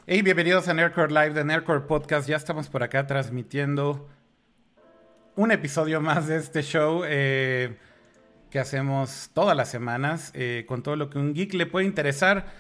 Hey, bienvenidos a Nerdcore Live de Nerdcore Podcast. Ya estamos por acá transmitiendo un episodio más de este show que hacemos todas las semanas con todo lo que un geek le puede interesar.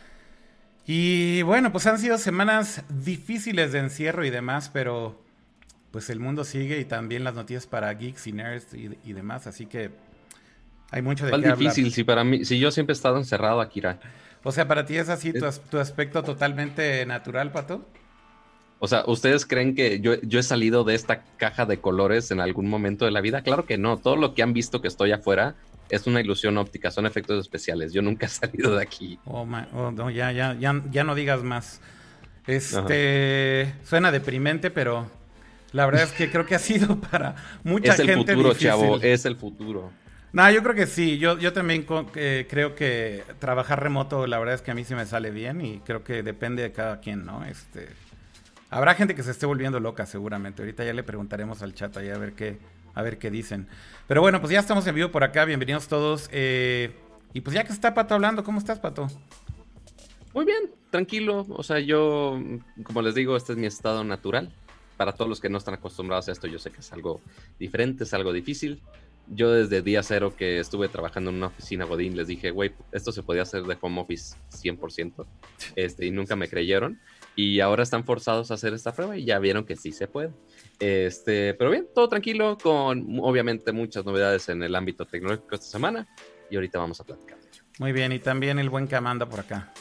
Y bueno, pues han sido semanas difíciles de encierro y demás, pero pues el mundo sigue y también las noticias para geeks y nerds y demás, así que hay mucho de ¿Cuál qué hablar. difícil? Si para mí, si yo siempre he estado encerrado, Akira. O sea, para ti es así Es- tu aspecto totalmente natural, Pato. O sea, ¿ustedes creen que yo he salido de esta caja de colores en algún momento de la vida? Claro que no. Todo lo que han visto que estoy afuera es una ilusión óptica, son efectos especiales. Yo nunca he salido de aquí. Oh, no, ya no digas más. Ajá. Suena deprimente, pero la verdad es que creo que ha sido para mucha Es el gente futuro, chavo, difícil. es el futuro. No, yo creo que sí. Yo también creo que trabajar remoto, la verdad es que a mí sí me sale bien y creo que depende de cada quien, ¿no? Habrá gente que se esté volviendo loca seguramente. Ahorita ya le preguntaremos al chat ahí a ver qué dicen. Pero bueno, pues ya estamos en vivo por acá. Bienvenidos todos. Y pues ya que está Pato hablando, ¿cómo estás, Pato? Muy bien, tranquilo. O sea, yo, como les digo, este es mi estado natural. Para todos los que no están acostumbrados a esto, yo sé que es algo diferente, es algo difícil. Yo desde día cero que estuve trabajando en una oficina Godín, les dije, güey, esto se podía hacer de home office 100%, y nunca me creyeron. Y ahora están forzados a hacer esta prueba y ya vieron que sí se puede. Pero bien, todo tranquilo, con obviamente muchas novedades en el ámbito tecnológico esta semana. Y ahorita vamos a platicar. Muy bien, y también el buen Kama anda por acá.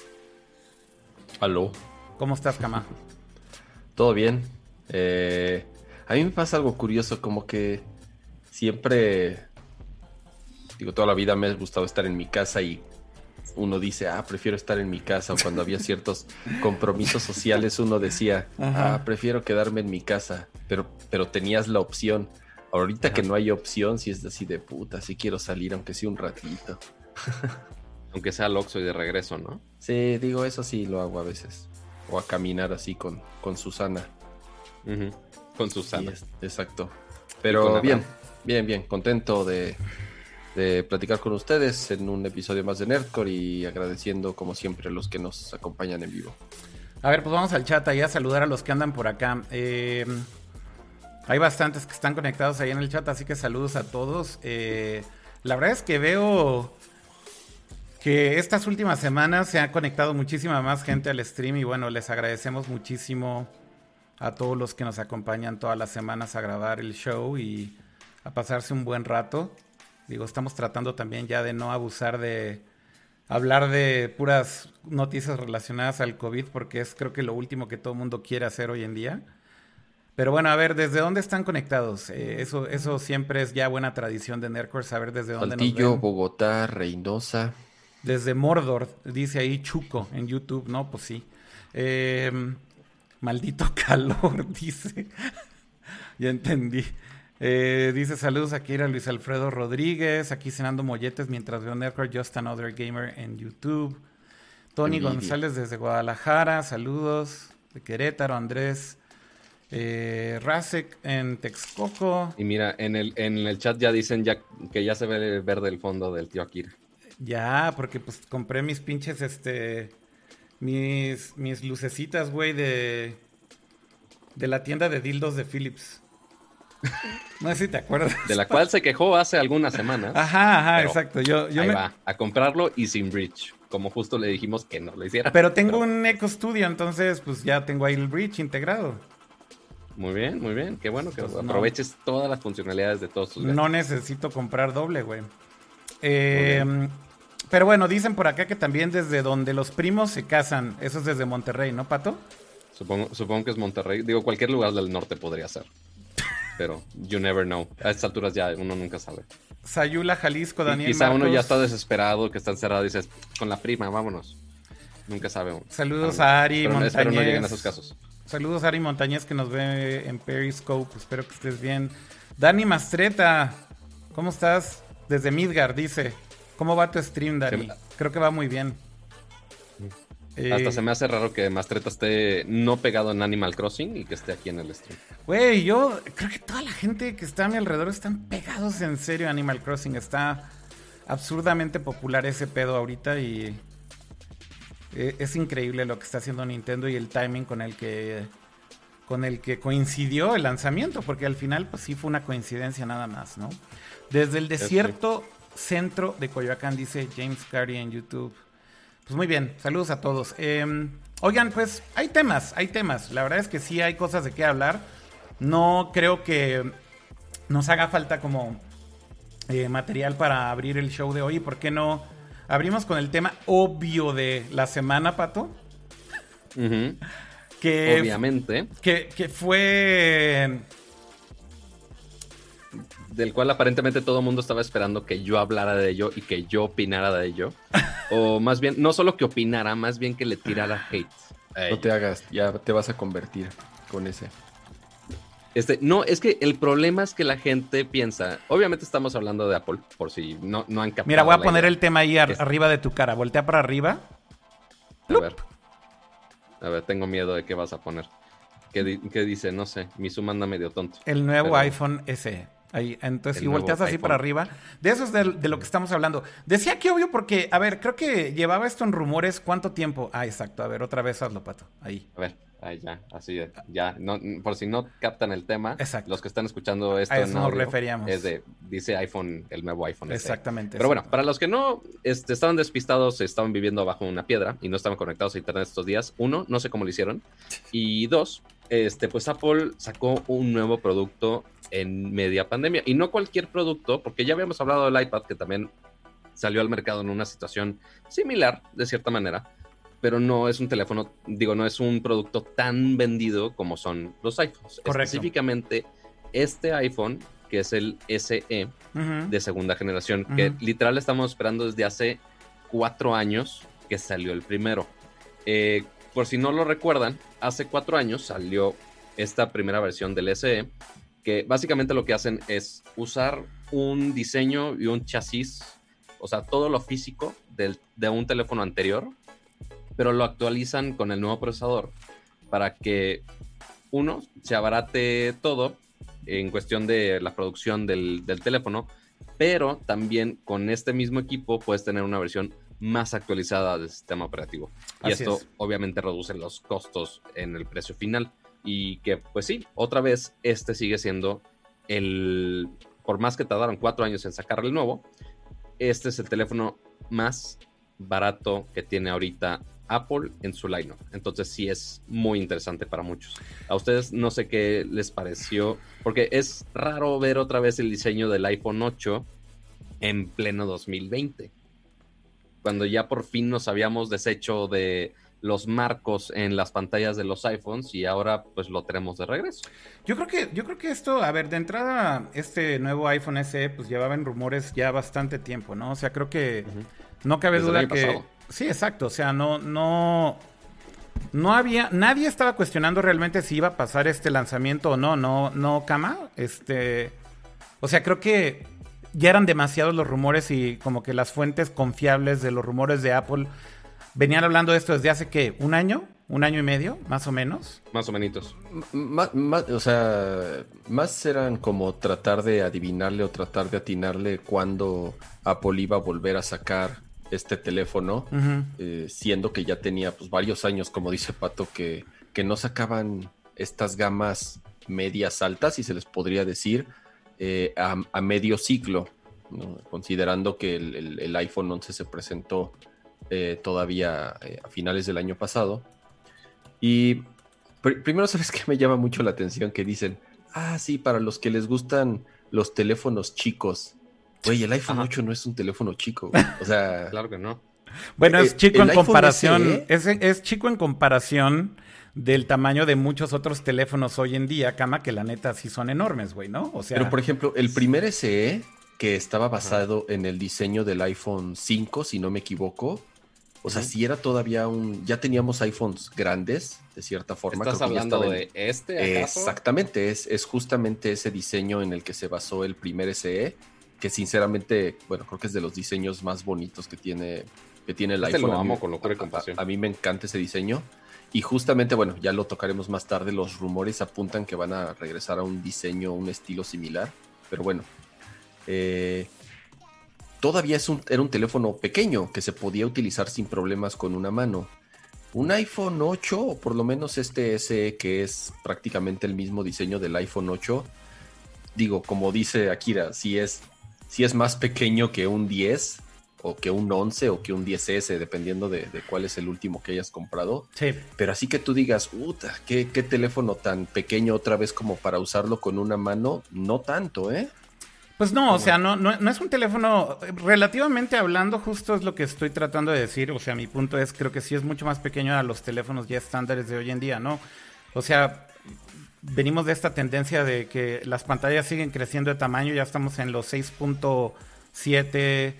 Aló, ¿Cómo estás, Kama? ¿todo bien? A mí me pasa algo curioso, como que siempre, digo, toda la vida me ha gustado estar en mi casa y uno dice, prefiero estar en mi casa. O cuando había ciertos compromisos sociales, uno decía, Ajá. prefiero quedarme en mi casa, pero tenías la opción. Ahorita que Ajá. no hay opción, si es así de puta, sí quiero salir, aunque sea un ratito. Aunque sea al Oxxo y de regreso, ¿no? Sí, digo, eso sí lo hago a veces. O a caminar así con Susana. Ujú. Con Sí, Susana. exacto. ¿Y Pero con bien, Abraham? bien, contento de platicar con ustedes en un episodio más de Nerdcore y agradeciendo como siempre a los que nos acompañan en vivo. A ver, pues vamos al chat ahí a saludar a los que andan por acá. Hay bastantes que están conectados ahí en el chat, así que saludos a todos. La verdad es que veo que estas últimas semanas se ha conectado muchísima más gente al stream y bueno, les agradecemos muchísimo a todos los que nos acompañan todas las semanas a grabar el show y a pasarse un buen rato. Digo, estamos tratando también ya de no abusar de hablar de puras noticias relacionadas al COVID porque es creo que lo último que todo el mundo quiere hacer hoy en día. Pero bueno, a ver, ¿desde dónde están conectados? Eso siempre es ya buena tradición de Nerdcore, saber desde dónde nos Saltillo, ven. Bogotá, Reynosa. Desde Mordor, dice ahí Chuco en YouTube, ¿no? Pues sí. Eh, Maldito calor, dice. Ya entendí. Dice saludos aquí a Luis Alfredo Rodríguez, aquí cenando molletes mientras veo Nerdcore, Just Another Gamer en YouTube. Tony Envidia. González desde Guadalajara, saludos. De Querétaro, Andrés. Rasek en Texcoco. Y mira, en el chat ya dicen ya que ya se ve verde el fondo del tío Akira. Ya, porque pues compré mis pinches, mis lucecitas, güey, de la tienda de dildos de Philips. No sé si te acuerdas. De la cual se quejó hace algunas semanas. Ajá, Pero exacto. Yo ahí va, a comprarlo y sin bridge. Como justo le dijimos que no lo hiciera. Pero tengo Pero un Eco Studio, entonces pues ya tengo ahí el bridge integrado. muy bien, muy bien. Qué bueno que Pues, aproveches todas las funcionalidades de todos tus no gadgets. necesito comprar doble, güey. Muy bien. Pero bueno, dicen por acá que también desde donde los primos se casan. Eso es desde Monterrey, ¿no, Pato? Supongo que es Monterrey. Digo, cualquier lugar del norte podría ser. Pero you never know. A estas alturas ya uno nunca sabe. Sayula, Jalisco, Y Daniel quizá uno ya Marcos. está desesperado, que está encerrado y dices, con la prima, vámonos. Nunca sabe uno. Saludos a Ari Espero no lleguen a Montañez. esos casos. Saludos a Ari Montañez que nos ve en Periscope. Espero que estés bien. Dani Mastreta, ¿cómo estás? Desde Midgard, dice. ¿Cómo va tu stream, Dani? Creo que va muy bien. Hasta se me hace raro que Mastreta esté no pegado en Animal Crossing y que esté aquí en el stream. Güey, yo creo que toda la gente que está a mi alrededor están pegados en serio a Animal Crossing. Está absurdamente popular ese pedo ahorita y Es increíble lo que está haciendo Nintendo y el timing con el que coincidió el lanzamiento, porque al final pues sí fue una coincidencia nada más, ¿no? Desde el desierto centro de Coyoacán, dice James Carey en YouTube. Pues muy bien, saludos a todos. Oigan, pues hay temas. La verdad es que sí hay cosas de qué hablar. No creo que nos haga falta como material para abrir el show de hoy. ¿Por qué no abrimos con el tema obvio de la semana, Pato? Que obviamente. Que fue... Del cual aparentemente todo el mundo estaba esperando que yo hablara de ello y que yo opinara de ello. O más bien, no solo que opinara, más bien que le tirara hate. No te hagas, ya te vas a convertir con ese. No, es que el problema es que la gente piensa, obviamente estamos hablando de Apple, por si no han captado. Mira, voy a poner el tema ahí arriba de tu cara, voltea para arriba. A ver, tengo miedo de qué vas a poner. ¿Qué dice? No sé, mi Zoom anda medio tonto. El nuevo iPhone SE. Ahí, entonces, si volteas así para arriba, de eso es de lo que estamos hablando. Decía que obvio porque, a ver, creo que llevaba esto en rumores, ¿cuánto tiempo? Ah, exacto, a ver, otra vez hazlo, Pato, ahí. A ver, ahí ya, así, ya, no, por si no captan el tema, exacto. Los que están escuchando esto a eso en nos audio, referíamos. Dice iPhone, el nuevo iPhone. Exactamente. Pero bueno, para los que no estaban despistados, estaban viviendo bajo una piedra y no estaban conectados a internet estos días, uno, no sé cómo lo hicieron, y dos, pues Apple sacó un nuevo producto en media pandemia, y no cualquier producto, porque ya habíamos hablado del iPad, que también salió al mercado en una situación similar, de cierta manera, pero no es un teléfono, no es un producto tan vendido como son los iPhones. Correcto. Específicamente, este iPhone, que es el SE de segunda generación, que literal estamos esperando desde hace 4 años que salió el primero. Por si no lo recuerdan, hace 4 años salió esta primera versión del SE, que básicamente lo que hacen es usar un diseño y un chasis, o sea, todo lo físico de un teléfono anterior, pero lo actualizan con el nuevo procesador para que, uno, se abarate todo en cuestión de la producción del teléfono, pero también con este mismo equipo puedes tener una versión más actualizada del sistema operativo. Y así esto es. obviamente reduce los costos en el precio final. Y que, pues sí, otra vez, sigue siendo por más que tardaron 4 años en sacarle el nuevo, este es el teléfono más barato que tiene ahorita Apple en su lineup. Entonces sí es muy interesante para muchos. A ustedes no sé qué les pareció, porque es raro ver otra vez el diseño del iPhone 8 en pleno 2020, cuando ya por fin nos habíamos deshecho de los marcos en las pantallas de los iPhones y ahora pues lo tenemos de regreso. Yo creo que esto, a ver, de entrada, este nuevo iPhone SE pues llevaba en rumores ya bastante tiempo, ¿no? O sea, creo que no cabe Desde duda el año que... pasado. Sí, exacto, o sea, no había, nadie estaba cuestionando realmente si iba a pasar este lanzamiento o no, Cama, o sea, creo que ya eran demasiados los rumores y como que las fuentes confiables de los rumores de Apple venían hablando de esto desde hace, ¿qué? ¿Un año y medio, más o menos? Más o menos. O sea, más eran como tratar de adivinarle o tratar de atinarle cuándo Apple iba a volver a sacar este teléfono, siendo que ya tenía pues varios años, como dice Pato, que no sacaban estas gamas medias altas, si se les podría decir, a medio ciclo, ¿no? Considerando que el iPhone 11 se presentó todavía a finales del año pasado. Y primero, ¿sabes qué me llama mucho la atención? Que dicen, sí, para los que les gustan los teléfonos chicos. Güey, el iPhone 8 no es un teléfono chico. O sea... Claro que no. Bueno, es chico en comparación. SE, es chico en comparación del tamaño de muchos otros teléfonos hoy en día, Cama, que la neta sí son enormes, güey, ¿no? O sea... Pero, por ejemplo, el primer SE, que estaba basado en el diseño del iPhone 5, si no me equivoco, o sea, sí era todavía ya teníamos iPhones grandes, de cierta forma. ¿Estás hablando de este, acaso? Exactamente, es justamente ese diseño en el que se basó el primer SE, que sinceramente, bueno, creo que es de los diseños más bonitos que tiene el iPhone. Lo amo con locura y compasión. A mí me encanta ese diseño. Y justamente, bueno, ya lo tocaremos más tarde, los rumores apuntan que van a regresar a un diseño, un estilo similar. Pero bueno, todavía era un teléfono pequeño que se podía utilizar sin problemas con una mano. un iPhone 8, o por lo menos este SE, que es prácticamente el mismo diseño del iPhone 8, digo, como dice Akira, si es más pequeño que un 10, o que un 11, o que un 10S, dependiendo de cuál es el último que hayas comprado. Sí. Pero así que tú digas, ¿qué teléfono tan pequeño otra vez como para usarlo con una mano? No tanto, ¿eh? Pues no, o sea, no es un teléfono, relativamente hablando, justo es lo que estoy tratando de decir. O sea, mi punto es, creo que sí es mucho más pequeño a los teléfonos ya estándares de hoy en día, ¿no? O sea, venimos de esta tendencia de que las pantallas siguen creciendo de tamaño, ya estamos en los 6.7, 6.8,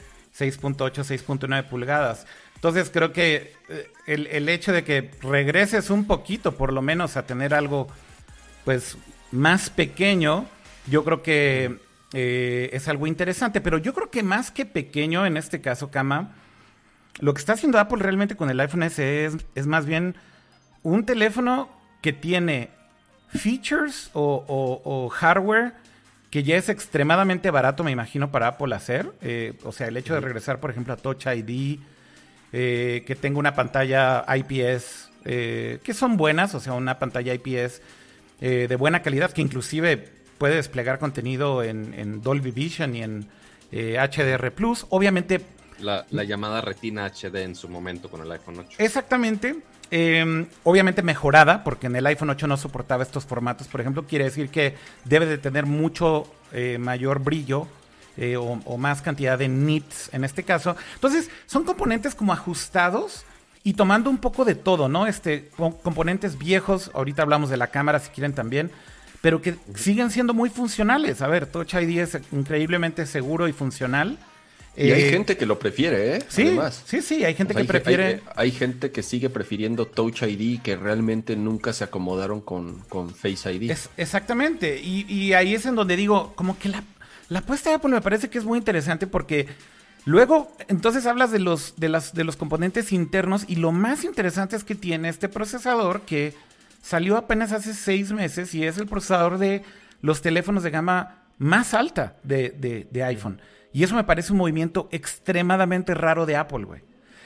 6.9 pulgadas. Entonces creo que el hecho de que regreses un poquito, por lo menos, a tener algo, pues, más pequeño, yo creo que es algo interesante. Pero yo creo que más que pequeño, en este caso, Kama, lo que está haciendo Apple realmente con el iPhone SE es más bien un teléfono que tiene features o hardware que ya es extremadamente barato, me imagino, para Apple hacer. O sea, el hecho de regresar, por ejemplo, a Touch ID, que tenga una pantalla IPS, que son buenas, o sea, una pantalla IPS de buena calidad, que inclusive puede desplegar contenido en Dolby Vision y en HDR+. Obviamente... La llamada Retina HD en su momento con el iPhone 8. Exactamente. Obviamente mejorada, porque en el iPhone 8 no soportaba estos formatos, por ejemplo. Quiere decir que debe de tener mucho mayor brillo o más cantidad de nits en este caso. Entonces, son componentes como ajustados y tomando un poco de todo, ¿no? Componentes viejos, ahorita hablamos de la cámara si quieren también, pero que siguen siendo muy funcionales. A ver, Touch ID es increíblemente seguro y funcional. Y hay gente que lo prefiere, ¿eh? Sí, además. sí, hay gente que prefiere... Hay gente que sigue prefiriendo Touch ID, que realmente nunca se acomodaron con Face ID. Exactamente, y ahí es en donde digo, como que la apuesta de Apple me parece que es muy interesante, porque luego, entonces hablas de los componentes internos, y lo más interesante es que tiene este procesador que salió apenas hace 6 meses, y es el procesador de los teléfonos de gama más alta de iPhone. Y eso me parece un movimiento extremadamente raro de Apple, güey.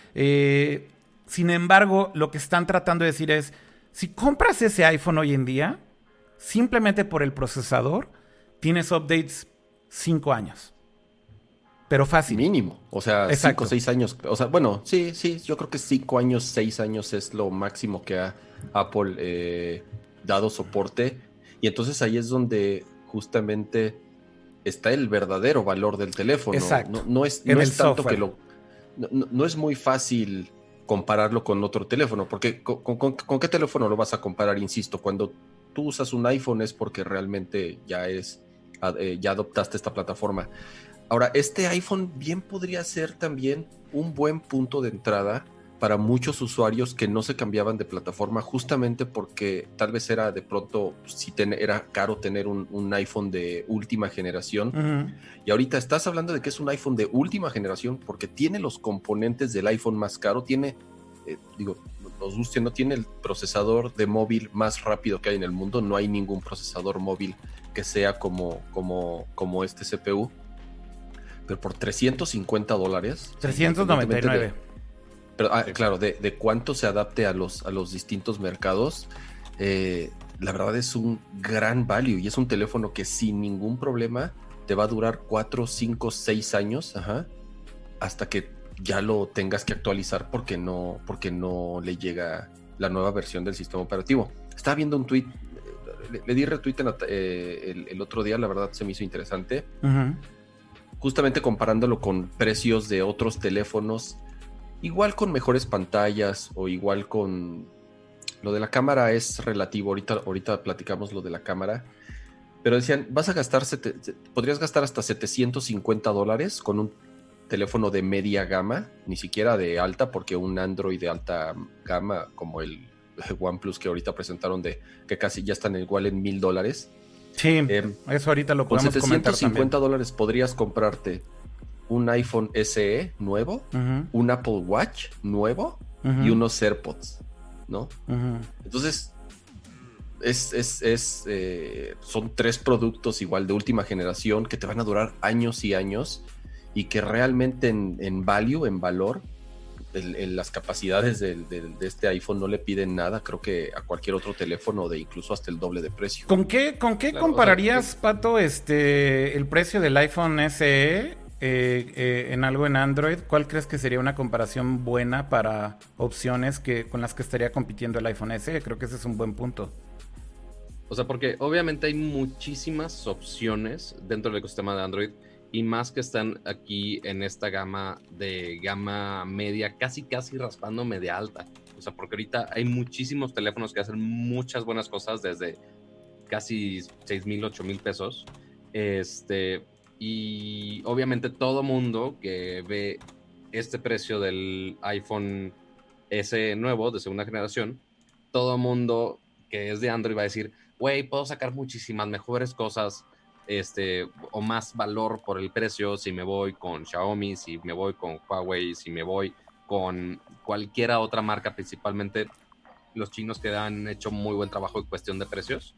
Sin embargo, lo que están tratando de decir es, si compras ese iPhone hoy en día, simplemente por el procesador, tienes updates 5 años. Pero fácil. Mínimo. O sea, exacto. 5 o 6 años. O sea, bueno, sí, yo creo que 5 años, 6 años es lo máximo que ha Apple dado soporte. Y entonces ahí es donde justamente está el verdadero valor del teléfono. Exacto. No es tanto que no es muy fácil compararlo con otro teléfono, porque ¿con qué teléfono lo vas a comparar? Insisto, cuando tú usas un iPhone es porque realmente ya adoptaste esta plataforma. Ahora, este iPhone bien podría ser también un buen punto de entrada para muchos usuarios que no se cambiaban de plataforma, justamente porque tal vez era de pronto, si era caro tener un iPhone de última generación. Uh-huh. Y ahorita estás hablando de que es un iPhone de última generación porque tiene los componentes del iPhone más caro, tiene, nos guste, no tiene el procesador de móvil más rápido que hay en el mundo, no hay ningún procesador móvil que sea como este CPU, pero por $350. $399. Pero, claro, de cuánto se adapte a los distintos mercados, la verdad es un gran value y es un teléfono que sin ningún problema te va a durar 4, 5, 6 años, hasta que ya lo tengas que actualizar porque no le llega la nueva versión del sistema operativo. Estaba viendo un tweet, le di retweet el otro día, la verdad se me hizo interesante, justamente comparándolo con precios de otros teléfonos, igual con mejores pantallas o igual con... Lo de la cámara es relativo, ahorita platicamos lo de la cámara, pero decían, podrías gastar hasta $750 con un teléfono de media gama, ni siquiera de alta, porque un Android de alta gama como el OnePlus que ahorita presentaron, que casi ya están igual en $1,000. Sí, eso ahorita lo podemos comentar también. Con $750 podrías comprarte un iPhone SE nuevo, un Apple Watch nuevo y unos AirPods, ¿no? Entonces, son 3 productos igual de última generación que te van a durar años y años y que realmente en value, en valor, las capacidades de este iPhone no le piden nada, creo que a cualquier otro teléfono de incluso hasta el doble de precio. ¿Con qué claro, compararías, o sea, Pato, el precio del iPhone SE en algo en Android? ¿Cuál crees que sería una comparación buena para opciones con las que estaría compitiendo el iPhone SE? Creo que ese es un buen punto. O sea, porque obviamente hay muchísimas opciones dentro del ecosistema de Android y más que están aquí en esta gama media, casi raspando media alta. O sea, porque ahorita hay muchísimos teléfonos que hacen muchas buenas cosas desde casi 6,000, 8,000 pesos. Y obviamente todo mundo que ve este precio del iPhone S nuevo de segunda generación, todo mundo que es de Android va a decir, güey, puedo sacar muchísimas mejores cosas o más valor por el precio si me voy con Xiaomi, si me voy con Huawei, si me voy con cualquiera otra marca, principalmente los chinos que han hecho muy buen trabajo en cuestión de precios.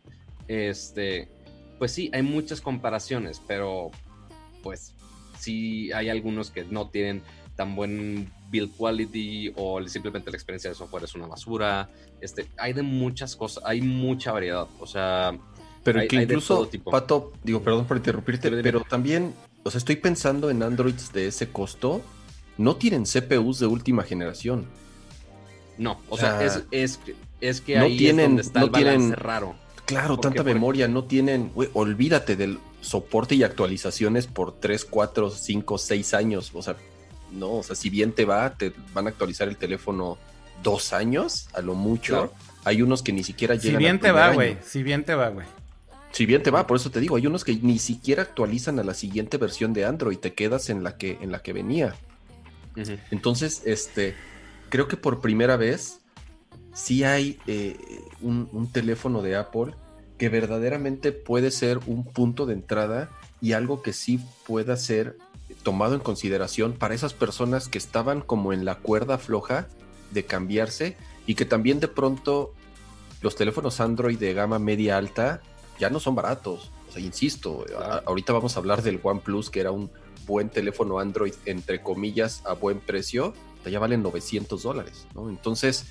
Pues sí, hay muchas comparaciones, pero pues sí hay algunos que no tienen tan buen build quality o simplemente la experiencia de software es una basura. Hay de muchas cosas, hay mucha variedad, o sea, pero hay, que hay incluso, Pato, digo, perdón por interrumpirte, pero también, o sea, estoy pensando en Androids de ese costo, no tienen CPUs de última generación. No, o sea, es que no ahí tienen, es donde está no el balance tienen, raro. Claro, tanta memoria, no tienen, güey, olvídate del soporte y actualizaciones por 3, 4, 5, 6 años, o sea, no, o sea, si bien te van a actualizar el teléfono 2 años, a lo mucho. Claro. Hay unos que ni siquiera llegan. Si bien te va, güey. Si bien te va, güey. Si bien te va, por eso te digo, hay unos que ni siquiera actualizan a la siguiente versión de Android, te quedas en la que venía. Uh-huh. Entonces, creo que por primera vez sí hay un teléfono de Apple que verdaderamente puede ser un punto de entrada y algo que sí pueda ser tomado en consideración para esas personas que estaban como en la cuerda floja de cambiarse y que también de pronto los teléfonos Android de gama media alta ya no son baratos. O sea, insisto, ahorita vamos a hablar del OnePlus, que era un buen teléfono Android, entre comillas, a buen precio, ya valen $900, ¿no? Entonces,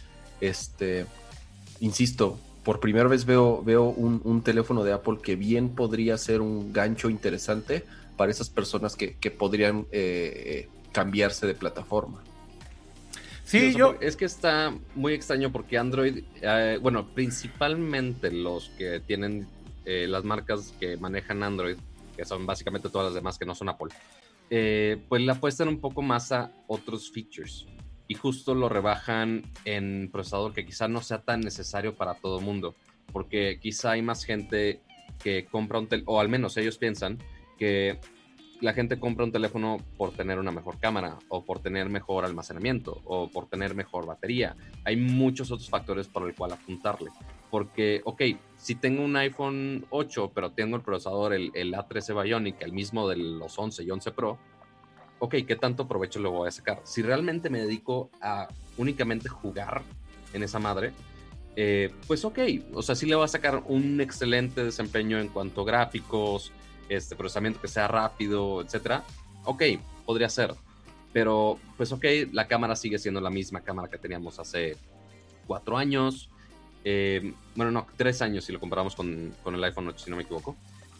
insisto, por primera vez veo un teléfono de Apple que bien podría ser un gancho interesante para esas personas que podrían cambiarse de plataforma. Sí, es que está muy extraño porque Android, bueno, principalmente los que tienen las marcas que manejan Android, que son básicamente todas las demás que no son Apple, pues le apuestan un poco más a otros features y justo lo rebajan en procesador que quizá no sea tan necesario para todo el mundo, porque quizá hay más gente que compra o al menos ellos piensan que la gente compra un teléfono por tener una mejor cámara o por tener mejor almacenamiento o por tener mejor batería. Hay muchos otros factores por el cual apuntarle. Porque, ok, si tengo un iPhone 8, pero tengo el procesador, el A13 Bionic, el mismo de los 11 y 11 Pro, ok, ¿qué tanto provecho le voy a sacar? Si realmente me dedico a únicamente jugar en esa madre, pues ok, o sea, sí le voy a sacar un excelente desempeño en cuanto a gráficos, procesamiento que sea rápido, etcétera. Ok, podría ser, pero pues ok, la cámara sigue siendo la misma cámara que teníamos hace 4 años, bueno, no, 3 años si lo comparamos con el iPhone 8, si no me equivoco.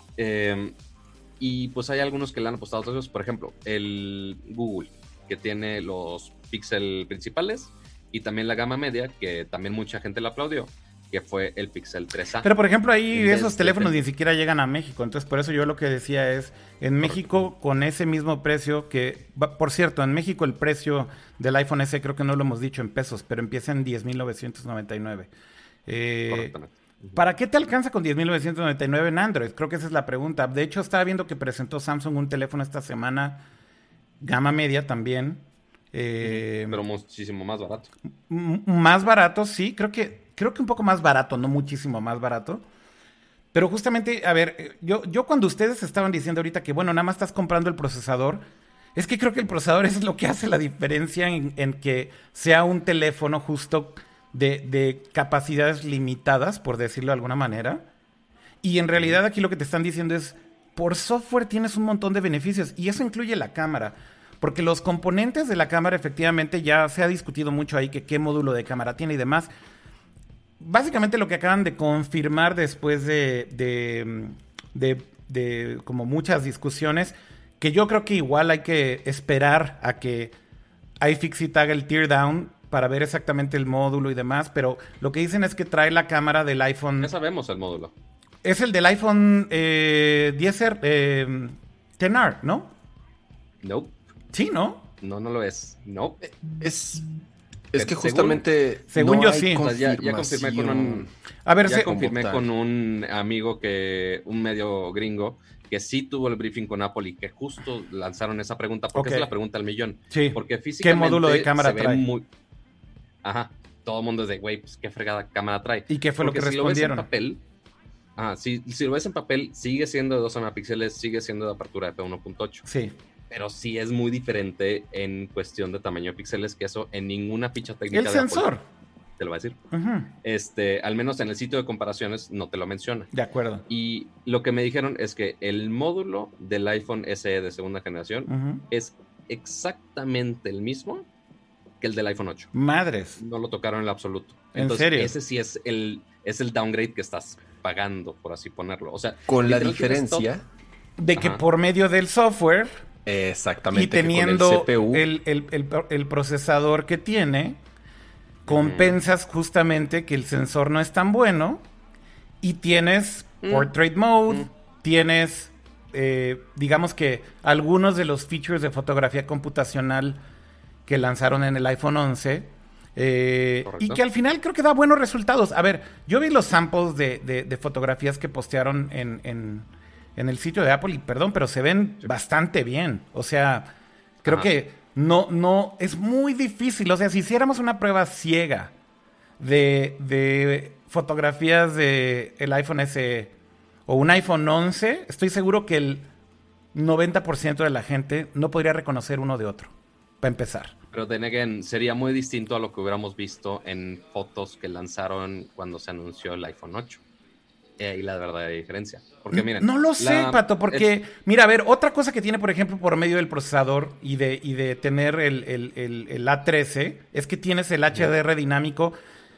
Y pues hay algunos que le han apostado a otros, por ejemplo, el Google, que tiene los Pixel principales, y también la gama media, que también mucha gente le aplaudió, que fue el Pixel 3A. Pero por ejemplo ahí esos teléfonos ni siquiera llegan a México, entonces por eso yo lo que decía es, en México con ese mismo precio que, por cierto, en México el precio del iPhone SE creo que no lo hemos dicho en pesos, pero empieza en 10,999. Correctamente. ¿Para qué te alcanza con 10,999 en Android? Creo que esa es la pregunta. De hecho estaba viendo que presentó Samsung un teléfono esta semana, gama media también. Pero muchísimo más barato. Más barato, sí, creo que un poco más barato, no muchísimo más barato. Pero justamente, a ver, yo cuando ustedes estaban diciendo ahorita que, bueno, nada más estás comprando el procesador, es que creo que el procesador es lo que hace la diferencia en que sea un teléfono justo de capacidades limitadas, por decirlo de alguna manera. Y en realidad aquí lo que te están diciendo es, por software tienes un montón de beneficios, y eso incluye la cámara. porque los componentes de la cámara efectivamente ya se ha discutido mucho ahí que qué módulo de cámara tiene y demás. Básicamente lo que acaban de confirmar después de como muchas discusiones, que yo creo que igual hay que esperar a que iFixit haga el teardown para ver exactamente el módulo y demás, pero lo que dicen es que trae la cámara del iPhone. Ya sabemos el módulo. Es el del iPhone 10R, 10R, ¿no? Nope. Sí, ¿no? No lo es. No. Es que justamente... Según no yo hay sí. O sea, ya confirmé con un... A ver, Ya confirmé con un amigo un medio gringo, que sí tuvo el briefing con Apple y que justo lanzaron esa pregunta, porque esa es la pregunta al millón. Sí. Porque físicamente ¿qué módulo de cámara se ve trae? Ajá. Todo el mundo es de, güey, pues qué fregada cámara trae. ¿Y qué fue porque lo que si respondieron? Lo ves en papel, si lo ves en papel, sigue siendo de 12 megapíxeles, sigue siendo de apertura de f1.8. Sí. Pero sí es muy diferente en cuestión de tamaño de píxeles, que eso en ninguna ficha técnica El de sensor. Apple te lo va a decir. Uh-huh. Al menos en el sitio de comparaciones no te lo menciona. De acuerdo. Y lo que me dijeron es que el módulo del iPhone SE de segunda generación Uh-huh. es exactamente el mismo que el del iPhone 8. Madres. No lo tocaron en lo absoluto. ¿En Entonces, serio? ese sí es el downgrade que estás pagando, por así ponerlo. O sea, Con la literal tienes diferencia... De que Ajá. por medio del software Exactamente. y teniendo que con el CPU, el procesador que tiene, compensas justamente que el sensor no es tan bueno y tienes Portrait Mode, tienes, digamos que algunos de los features de fotografía computacional que lanzaron en el iPhone 11 y que al final creo que da buenos resultados. A ver, yo vi los samples de fotografías que postearon en el sitio de Apple y perdón, pero se ven bastante bien. O sea, creo que no, es muy difícil. O sea, si hiciéramos una prueba ciega de fotografías de el iPhone SE o un iPhone 11, estoy seguro que el 90% de la gente no podría reconocer uno de otro, para empezar. Pero then again, sería muy distinto a lo que hubiéramos visto en fotos que lanzaron cuando se anunció el iPhone 8. Y la verdadera diferencia. Porque miren, no lo sé, Pato, porque mira, a ver, otra cosa que tiene, por ejemplo, por medio del procesador y de tener el A13 es que tienes el HDR dinámico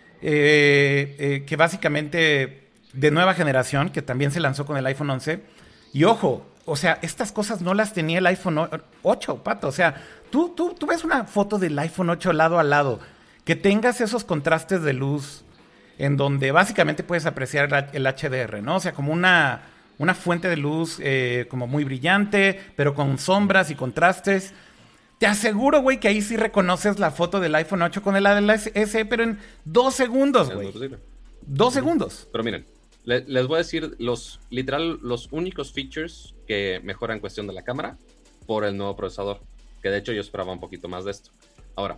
que básicamente de nueva generación, que también se lanzó con el iPhone 11. Y ojo, o sea, estas cosas no las tenía el iPhone 8, Pato. O sea, tú ves una foto del iPhone 8 lado a lado, que tengas esos contrastes de luz en donde básicamente puedes apreciar el HDR, ¿no? O sea, como una fuente de luz como muy brillante, pero con sombras y contrastes. Te aseguro, güey, que ahí sí reconoces la foto del iPhone 8 con el SE, pero en 2 segundos, güey. 2 segundos. Pero miren, les voy a decir los únicos features que mejoran cuestión de la cámara por el nuevo procesador, que de hecho yo esperaba un poquito más de esto. Ahora,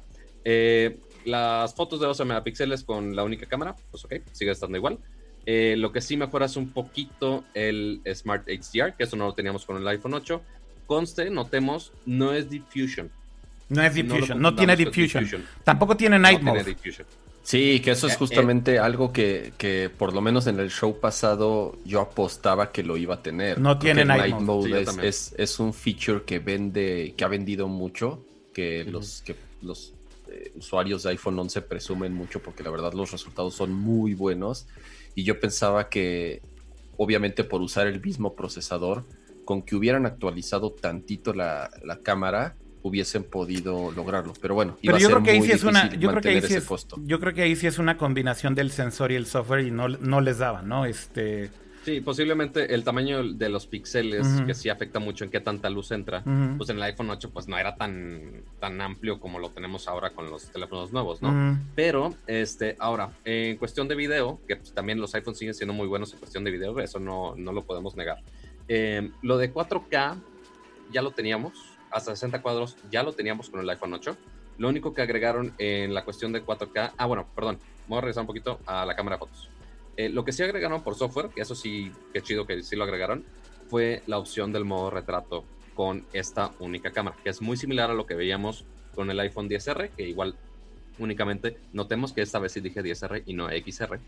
las fotos de 12 megapíxeles con la única cámara, pues ok, sigue estando igual. Lo que sí mejora es un poquito el Smart HDR, que eso no lo teníamos con el iPhone 8. Conste, notemos, no es Deep Fusion. No es Deep Fusion, no tiene Deep Fusion. Tampoco tiene Night Mode. Sí, que eso es justamente algo que por lo menos en el show pasado yo apostaba que lo iba a tener. No tiene Night Mode. Es un feature que ha vendido mucho, que los usuarios de iPhone 11 presumen mucho porque la verdad los resultados son muy buenos y yo pensaba que obviamente por usar el mismo procesador, con que hubieran actualizado tantito la cámara hubiesen podido lograrlo, pero bueno, iba a ser muy difícil mantener ese costo. Yo creo que ahí sí es una combinación del sensor y el software y no les daba, ¿no? Sí, posiblemente el tamaño de los píxeles, que sí afecta mucho en qué tanta luz entra, pues en el iPhone 8 pues no era tan amplio como lo tenemos ahora con los teléfonos nuevos, ¿no? Pero, ahora, en cuestión de video, que pues, también los iPhones siguen siendo muy buenos en cuestión de video, eso no lo podemos negar. Lo de 4K ya lo teníamos, hasta 60 cuadros ya lo teníamos con el iPhone 8. Lo único que agregaron en la cuestión de 4K, voy a regresar un poquito a la cámara de fotos. Lo que sí agregaron por software, que eso sí, qué chido que sí lo agregaron, fue la opción del modo retrato con esta única cámara, que es muy similar a lo que veíamos con el iPhone XR, que igual únicamente notemos que esta vez sí dije XR y no XR.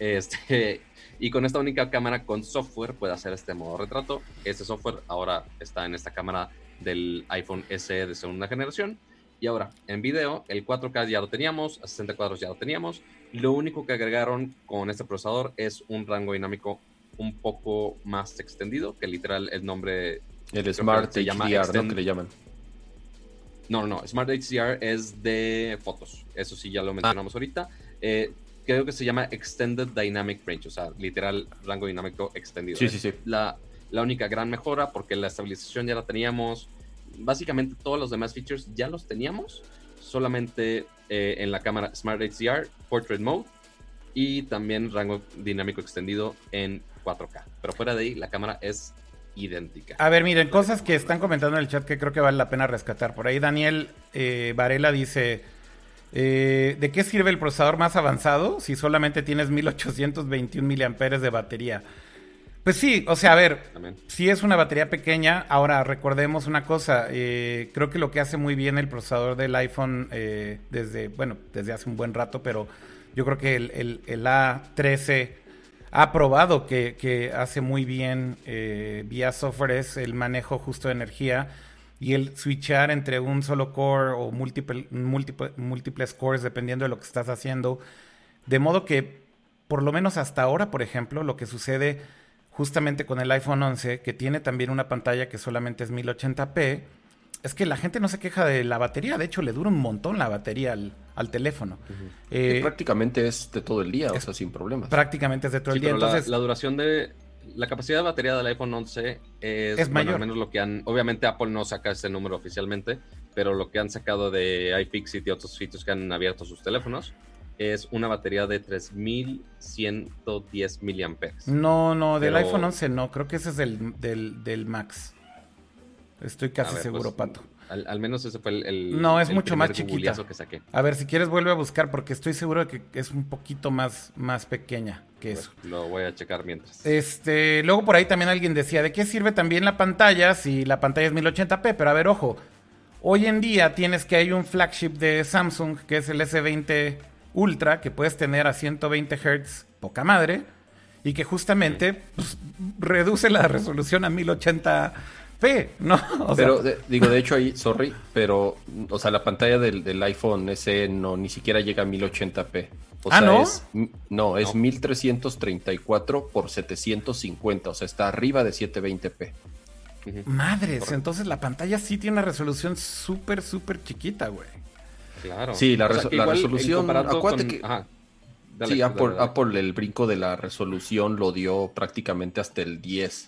Y con esta única cámara con software puede hacer este modo retrato. Este software ahora está en esta cámara del iPhone SE de segunda generación. Y ahora, en video, el 4K ya lo teníamos, a 60 cuadros ya lo teníamos. Lo único que agregaron con este procesador es un rango dinámico un poco más extendido, que literal el nombre... El Smart HDR, ¿no? Que le llaman. No, Smart HDR es de fotos. Eso sí, ya lo mencionamos ahorita. Creo que se llama Extended Dynamic Range, o sea, literal rango dinámico extendido. Sí. La única gran mejora, porque la estabilización ya la teníamos. Básicamente todos los demás features ya los teníamos, solamente en la cámara Smart HDR, Portrait Mode y también rango dinámico extendido en 4K. Pero fuera de ahí, la cámara es idéntica. A ver, miren, cosas que están comentando en el chat que creo que vale la pena rescatar. Por ahí Daniel Varela dice, ¿de qué sirve el procesador más avanzado si solamente tienes 1821 miliamperes de batería? Pues sí, o sea, a ver, si es una batería pequeña. Ahora, recordemos una cosa, creo que lo que hace muy bien el procesador del iPhone desde hace un buen rato, pero yo creo que el A13 ha probado que hace muy bien vía software es el manejo justo de energía y el switchar entre un solo core o múltiples cores dependiendo de lo que estás haciendo. De modo que, por lo menos hasta ahora, por ejemplo, lo que sucede justamente con el iPhone 11, que tiene también una pantalla que solamente es 1080p, es que la gente no se queja de la batería. De hecho, le dura un montón la batería al teléfono. Uh-huh. Prácticamente es de todo el día, o sea, sin problemas. Prácticamente es de todo el día. Pero entonces, la duración de... La capacidad de batería del iPhone 11 es mayor. Al menos lo que han... Obviamente Apple no saca ese número oficialmente, pero lo que han sacado de iFixit y otros sitios que han abierto sus teléfonos es una batería de 3110 miliamperes. No, del iPhone 11 no. Creo que ese es del Max. Estoy casi seguro, pues, Pato. Al menos ese fue el no, es mucho más chiquita. Que saqué. A ver, si quieres vuelve a buscar, porque estoy seguro de que es un poquito más pequeña que eso. Lo voy a checar mientras. Luego por ahí también alguien decía, ¿de qué sirve también la pantalla si la pantalla es 1080p? Pero a ver, ojo, hoy en día tienes que hay un flagship de Samsung, que es el S20 Ultra, que puedes tener a 120 Hz, poca madre, y que justamente pues, reduce la resolución a 1080p, ¿no? De hecho ahí, sorry, pero, o sea, la pantalla del iPhone SE ni siquiera llega a 1080p. O sea, ¿no? Es 1334 por 750, o sea, está arriba de 720p. Madres, correcto. Entonces la pantalla sí tiene una resolución súper chiquita, güey. Claro. Sí, la resolución. Acuérdate que. Ajá. Dale. Apple el brinco de la resolución lo dio prácticamente hasta el 10.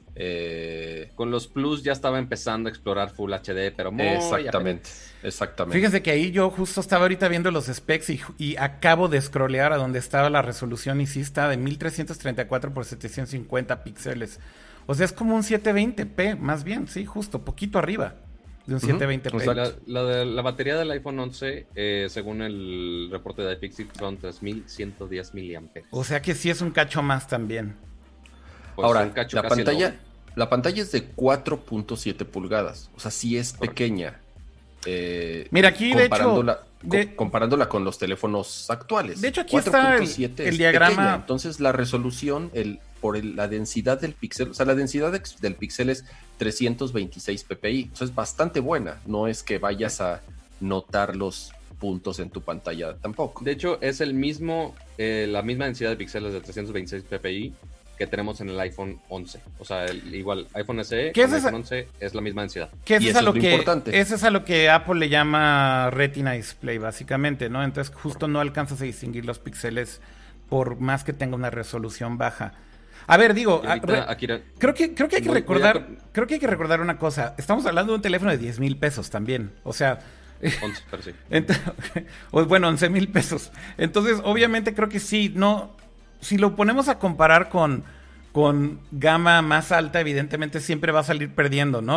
Con los Plus ya estaba empezando a explorar Full HD, pero muy exactamente. Fíjense que ahí yo justo estaba ahorita viendo los specs y acabo de scrollear a donde estaba la resolución y sí está de 1334 por 750 píxeles. O sea, es como un 720p, más bien, sí, justo, poquito arriba de un 720p. La batería del iPhone 11, según el reporte de iFixit, son 3110 miliamperes. O sea que sí es un cacho más también. Pues ahora, la pantalla es de 4.7 pulgadas, o sea, sí es pequeña. Mira, aquí comparándola con los teléfonos actuales. De hecho, aquí está el diagrama. Pequeña. Entonces, la resolución, la densidad del píxel, o sea, la densidad del píxel es 326 ppi, o sea, es bastante buena. No es que vayas a notar los puntos en tu pantalla tampoco. De hecho, es la misma densidad de píxeles de 326 ppi que tenemos en el iPhone 11. O sea, igual, iPhone SE con iPhone 11 es la misma densidad. Y eso es lo importante. Eso es a lo que Apple le llama Retina Display, básicamente, ¿no? Entonces, justo no alcanzas a distinguir los píxeles por más que tenga una resolución baja. A ver, digo, creo que hay que recordar una cosa. Estamos hablando de un teléfono de 10,000 pesos también. O sea... 11, pero sí. Bueno, 11,000 pesos. Entonces, obviamente creo que sí, no... Si lo ponemos a comparar con gama más alta, evidentemente siempre va a salir perdiendo, ¿no?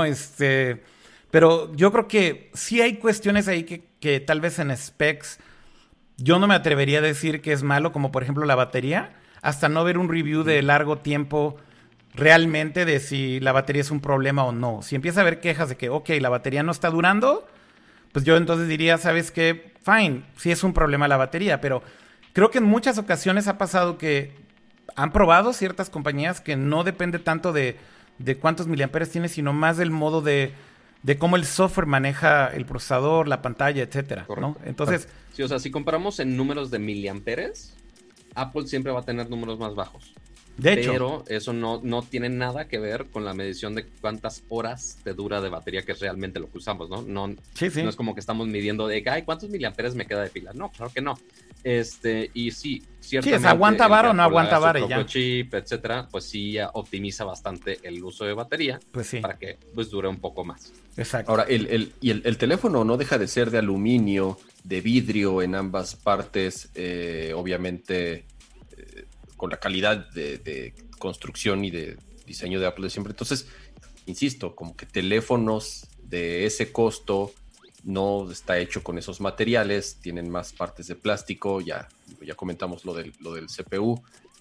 Pero yo creo que sí hay cuestiones ahí que tal vez en specs yo no me atrevería a decir que es malo, como por ejemplo la batería, hasta no ver un review de largo tiempo realmente de si la batería es un problema o no. Si empieza a haber quejas de que, ok, la batería no está durando, pues yo entonces diría, ¿sabes qué? Fine, sí es un problema la batería, pero... Creo que en muchas ocasiones ha pasado que han probado ciertas compañías que no depende tanto de cuántos miliamperes tiene, sino más del modo de de cómo el software maneja el procesador, la pantalla, etcétera, ¿no? Entonces, sí, o sea, si comparamos en números de miliamperes, Apple siempre va a tener números más bajos. De hecho, pero eso no tiene nada que ver con la medición de cuántas horas te dura de batería, que es realmente lo que usamos, ¿no? No es como que estamos midiendo de, ay, ¿cuántos miliamperes me queda de pila? No, claro que no. Y sí, ciertamente. Sí, es aguanta vara o no aguanta vara y ya. Chip, etcétera, pues sí ya optimiza bastante el uso de batería, pues sí, para que pues dure un poco más. Exacto. Ahora, el teléfono no deja de ser de aluminio, de vidrio en ambas partes, obviamente con la calidad de construcción y de diseño de Apple de siempre. Entonces, insisto, como que teléfonos de ese costo no está hecho con esos materiales, tienen más partes de plástico, ya comentamos lo del CPU.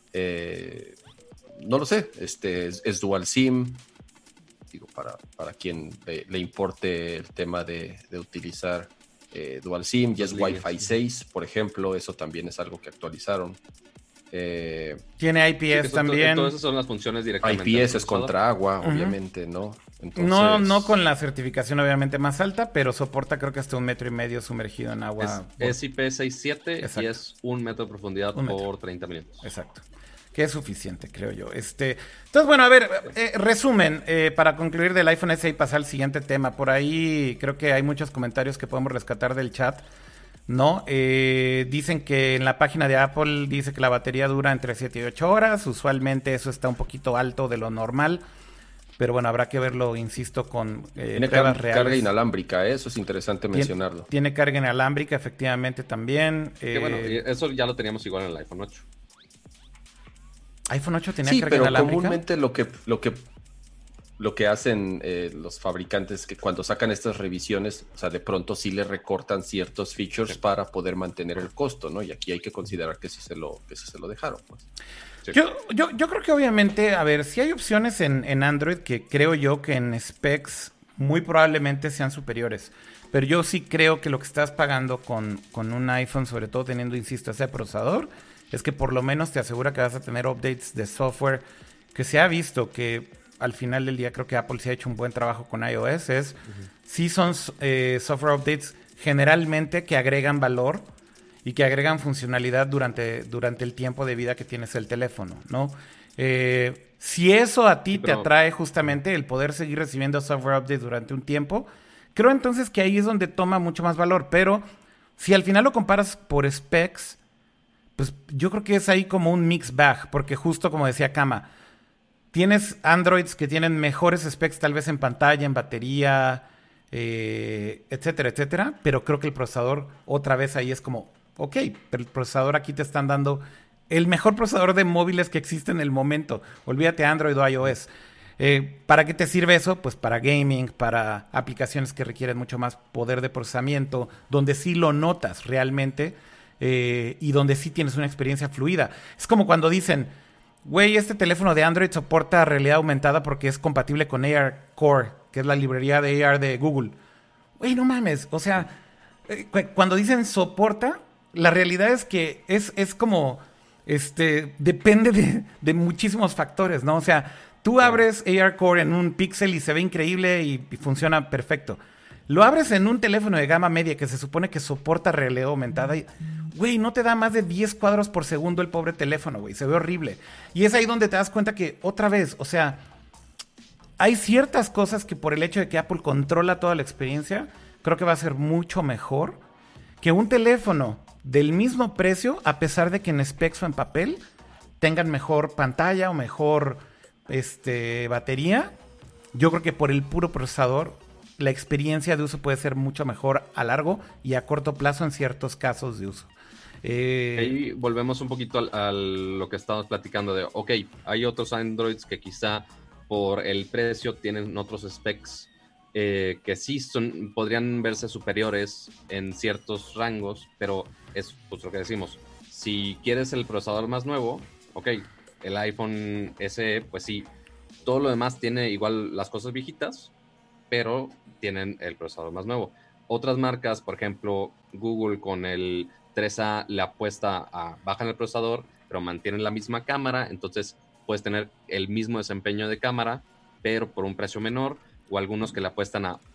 No lo sé, es dual SIM, digo, para quien le importe el tema de utilizar dual SIM, ya es Wi-Fi 6, por ejemplo, eso también es algo que actualizaron. Tiene IPS también. Todas esas son las funciones directamente. IPS es contra agua, obviamente, ¿no? Entonces, no con la certificación obviamente más alta, pero soporta creo que hasta 1,5 metros sumergido en agua. Es IP67 y es 1 metro de profundidad por 30 minutos. Exacto. Que es suficiente, creo yo. Entonces, bueno, a ver, resumen, para concluir del iPhone SE y pasar al siguiente tema. Por ahí creo que hay muchos comentarios que podemos rescatar del chat, ¿no? Dicen que en la página de Apple dice que la batería dura entre 7 y 8 horas. Usualmente eso está un poquito alto de lo normal. Pero bueno, habrá que verlo, insisto, con pruebas reales. Carga inalámbrica, eso es interesante mencionarlo. Tiene carga inalámbrica, efectivamente, también. Que bueno, eso ya lo teníamos igual en el iPhone 8. ¿iPhone 8 tenía sí, carga inalámbrica? Sí, pero comúnmente lo que hacen los fabricantes, que cuando sacan estas revisiones, o sea, de pronto sí le recortan ciertos features para poder mantener el costo, ¿no? Y aquí hay que considerar que sí se lo dejaron, pues. Sí. Yo creo que obviamente, a ver, si hay opciones en Android que creo yo que en specs muy probablemente sean superiores. Pero yo sí creo que lo que estás pagando con un iPhone, sobre todo teniendo, insisto, ese procesador, es que por lo menos te asegura que vas a tener updates de software, que se ha visto que al final del día creo que Apple sí ha hecho un buen trabajo con iOS. Sí son software updates generalmente que agregan valor y que agregan funcionalidad durante el tiempo de vida que tienes el teléfono, ¿no? Si eso a ti te atrae justamente el poder seguir recibiendo software updates durante un tiempo, creo entonces que ahí es donde toma mucho más valor. Pero si al final lo comparas por specs, pues yo creo que es ahí como un mix bag, porque justo como decía Kama, tienes Androids que tienen mejores specs tal vez en pantalla, en batería, etcétera, etcétera, pero creo que el procesador otra vez ahí es como, ok, pero el procesador aquí te están dando el mejor procesador de móviles que existe en el momento. Olvídate Android o iOS. ¿Para qué te sirve eso? Pues para gaming, para aplicaciones que requieren mucho más poder de procesamiento, donde sí lo notas realmente y donde sí tienes una experiencia fluida. Es como cuando dicen, güey, este teléfono de Android soporta realidad aumentada porque es compatible con AR Core, que es la librería de AR de Google. Güey, no mames. O sea, cuando dicen soporta, la realidad es que es como, depende de muchísimos factores, ¿no? O sea, tú abres AR Core en un Pixel y se ve increíble y funciona perfecto. Lo abres en un teléfono de gama media que se supone que soporta realidad aumentada y, güey, no te da más de 10 cuadros por segundo el pobre teléfono, güey. Se ve horrible. Y es ahí donde te das cuenta que, otra vez, o sea, hay ciertas cosas que por el hecho de que Apple controla toda la experiencia, creo que va a ser mucho mejor que un teléfono del mismo precio, a pesar de que en specs o en papel tengan mejor pantalla o mejor batería. Yo creo que por el puro procesador la experiencia de uso puede ser mucho mejor a largo y a corto plazo en ciertos casos de uso. Ahí volvemos un poquito a lo que estábamos platicando de, ok, hay otros Androids que quizá por el precio tienen otros specs que sí podrían verse superiores en ciertos rangos, pero es pues lo que decimos. Si quieres el procesador más nuevo, ok, el iPhone SE, pues sí, todo lo demás tiene igual las cosas viejitas, pero tienen el procesador más nuevo. Otras marcas, por ejemplo, Google con el 3A le apuesta a bajan el procesador, pero mantienen la misma cámara, entonces puedes tener el mismo desempeño de cámara, pero por un precio menor, o algunos que le apuestan a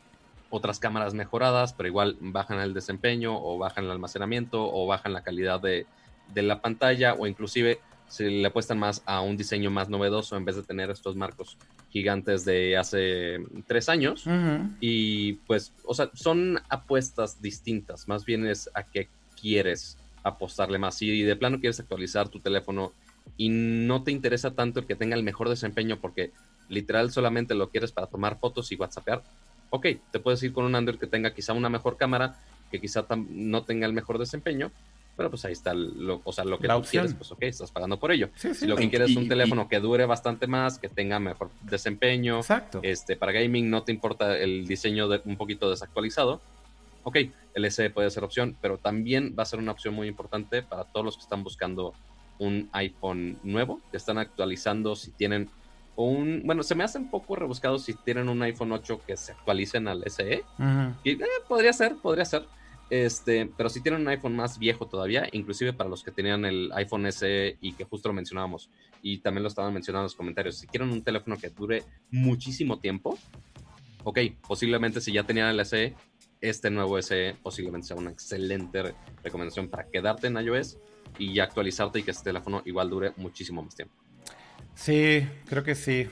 otras cámaras mejoradas, pero igual bajan el desempeño o bajan el almacenamiento o bajan la calidad de la pantalla, o inclusive se le apuestan más a un diseño más novedoso en vez de tener estos marcos gigantes de hace 3 años. Y pues, o sea, son apuestas distintas, más bien es a qué quieres apostarle más. Si de plano quieres actualizar tu teléfono y no te interesa tanto el que tenga el mejor desempeño porque literal solamente lo quieres para tomar fotos y WhatsAppear, ok, te puedes ir con un Android que tenga quizá una mejor cámara, que quizá no tenga el mejor desempeño, pero pues ahí está lo que tú quieres, pues ok, estás pagando por ello. Sí. Si lo que quieres es un teléfono que dure bastante más, que tenga mejor desempeño, exacto. Para gaming no te importa el diseño un poquito desactualizado, ok, el SE puede ser opción, pero también va a ser una opción muy importante para todos los que están buscando un iPhone nuevo, que están actualizando, si tienen bueno, se me hace un poco rebuscado si tienen un iPhone 8 que se actualicen al SE, y podría ser, pero si tienen un iPhone más viejo todavía, inclusive para los que tenían el iPhone SE y que justo lo mencionábamos, y también lo estaban mencionando en los comentarios, si quieren un teléfono que dure muchísimo tiempo, ok, posiblemente si ya tenían el SE, este nuevo SE posiblemente sea una excelente recomendación para quedarte en iOS y ya actualizarte y que este teléfono igual dure muchísimo más tiempo. Sí, creo que sí.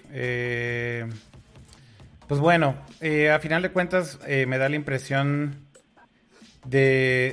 Pues bueno, a final de cuentas me da la impresión de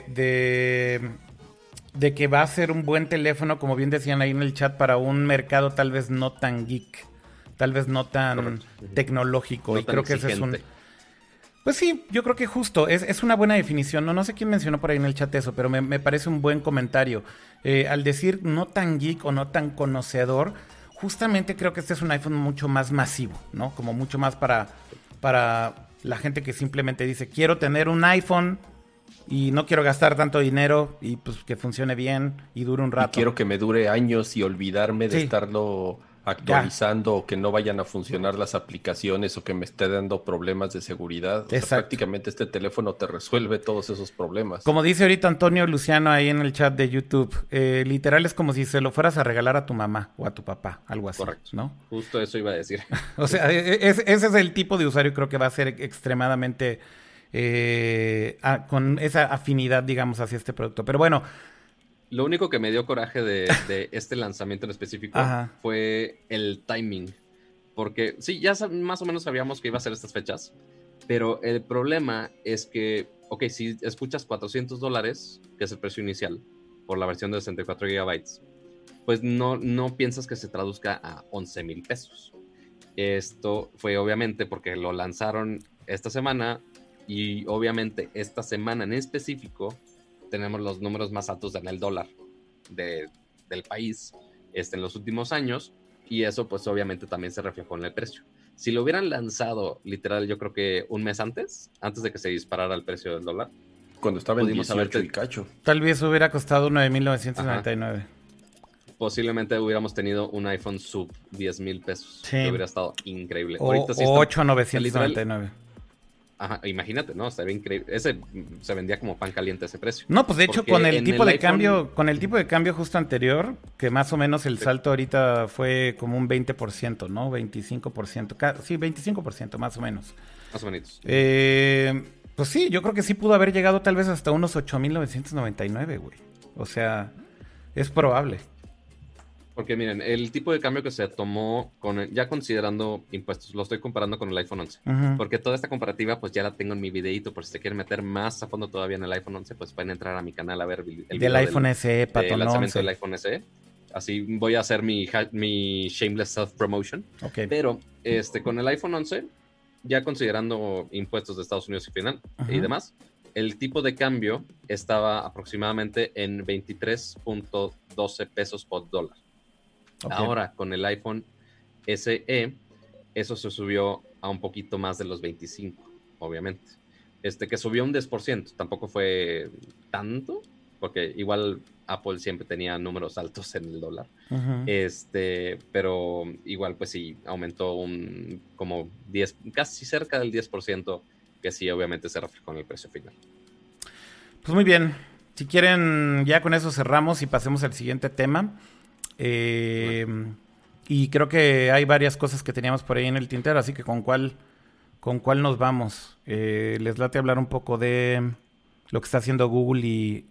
que va a ser un buen teléfono, como bien decían ahí en el chat, para un mercado tal vez no tan geek, tal vez no tan tecnológico. No y tan creo que ese es un... Pues sí, yo creo que justo, es una buena definición. No sé quién mencionó por ahí en el chat eso, pero me parece un buen comentario. Al decir no tan geek o no tan conocedor, justamente creo que este es un iPhone mucho más masivo, ¿no? Como mucho más para la gente que simplemente dice, quiero tener un iPhone y no quiero gastar tanto dinero y pues que funcione bien y dure un rato. Y quiero que me dure años y olvidarme de estarlo actualizando o que no vayan a funcionar las aplicaciones o que me esté dando problemas de seguridad. O sea, prácticamente este teléfono te resuelve todos esos problemas. Como dice ahorita Antonio Luciano ahí en el chat de YouTube, literal es como si se lo fueras a regalar a tu mamá o a tu papá, algo así. Correcto. ¿No? Justo eso iba a decir. O sea, ese es el tipo de usuario, creo que va a ser extremadamente con esa afinidad, digamos, hacia este producto. Pero bueno. Lo único que me dio coraje de este lanzamiento en específico fue el timing. Porque sí, ya más o menos sabíamos que iba a ser estas fechas. Pero el problema es que, ok, si escuchas $400, que es el precio inicial, por la versión de 64 GB, pues no piensas que se traduzca a 11,000 pesos. Esto fue obviamente porque lo lanzaron esta semana. Y obviamente esta semana en específico tenemos los números más altos en el dólar del país en los últimos años, y eso pues obviamente también se reflejó en el precio. Si lo hubieran lanzado literal yo creo que un mes antes de que se disparara el precio del dólar, cuando estaba en 18 y cacho, tal vez hubiera costado 9,999. Posiblemente hubiéramos tenido un iPhone sub 10,000 pesos. Sí. Que hubiera estado increíble. O 8,999. Ajá, imagínate, ¿no? Estaría increíble. Ese se vendía como pan caliente ese precio. No, pues de hecho con el tipo de iPhone... cambio justo anterior, que más o menos el salto ahorita fue como un 20%, ¿no? 25%. Sí, 25% más o menos. Más o menos. Pues sí, yo creo que sí pudo haber llegado tal vez hasta unos 8,999, güey. O sea, es probable. Porque miren, el tipo de cambio que se tomó, ya considerando impuestos, lo estoy comparando con el iPhone 11. Porque toda esta comparativa pues ya la tengo en mi videito, por si se quieren meter más a fondo todavía en el iPhone 11, pues pueden entrar a mi canal a ver el video del iPhone SE, el lanzamiento del iPhone SE. Así voy a hacer mi shameless self-promotion. Okay. Pero con el iPhone 11, ya considerando impuestos de Estados Unidos y demás, el tipo de cambio estaba aproximadamente en 23.12 pesos por dólar. Okay. Ahora, con el iPhone SE, eso se subió a un poquito más de los 25, obviamente. Que subió un 10%, tampoco fue tanto, porque igual Apple siempre tenía números altos en el dólar. Pero igual, pues sí, aumentó como 10, casi cerca del 10%, que sí, obviamente se reflejó en el precio final. Pues muy bien. Si quieren, ya con eso cerramos y pasemos al siguiente tema. Y creo que hay varias cosas que teníamos por ahí en el tintero, así que ¿con cuál ¿con cuál nos vamos? ¿Les late hablar un poco de lo que está haciendo Google y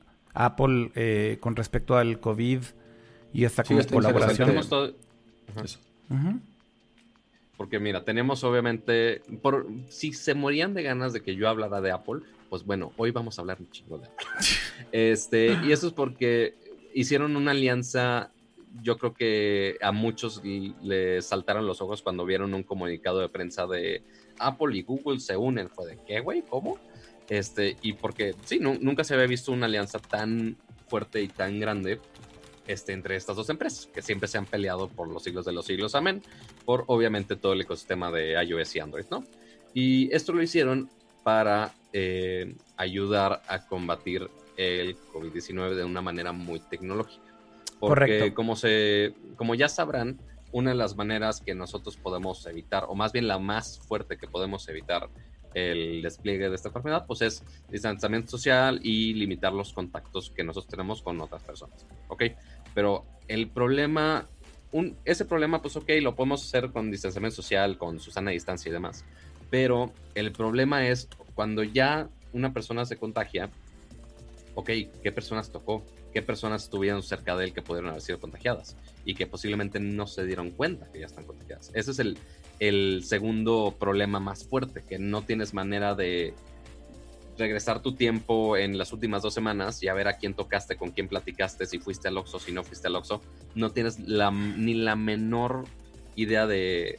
Apple con respecto al COVID y esta Sí, está colaboración? Tenemos todo... Eso. Ujú. Porque mira, tenemos obviamente, si se morían de ganas de que yo hablara de Apple, pues bueno, hoy vamos a hablar un chingo de Apple. Y eso es porque hicieron una alianza, yo creo que a muchos les saltaron los ojos cuando vieron un comunicado de prensa de Apple y Google se unen. Fue de, ¿qué, güey? ¿Cómo? Y porque, sí, nunca se había visto una alianza tan fuerte y tan grande entre estas dos empresas, que siempre se han peleado por los siglos de los siglos, amén, por obviamente todo el ecosistema de iOS y Android, ¿no? Y esto lo hicieron para ayudar a combatir el COVID-19 de una manera muy tecnológica. Porque Correcto. como ya sabrán, una de las maneras que nosotros podemos evitar, o más bien la más fuerte que podemos evitar el despliegue de esta enfermedad, pues es distanciamiento social y limitar los contactos que nosotros tenemos con otras personas, ¿ok? Pero el problema, ese problema, pues ok, lo podemos hacer con distanciamiento social, con su sana distancia y demás, pero el problema es cuando ya una persona se contagia, ok, ¿qué personas tocó? ¿Qué personas estuvieron cerca de él que pudieron haber sido contagiadas? Y que posiblemente no se dieron cuenta que ya están contagiadas. Ese es el segundo problema más fuerte, que no tienes manera de regresar tu tiempo en las últimas 2 semanas y a ver a quién tocaste, con quién platicaste, si fuiste al Oxxo, si no fuiste al Oxxo. No tienes ni la menor idea de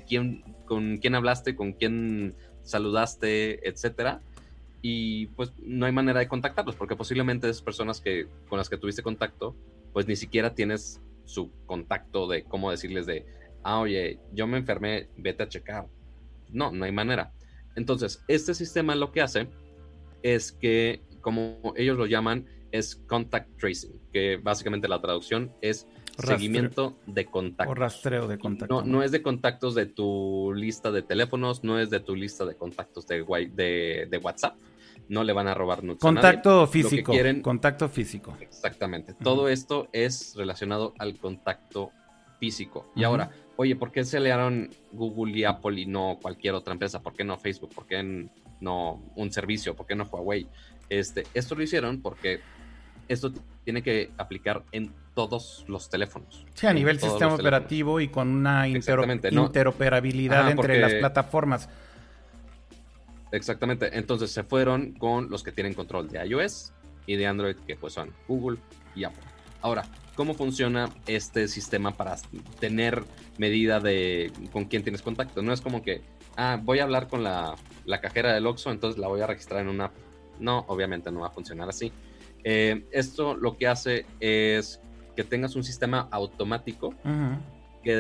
con quién hablaste, con quién saludaste, etcétera. Y pues no hay manera de contactarlos, porque posiblemente esas personas con las que tuviste contacto, pues ni siquiera tienes su contacto de cómo decirles de, oye, yo me enfermé, vete a checar. No hay manera. Entonces, este sistema lo que hace es que, como ellos lo llaman, es contact tracing, que básicamente la traducción es seguimiento de contactos. O rastreo de contactos. No es de contactos de tu lista de teléfonos, no es de tu lista de contactos de WhatsApp. No le van a robar nudes contacto a nadie. físico. Lo que quieren, contacto físico. Exactamente. Todo esto es relacionado al contacto físico. Y ahora, oye, ¿por qué se aliaron Google y Apple y no cualquier otra empresa? ¿Por qué no Facebook? ¿Por qué no un servicio? ¿Por qué no Huawei? Esto lo hicieron porque esto tiene que aplicar en todos los teléfonos. Sí, a nivel sistema operativo y con una interoperabilidad entre las plataformas. Exactamente. Entonces se fueron con los que tienen control de iOS y de Android, que pues son Google y Apple. Ahora, ¿cómo funciona este sistema para tener medida de con quién tienes contacto? No es como que, voy a hablar con la cajera del Oxxo, entonces la voy a registrar en una app. No, obviamente no va a funcionar así. Esto lo que hace es que tengas un sistema automático que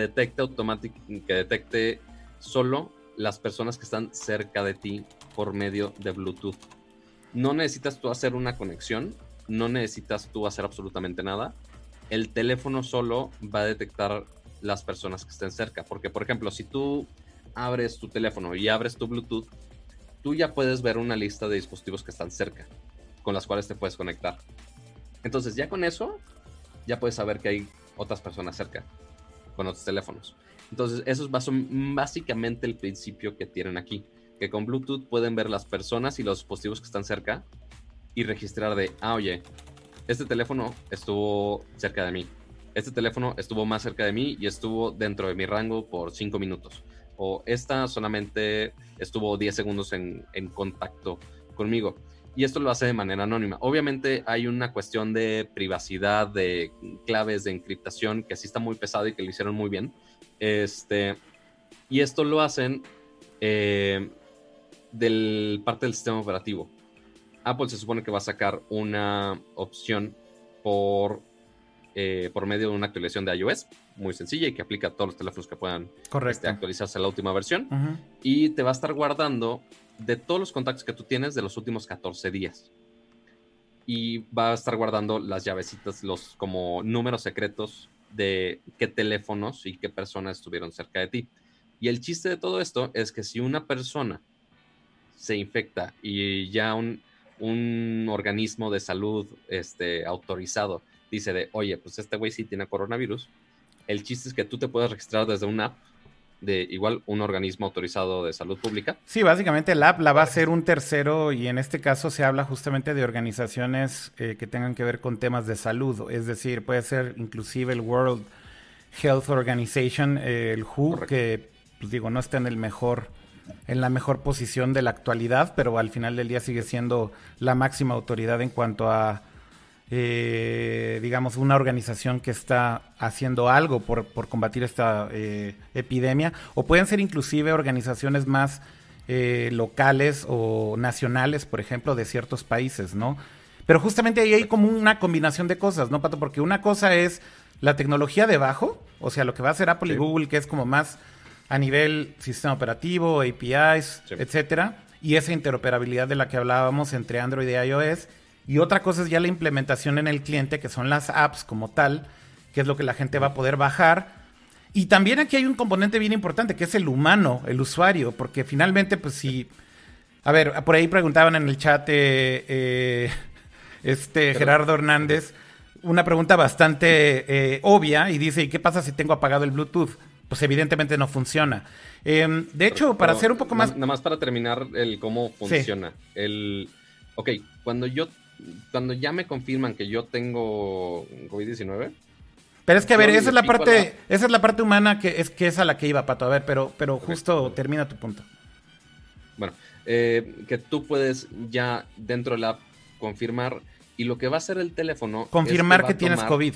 detecte solo las personas que están cerca de ti por medio de Bluetooth. No necesitas tú hacer una conexión, no necesitas tú hacer absolutamente nada. El teléfono solo va a detectar las personas que estén cerca, porque por ejemplo, si tú abres tu teléfono y abres tu Bluetooth, tú ya puedes ver una lista de dispositivos que están cerca, con las cuales te puedes conectar. Entonces ya con eso, ya puedes saber que hay otras personas cerca, con otros teléfonos. Entonces eso es básicamente el principio que tienen aquí, que con Bluetooth pueden ver las personas y los dispositivos que están cerca y registrar de, oye, este teléfono estuvo cerca de mí, este teléfono estuvo más cerca de mí y estuvo dentro de mi rango por 5 minutos, o esta solamente estuvo 10 segundos en contacto conmigo. Y esto lo hace de manera anónima. Obviamente hay una cuestión de privacidad, de claves de encriptación, que sí está muy pesado y que lo hicieron muy bien. Y esto lo hacen del parte del sistema operativo. Apple se supone que va a sacar una opción por medio de una actualización de iOS, muy sencilla y que aplica a todos los teléfonos que puedan actualizarse a la última versión. Y te va a estar guardando de todos los contactos que tú tienes de los últimos 14 días. Y va a estar guardando las llavecitas, los como números secretos de qué teléfonos y qué personas estuvieron cerca de ti. Y el chiste de todo esto es que si una persona se infecta y ya un organismo de salud autorizado dice de, oye, pues este güey sí tiene coronavirus, el chiste es que tú te puedes registrar desde una app de igual un organismo autorizado de salud pública. Sí, básicamente la app la va a hacer un tercero y en este caso se habla justamente de organizaciones que tengan que ver con temas de salud. Es decir, puede ser inclusive el World Health Organization, el WHO, correcto, que pues digo, no está en la mejor posición de la actualidad, pero al final del día sigue siendo la máxima autoridad en cuanto a digamos, una organización que está haciendo algo por combatir esta epidemia, o pueden ser inclusive organizaciones más locales o nacionales, por ejemplo, de ciertos países, ¿no? Pero justamente ahí hay como una combinación de cosas, ¿no, Pato? Porque una cosa es la tecnología debajo, o sea, lo que va a hacer Apple y Google, que es como más a nivel sistema operativo, APIs, etcétera, y esa interoperabilidad de la que hablábamos entre Android y iOS. Y otra cosa es ya la implementación en el cliente, que son las apps como tal, que es lo que la gente va a poder bajar. Y también aquí hay un componente bien importante, que es el humano, el usuario, porque finalmente, pues si... A ver, por ahí preguntaban en el chat Gerardo Hernández una pregunta bastante obvia y dice, ¿y qué pasa si tengo apagado el Bluetooth? Pues evidentemente no funciona. De hecho, para hacer un poco más... Nada más para terminar el cómo funciona. Sí. Ok, cuando ya me confirman que yo tengo COVID-19... Pero es que, a ver, esa es la parte humana que es a la que iba, Pato. A ver, pero justo termina tu punto. Bueno, que tú puedes ya dentro de la app confirmar, y lo que va a hacer el teléfono... Confirmar que tienes COVID.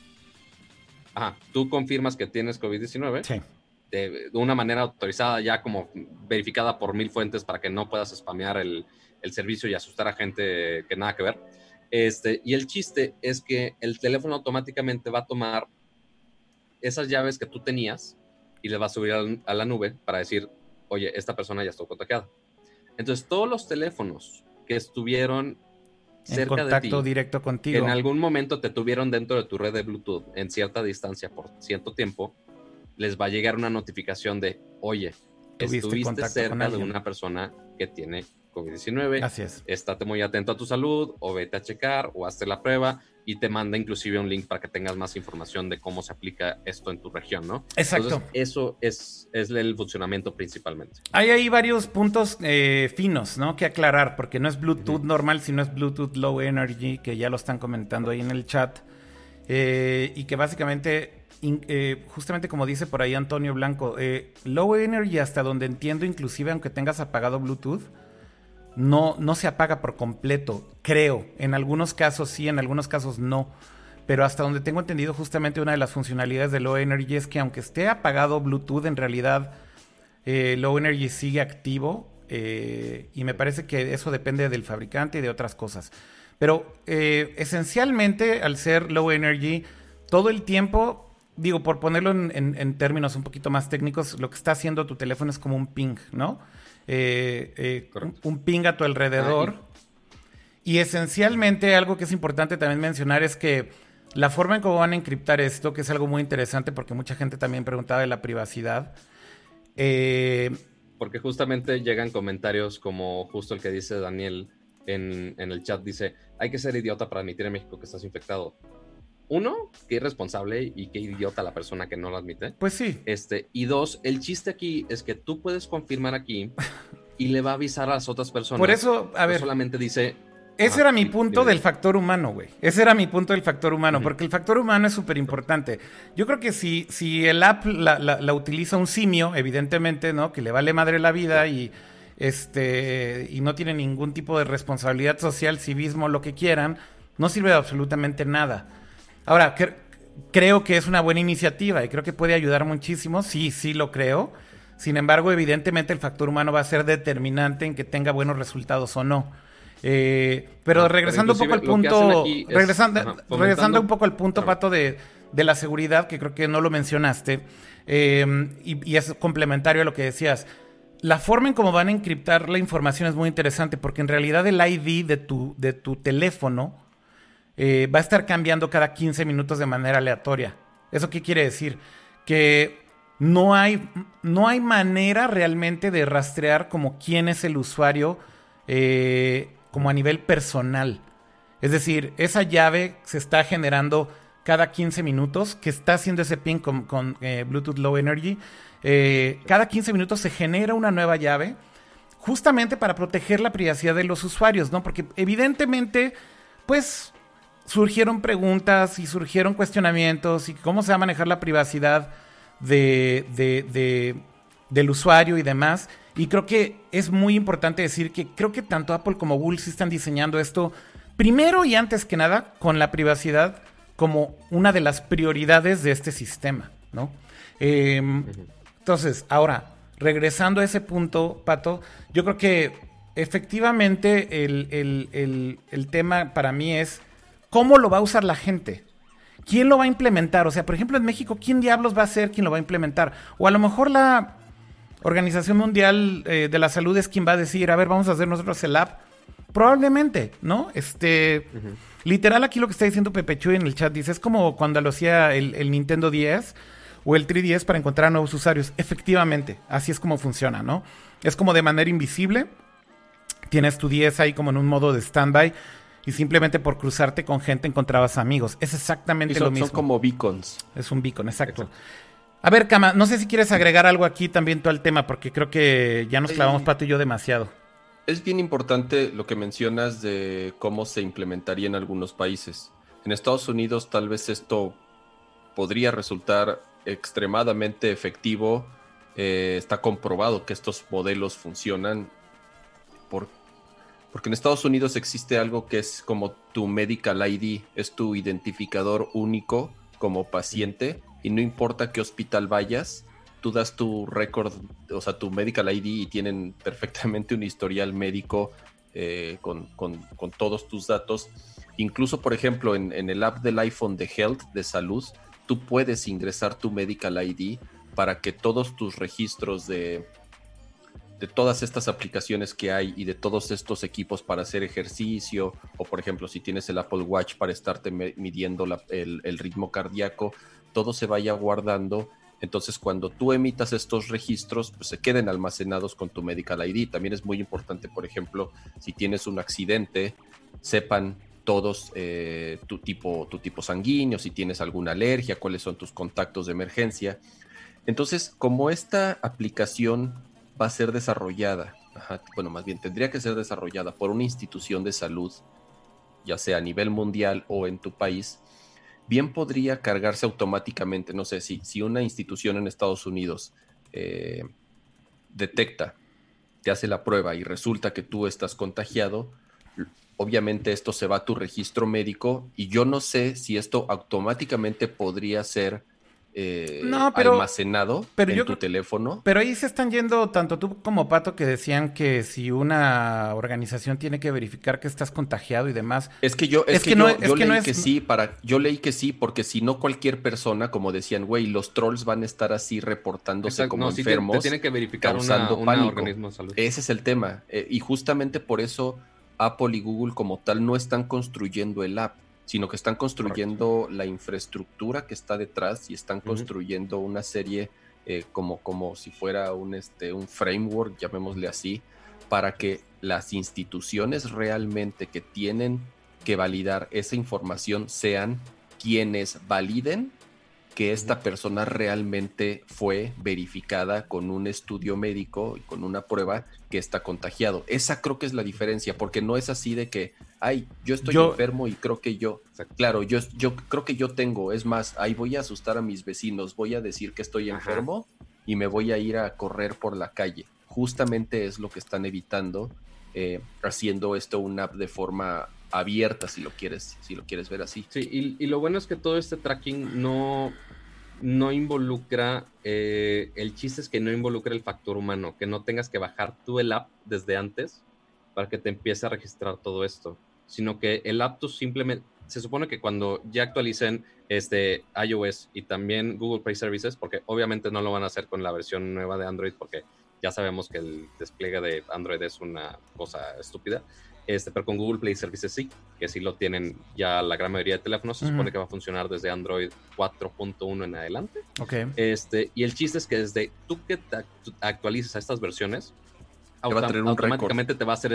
Ajá, tú confirmas que tienes COVID-19. Sí. De una manera autorizada, ya como verificada por 1000 fuentes para que no puedas spamear el servicio y asustar a gente que nada que ver. Y el chiste es que el teléfono automáticamente va a tomar esas llaves que tú tenías y le va a subir a la nube para decir, oye, esta persona ya estuvo contagiada. Entonces, todos los teléfonos que estuvieron cerca de ti, en contacto directo contigo, que en algún momento te tuvieron dentro de tu red de Bluetooth en cierta distancia por cierto tiempo, les va a llegar una notificación de, oye, estuviste cerca de una persona que tiene COVID-19. Así es. Estate muy atento a tu salud, o vete a checar, o hazte la prueba, y te manda inclusive un link para que tengas más información de cómo se aplica esto en tu región, ¿no? Exacto. Entonces, eso es el funcionamiento principalmente. Hay ahí varios puntos finos, ¿no? Que aclarar, porque no es Bluetooth normal, sino es Bluetooth Low Energy, que ya lo están comentando ahí en el chat, y que básicamente... justamente como dice por ahí Antonio Blanco, Low Energy, hasta donde entiendo, inclusive aunque tengas apagado Bluetooth, no se apaga por completo, creo. En algunos casos sí, en algunos casos no. Pero hasta donde tengo entendido, justamente una de las funcionalidades de Low Energy es que aunque esté apagado Bluetooth, en realidad Low Energy sigue activo, y me parece que eso depende del fabricante y de otras cosas. Pero esencialmente, al ser Low Energy, todo el tiempo, digo, por ponerlo en términos un poquito más técnicos, lo que está haciendo tu teléfono es como un ping, ¿no? Un ping a tu alrededor. Y esencialmente algo que es importante también mencionar es que la forma en cómo van a encriptar esto, que es algo muy interesante porque mucha gente también preguntaba de la privacidad. Porque justamente llegan comentarios como justo el que dice Daniel en el chat, dice, hay que ser idiota para admitir en México que estás infectado. Uno, qué irresponsable y qué idiota la persona que no lo admite. Pues sí. Y dos, el chiste aquí es que tú puedes confirmar aquí y le va a avisar a las otras personas. Por eso, a ver. Solamente dice... Ese era mi punto del factor humano, güey. Ese era mi punto del factor humano, porque el factor humano es súper importante. Yo creo que si el app la utiliza un simio, evidentemente, ¿no? Que le vale madre la vida y no tiene ningún tipo de responsabilidad social, civismo, lo que quieran, no sirve de absolutamente nada. Ahora, creo que es una buena iniciativa y creo que puede ayudar muchísimo. Sí lo creo. Sin embargo, evidentemente el factor humano va a ser determinante en que tenga buenos resultados o no. Pero regresando un poco al punto, regresando un poco al punto, Pato, de la seguridad, que creo que no lo mencionaste, y es complementario a lo que decías. La forma en cómo van a encriptar la información es muy interesante, porque en realidad el ID de tu teléfono va a estar cambiando cada 15 minutos de manera aleatoria. ¿Eso qué quiere decir? Que no hay manera realmente de rastrear como quién es el usuario, como a nivel personal. Es decir, esa llave se está generando cada 15 minutos, que está haciendo ese ping con Bluetooth Low Energy. Cada 15 minutos se genera una nueva llave, justamente para proteger la privacidad de los usuarios, ¿no? Porque evidentemente, pues, surgieron preguntas y surgieron cuestionamientos y cómo se va a manejar la privacidad del usuario y demás. Y creo que es muy importante decir que creo que tanto Apple como Google sí están diseñando esto, primero y antes que nada, con la privacidad como una de las prioridades de este sistema, ¿no? Entonces, ahora, regresando a ese punto, Pato, yo creo que efectivamente el tema para mí es cómo lo va a usar la gente. ¿Quién lo va a implementar? O sea, por ejemplo, en México, ¿quién diablos va a ser quien lo va a implementar? O a lo mejor la Organización Mundial de la Salud es quien va a decir, a ver, vamos a hacer nosotros el app. Probablemente, ¿no? Literal, aquí lo que está diciendo Pepe Chuy en el chat, dice, es como cuando lo hacía el Nintendo 10 o el 3DS para encontrar nuevos usuarios. Efectivamente, así es como funciona, ¿no? Es como de manera invisible. Tienes tu 10 ahí como en un modo de standby y simplemente por cruzarte con gente encontrabas amigos. Es exactamente lo mismo. Son como beacons. Es un beacon, exacto. A ver, Kama, no sé si quieres agregar algo aquí también tú al tema, porque creo que ya nos clavamos Pato y yo demasiado. Es bien importante lo que mencionas de cómo se implementaría en algunos países. En Estados Unidos tal vez esto podría resultar extremadamente efectivo. Está comprobado que estos modelos funcionan porque en Estados Unidos existe algo que es como tu Medical ID, es tu identificador único como paciente y no importa qué hospital vayas, tú das tu récord, o sea, tu Medical ID y tienen perfectamente un historial médico con todos tus datos. Incluso, por ejemplo, en el app del iPhone de Health, de salud, tú puedes ingresar tu Medical ID para que todos tus registros de todas estas aplicaciones que hay y de todos estos equipos para hacer ejercicio, o por ejemplo, si tienes el Apple Watch para estarte midiendo el ritmo cardíaco, todo se vaya guardando. Entonces, cuando tú emitas estos registros, pues se queden almacenados con tu Medical ID. También es muy importante, por ejemplo, si tienes un accidente, sepan todos tu tipo sanguíneo, si tienes alguna alergia, cuáles son tus contactos de emergencia. Entonces, como esta aplicación va a ser desarrollada, más bien tendría que ser desarrollada por una institución de salud, ya sea a nivel mundial o en tu país, bien podría cargarse automáticamente. No sé, si una institución en Estados Unidos detecta, te hace la prueba y resulta que tú estás contagiado, obviamente esto se va a tu registro médico y yo no sé si esto automáticamente podría ser almacenado en tu teléfono. Pero ahí se están yendo tanto tú como Pato, que decían que si una organización tiene que verificar que estás contagiado y demás. Yo leí que sí, porque si no cualquier persona, como decían, güey, los trolls van a estar así reportándose como enfermos. Te tiene que verificar un organismo de salud. Ese es el tema. Y justamente por eso Apple y Google como tal no están construyendo el app, sino que están construyendo la infraestructura que está detrás y están construyendo una serie como si fuera un framework, llamémosle así, para que las instituciones realmente que tienen que validar esa información sean quienes validen que esta persona realmente fue verificada con un estudio médico y con una prueba que está contagiado. Esa creo que es la diferencia, porque no es así de que, yo estoy enfermo y creo que yo creo que yo tengo, es más, ahí voy a asustar a mis vecinos, voy a decir que estoy enfermo y me voy a ir a correr por la calle. Justamente es lo que están evitando, haciendo esto una app de forma abierta, si lo quieres ver así. Sí, y lo bueno es que todo este tracking no involucra, el chiste es que no involucra el factor humano, que no tengas que bajar tú el app desde antes para que te empiece a registrar todo esto, sino que el app tú simplemente, se supone que cuando ya actualicen iOS y también Google Play Services, porque obviamente no lo van a hacer con la versión nueva de Android, porque ya sabemos que el despliegue de Android es una cosa estúpida, pero con Google Play Services sí, que sí lo tienen ya la gran mayoría de teléfonos. Se supone que va a funcionar desde Android 4.1 en adelante. Okay. Y el chiste es que desde tú que te actualices a estas versiones, te va a tener un automáticamente te va a hacer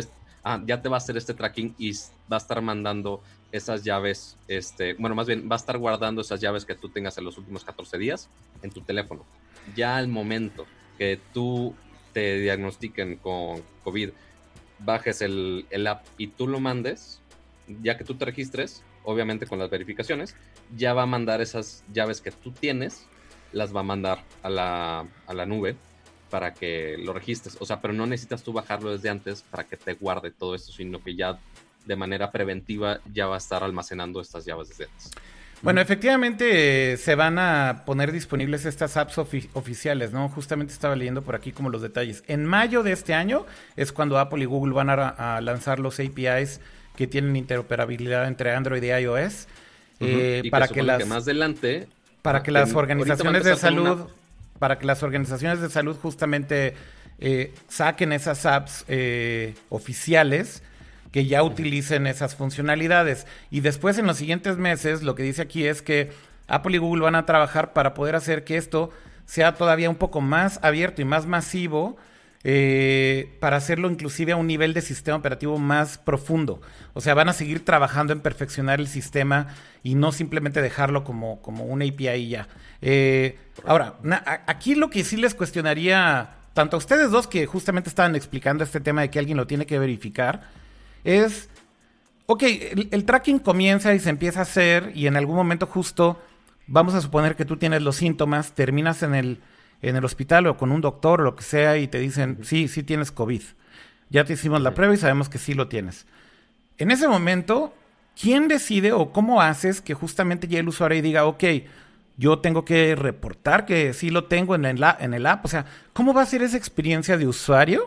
ya te va a hacer este tracking y va a estar mandando esas llaves, bueno, más bien va a estar guardando esas llaves que tú tengas en los últimos 14 días en tu teléfono. Ya al momento que tú te diagnostiquen con COVID, bajes el app y tú lo mandes, ya que tú te registres, obviamente con las verificaciones, ya va a mandar esas llaves que tú tienes, las va a mandar a la nube para que lo registres. O sea, pero no necesitas tú bajarlo desde antes para que te guarde todo esto, sino que ya de manera preventiva ya va a estar almacenando estas llaves desde antes. Bueno, efectivamente se van a poner disponibles estas apps oficiales, ¿no? Justamente estaba leyendo por aquí como los detalles. En mayo de este año es cuando Apple y Google van a lanzar los APIs que tienen interoperabilidad entre Android y iOS. Y para que más adelante... Para que las organizaciones de salud... Para que las organizaciones de salud justamente saquen esas apps oficiales que ya utilicen esas funcionalidades. Y después, en los siguientes meses, lo que dice aquí es que Apple y Google van a trabajar para poder hacer que esto sea todavía un poco más abierto y más masivo, para hacerlo inclusive a un nivel de sistema operativo más profundo. O sea, van a seguir trabajando en perfeccionar el sistema y no simplemente dejarlo como un API y ya. Ahora, aquí lo que sí les cuestionaría, tanto a ustedes dos que justamente estaban explicando este tema de que alguien lo tiene que verificar, es, ok, el tracking comienza y se empieza a hacer y en algún momento justo, vamos a suponer que tú tienes los síntomas, terminas en el hospital o con un doctor o lo que sea y te dicen, sí tienes COVID. Ya te hicimos la prueba y sabemos que sí lo tienes. En ese momento, ¿quién decide o cómo haces que justamente ya el usuario diga, ok, yo tengo que reportar que sí lo tengo en el app? O sea, ¿cómo va a ser esa experiencia de usuario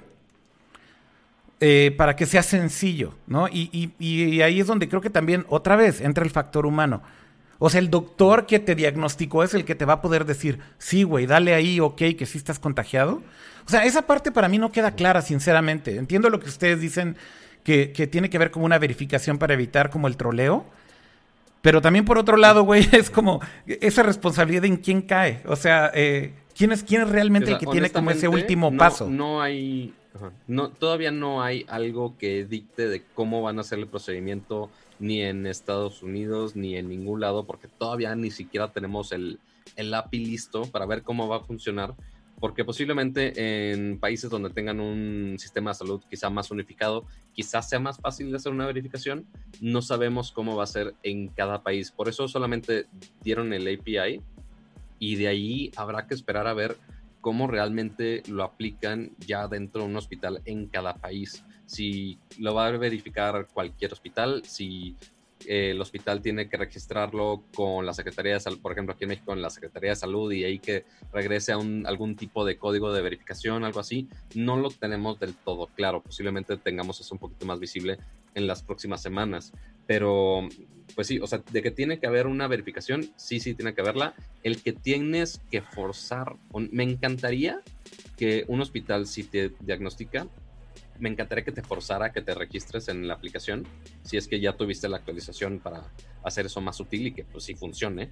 para que sea sencillo, ¿no? Y ahí es donde creo que también, otra vez, entra el factor humano. O sea, el doctor que te diagnosticó es el que te va a poder decir, sí, güey, dale ahí, ok, que sí estás contagiado. O sea, esa parte para mí no queda clara, sinceramente. Entiendo lo que ustedes dicen, que tiene que ver como una verificación para evitar como el troleo. Pero también por otro lado, güey, es como esa responsabilidad en quién cae. O sea, ¿quién es realmente el que tiene como ese último paso? Todavía no hay algo que dicte de cómo van a hacer el procedimiento ni en Estados Unidos ni en ningún lado, porque todavía ni siquiera tenemos el API listo para ver cómo va a funcionar, porque posiblemente en países donde tengan un sistema de salud quizá más unificado, quizás sea más fácil de hacer una verificación. No sabemos cómo va a ser en cada país, por eso solamente dieron el API y de ahí habrá que esperar a ver cómo realmente lo aplican ya dentro de un hospital en cada país. Si lo va a verificar cualquier hospital, si el hospital tiene que registrarlo con la Secretaría de Salud, por ejemplo, aquí en México, en la Secretaría de Salud, y ahí que regrese a algún tipo de código de verificación, algo así, no lo tenemos del todo claro. Posiblemente tengamos eso un poquito más visible en las próximas semanas. Pero, pues sí, o sea, de que tiene que haber una verificación, sí tiene que haberla. El que tienes que forzar, me encantaría que un hospital, si te diagnostica, me encantaría que te forzara que te registres en la aplicación, si es que ya tuviste la actualización para hacer eso más útil y que pues sí funcione.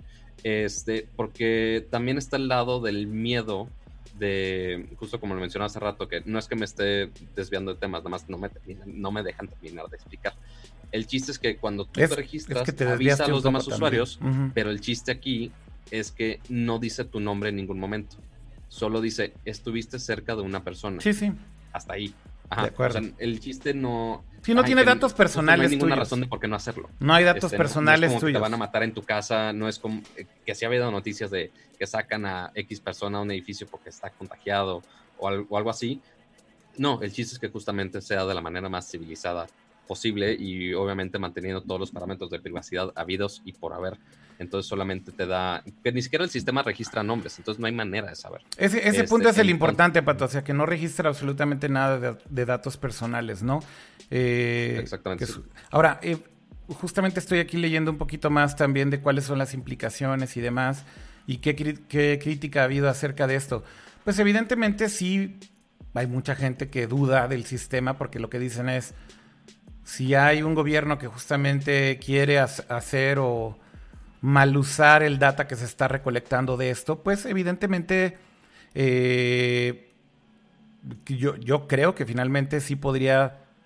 Porque también está el lado del miedo de, justo como lo mencionaba hace rato, que no es que me esté desviando de temas, nada más no me dejan terminar de explicar. El chiste es que cuando tú te registras, te avisa a los demás usuarios, pero el chiste aquí es que no dice tu nombre en ningún momento. Solo dice, estuviste cerca de una persona. Sí. Hasta ahí. Ajá. De acuerdo. O sea, el chiste no... Sí, no tiene datos personales tuyos. No hay ninguna razón de por qué no hacerlo. No hay datos personales no es como tuyos. Que te van a matar en tu casa, no es como... que sí ha habido noticias de que sacan a X persona a un edificio porque está contagiado o algo así. No, el chiste es que justamente sea de la manera más civilizada posible y obviamente manteniendo todos los parámetros de privacidad habidos y por haber. Entonces solamente te da... que ni siquiera el sistema registra nombres, entonces no hay manera de saber. Ese punto es el importante, Pato, o sea, que no registra absolutamente nada de datos personales, ¿no? Exactamente. Ahora, justamente estoy aquí leyendo un poquito más también de cuáles son las implicaciones y demás, y qué crítica ha habido acerca de esto. Pues evidentemente sí hay mucha gente que duda del sistema, porque lo que dicen es, si hay un gobierno que justamente quiere hacer o mal usar el data que se está recolectando de esto, pues evidentemente yo creo que finalmente sí podría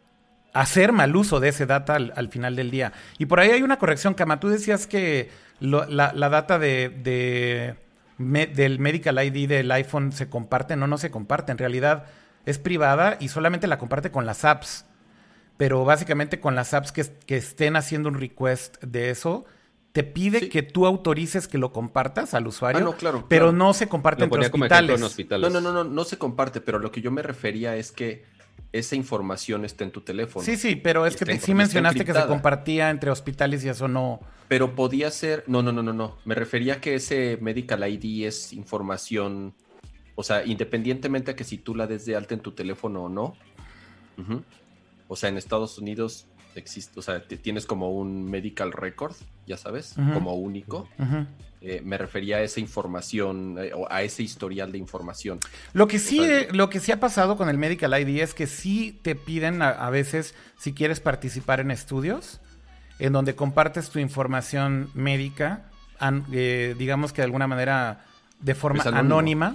hacer mal uso de ese data al final del día. Y por ahí hay una corrección, Kama. Tú decías que la data del Medical ID del iPhone se comparte. No se comparte. En realidad es privada y solamente la comparte con las apps. Pero básicamente con las apps que estén haciendo un request de eso, te pide que tú autorices que lo compartas al usuario, no, claro, pero claro. no se comparte Lo entre ponía como ejemplo en hospitales. hospitales. No se comparte, pero lo que yo me refería es que esa información está en tu teléfono. Sí, pero es que sí mencionaste que se compartía entre hospitales y eso no... Pero podía ser... No. Me refería a que ese Medical ID es información, o sea, independientemente a que si tú la des de alta en tu teléfono o no. Uh-huh. O sea, en Estados Unidos existe, o sea, tienes como un medical record, ya sabes, como único. Me refería a esa información, o a ese historial de información. Lo que sí ha pasado con el Medical ID es que sí te piden a veces, si quieres participar en estudios, en donde compartes tu información médica, digamos que de alguna manera de forma anónima,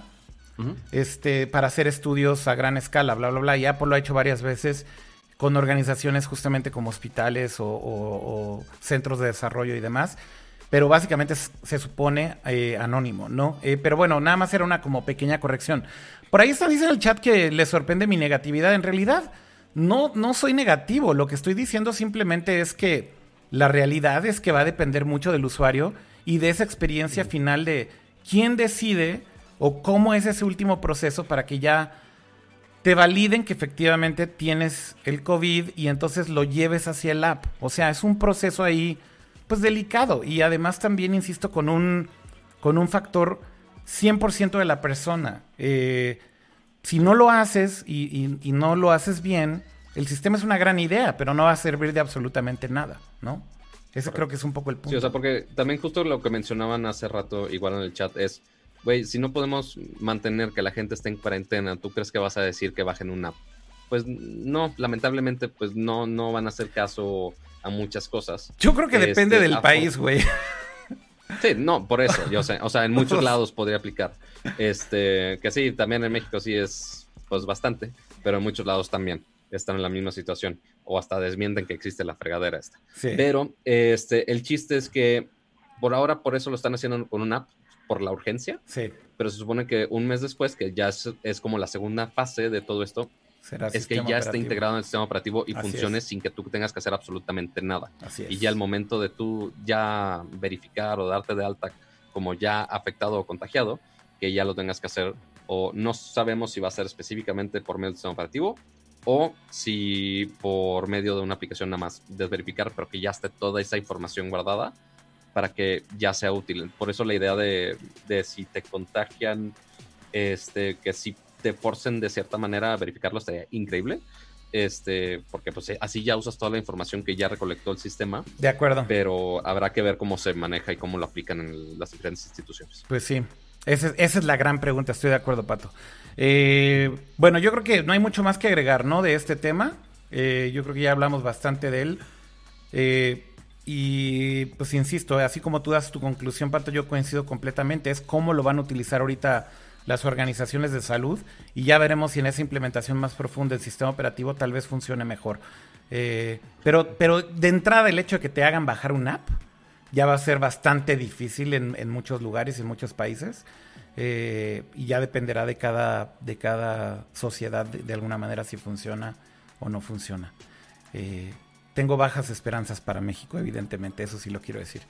para hacer estudios a gran escala, bla, bla, bla. Y Apple lo ha hecho varias veces con organizaciones justamente como hospitales o centros de desarrollo y demás, pero básicamente se supone anónimo, ¿no? Pero bueno, nada más era una como pequeña corrección. Por ahí dice en el chat que les sorprende mi negatividad. En realidad, no soy negativo. Lo que estoy diciendo simplemente es que la realidad es que va a depender mucho del usuario y de esa experiencia final de quién decide o cómo es ese último proceso para que ya te validen que efectivamente tienes el COVID y entonces lo lleves hacia el app. O sea, es un proceso ahí, pues, delicado. Y además también, insisto, con un factor 100% de la persona. Si no lo haces y no lo haces bien, el sistema es una gran idea, pero no va a servir de absolutamente nada, ¿no? Ese creo que es un poco el punto. Sí, o sea, porque también justo lo que mencionaban hace rato, igual en el chat, es... Güey, si no podemos mantener que la gente esté en cuarentena, ¿tú crees que vas a decir que bajen una app? Pues no, lamentablemente, pues no van a hacer caso a muchas cosas. Yo creo que depende del país, güey. Sí, no, por eso, yo sé. O sea, en muchos lados podría aplicar. Que sí, también en México sí es, pues, bastante, pero en muchos lados también están en la misma situación. O hasta desmienten que existe la fregadera esta. Sí. Pero el chiste es que por ahora, por eso lo están haciendo con una app, por la urgencia, pero se supone que un mes después, que ya es como la segunda fase de todo esto, es que ya está integrado en el sistema operativo y funcione sin que tú tengas que hacer absolutamente nada. Y ya el momento de tú ya verificar o darte de alta como ya afectado o contagiado, que ya lo tengas que hacer, o no sabemos si va a ser específicamente por medio del sistema operativo o si por medio de una aplicación nada más desverificar, pero que ya esté toda esa información guardada para que ya sea útil. Por eso la idea de si te contagian, que si te forcen de cierta manera a verificarlo estaría increíble, porque pues así ya usas toda la información que ya recolectó el sistema. De acuerdo. Pero habrá que ver cómo se maneja y cómo lo aplican en las diferentes instituciones. Pues sí, esa es la gran pregunta, estoy de acuerdo, Pato. Bueno, yo creo que no hay mucho más que agregar, ¿no? De este tema. Yo creo que ya hablamos bastante de él. Y pues insisto, así como tú das tu conclusión, Pato, yo coincido completamente. Es cómo lo van a utilizar ahorita las organizaciones de salud y ya veremos si en esa implementación más profunda del sistema operativo tal vez funcione mejor. Pero de entrada el hecho de que te hagan bajar una app ya va a ser bastante difícil en muchos lugares y en muchos países. Y ya dependerá de cada sociedad de alguna manera si funciona o no funciona. Tengo bajas esperanzas para México, evidentemente, eso sí lo quiero decir.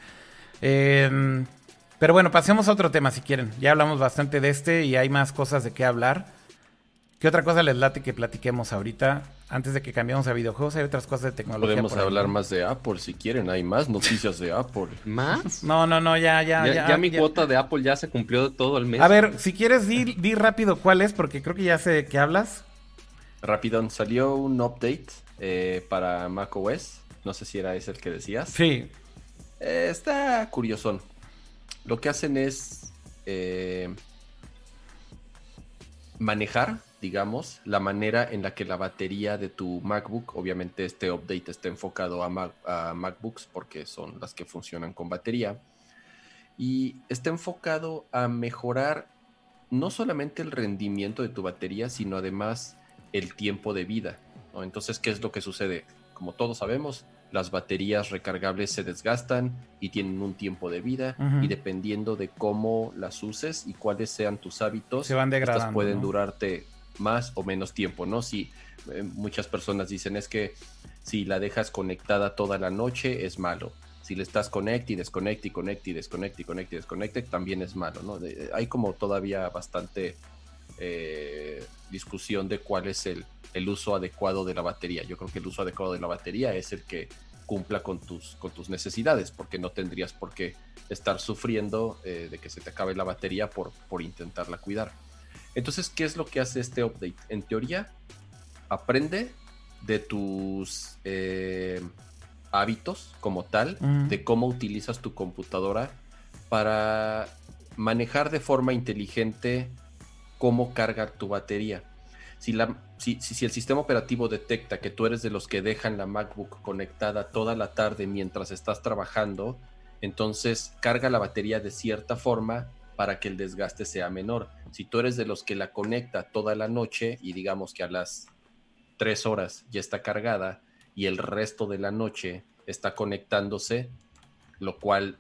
Pero bueno, pasemos a otro tema si quieren. Ya hablamos bastante de y hay más cosas de qué hablar. ¿Qué otra cosa les late que platiquemos ahorita? Antes de que cambiemos a videojuegos, hay otras cosas de tecnología. Podemos hablar más de Apple si quieren, hay más noticias de Apple. ¿Más? No, ya mi cuota de Apple ya se cumplió de todo el mes. A ver, si quieres, di rápido cuál es, porque creo que ya sé de qué hablas. Rápido, salió un update para macOS. No sé si era ese el que decías. Sí. Está curiosón. Lo que hacen es manejar, digamos, la manera en la que la batería de tu MacBook, obviamente este update está enfocado a MacBooks porque son las que funcionan con batería, y está enfocado a mejorar no solamente el rendimiento de tu batería, sino además el tiempo de vida. ¿no? Entonces, ¿qué es lo que sucede? Como todos sabemos, las baterías recargables se desgastan y tienen un tiempo de vida, y dependiendo de cómo las uses y cuáles sean tus hábitos, se van degradando, estas pueden ¿no? durarte más o menos tiempo, ¿no? Si muchas personas dicen es que si la dejas conectada toda la noche es malo. Si le estás conecte y desconecte y conecte y desconecte y conecte y desconecte, también es malo, ¿no? Hay como todavía bastante discusión de cuál es el uso adecuado de la batería. Yo creo que el uso adecuado de la batería es el que cumpla con tus necesidades, porque no tendrías por qué estar sufriendo de que se te acabe la batería por intentarla cuidar. Entonces, ¿qué es lo que hace este update? En teoría, aprende de tus hábitos como tal, de cómo utilizas tu computadora para manejar de forma inteligente cómo cargar tu batería. Si el sistema operativo detecta que tú eres de los que dejan la MacBook conectada toda la tarde mientras estás trabajando, entonces carga la batería de cierta forma para que el desgaste sea menor. Si tú eres de los que la conecta toda la noche y digamos que a las 3 horas ya está cargada y el resto de la noche está conectándose, lo cual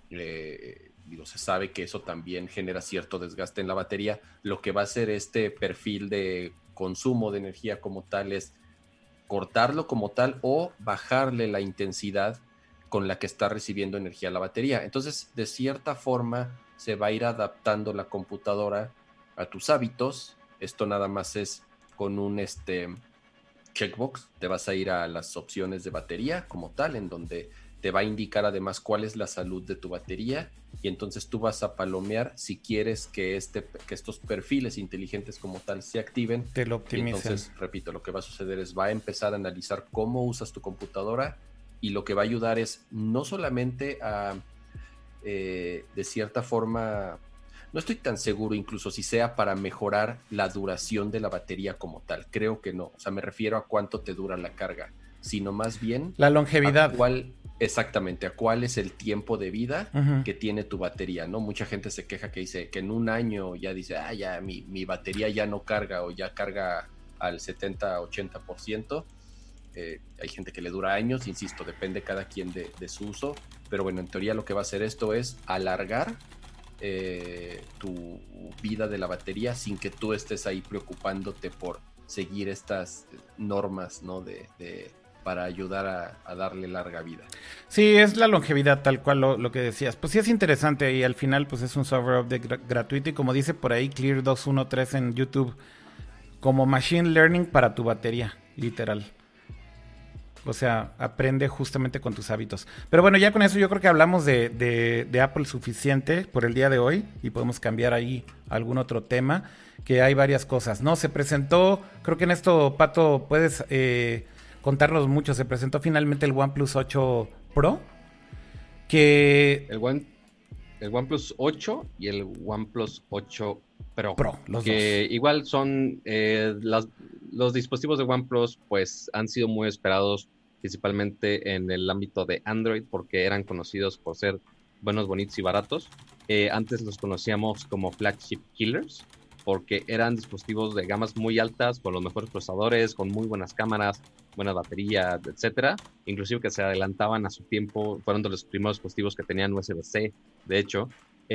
se sabe que eso también genera cierto desgaste en la batería. Lo que va a hacer este perfil de consumo de energía como tal es cortarlo como tal o bajarle la intensidad con la que está recibiendo energía la batería. Entonces, de cierta forma, se va a ir adaptando la computadora a tus hábitos. Esto nada más es con un checkbox. Te vas a ir a las opciones de batería como tal, en donde te va a indicar además cuál es la salud de tu batería, y entonces tú vas a palomear si quieres que estos perfiles inteligentes como tal se activen. Te lo optimicen. Y entonces, repito, lo que va a suceder es va a empezar a analizar cómo usas tu computadora, y lo que va a ayudar es no solamente a de cierta forma, no estoy tan seguro incluso si sea para mejorar la duración de la batería como tal, creo que no, o sea, me refiero a cuánto te dura la carga, sino más bien la longevidad. Exactamente, a cuál es el tiempo de vida que tiene tu batería, ¿no? Mucha gente se queja que dice que en un año ya dice, ya mi batería ya no carga, o ya carga al 70-80%. Hay gente que le dura años, insisto, depende cada quien de su uso, pero bueno, en teoría lo que va a hacer esto es alargar tu vida de la batería sin que tú estés ahí preocupándote por seguir estas normas, ¿no? Para ayudar a darle larga vida. Sí, es la longevidad, tal cual lo que decías. Pues sí es interesante, y al final pues es un software update gratuito, y como dice por ahí Clear213 en YouTube, como machine learning para tu batería, literal. O sea, aprende justamente con tus hábitos. Pero bueno, ya con eso yo creo que hablamos de Apple suficiente por el día de hoy, y podemos cambiar ahí algún otro tema, que hay varias cosas, ¿no? Se presentó, creo que en esto, Pato, puedes contarnos mucho. Se presentó finalmente el OnePlus 8 Pro, que... El OnePlus 8 y el OnePlus 8 Pro, los que dos. igual son los dispositivos de OnePlus, pues han sido muy esperados, principalmente en el ámbito de Android, porque eran conocidos por ser buenos, bonitos y baratos. Antes los conocíamos como flagship killers, porque eran dispositivos de gamas muy altas, con los mejores procesadores, con muy buenas cámaras, buena batería, etcétera. Inclusive que se adelantaban a su tiempo, fueron de los primeros dispositivos que tenían USB-C, de hecho.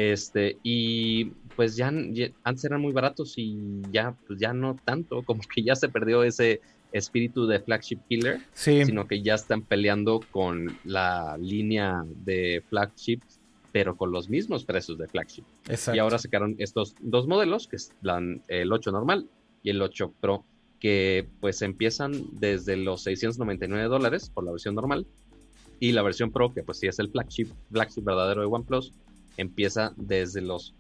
Y pues ya antes eran muy baratos, y ya, pues ya no tanto, como que ya se perdió ese espíritu de flagship killer, sí, sino que ya están peleando con la línea de flagships, pero con los mismos precios de flagship. Exacto. Y ahora sacaron estos dos modelos, que es el 8 normal y el 8 Pro, que pues empiezan desde los $699 por la versión normal, y la versión Pro, que pues sí es el flagship verdadero de OnePlus, empieza desde los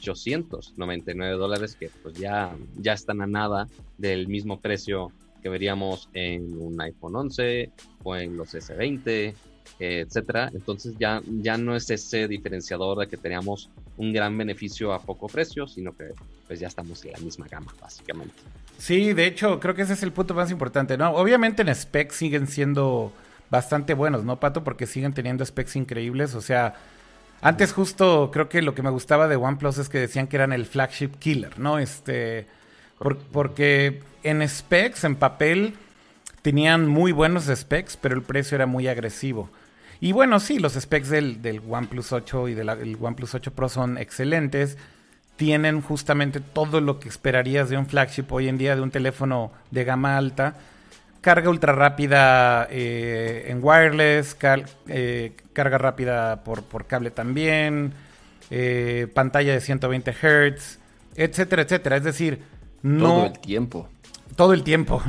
$899, que pues ya están a nada del mismo precio que veríamos en un iPhone 11 o en los S20, etcétera. Entonces ya no es ese diferenciador de que teníamos un gran beneficio a poco precio, sino que pues ya estamos en la misma gama, básicamente. Sí, de hecho, creo que ese es el punto más importante, ¿no? Obviamente en specs siguen siendo bastante buenos, ¿no, Pato? Porque siguen teniendo specs increíbles. O sea, antes justo creo que lo que me gustaba de OnePlus es que decían que eran el flagship killer, ¿no? Porque en specs, en papel, tenían muy buenos specs, pero el precio era muy agresivo. Y bueno, sí, los specs del OnePlus 8 y del OnePlus 8 Pro son excelentes. Tienen justamente todo lo que esperarías de un flagship hoy en día, de un teléfono de gama alta. Carga ultra rápida en wireless, carga rápida por cable también, pantalla de 120 Hz, etcétera, etcétera. Es decir, no... Todo el tiempo. Todo el tiempo,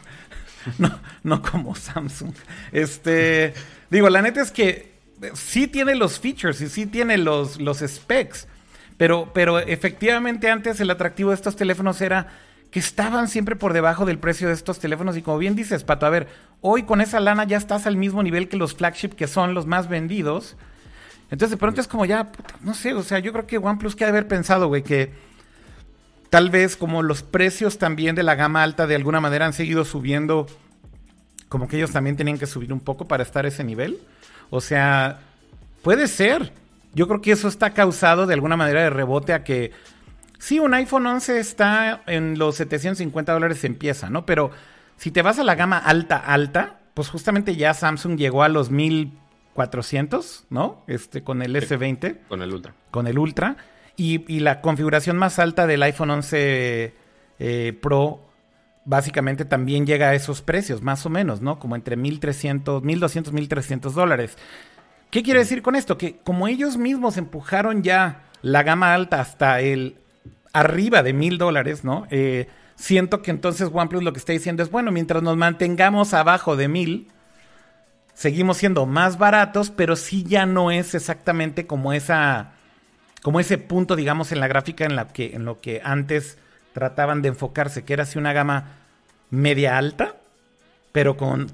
no como Samsung. Digo, la neta es que sí tiene los features y sí tiene los specs, pero efectivamente antes el atractivo de estos teléfonos era que estaban siempre por debajo del precio de estos teléfonos. Y como bien dices, Pato, a ver, hoy con esa lana ya estás al mismo nivel que los flagship, que son los más vendidos. Entonces de pronto es como ya, no sé, o sea, yo creo que OnePlus que ha de haber pensado, güey, que tal vez como los precios también de la gama alta de alguna manera han seguido subiendo, como que ellos también tenían que subir un poco para estar a ese nivel. O sea, puede ser. Yo creo que eso está causado de alguna manera de rebote a que sí, un iPhone 11 está en los $750 empieza, ¿no? Pero si te vas a la gama alta, pues justamente ya Samsung llegó a los 1400, ¿no? Con el S20. Con el Ultra. Con el Ultra. Y la configuración más alta del iPhone 11 Pro básicamente también llega a esos precios, más o menos, ¿no? Como entre $1,200, $1,300. ¿Qué quiere decir con esto? Que como ellos mismos empujaron ya la gama alta hasta el arriba de $1,000, ¿no? Siento que entonces OnePlus lo que está diciendo es, bueno, mientras nos mantengamos abajo de 1,000, seguimos siendo más baratos, pero sí ya no es exactamente como ese punto, digamos, en la gráfica en lo que antes trataban de enfocarse, que era así una gama media alta, pero con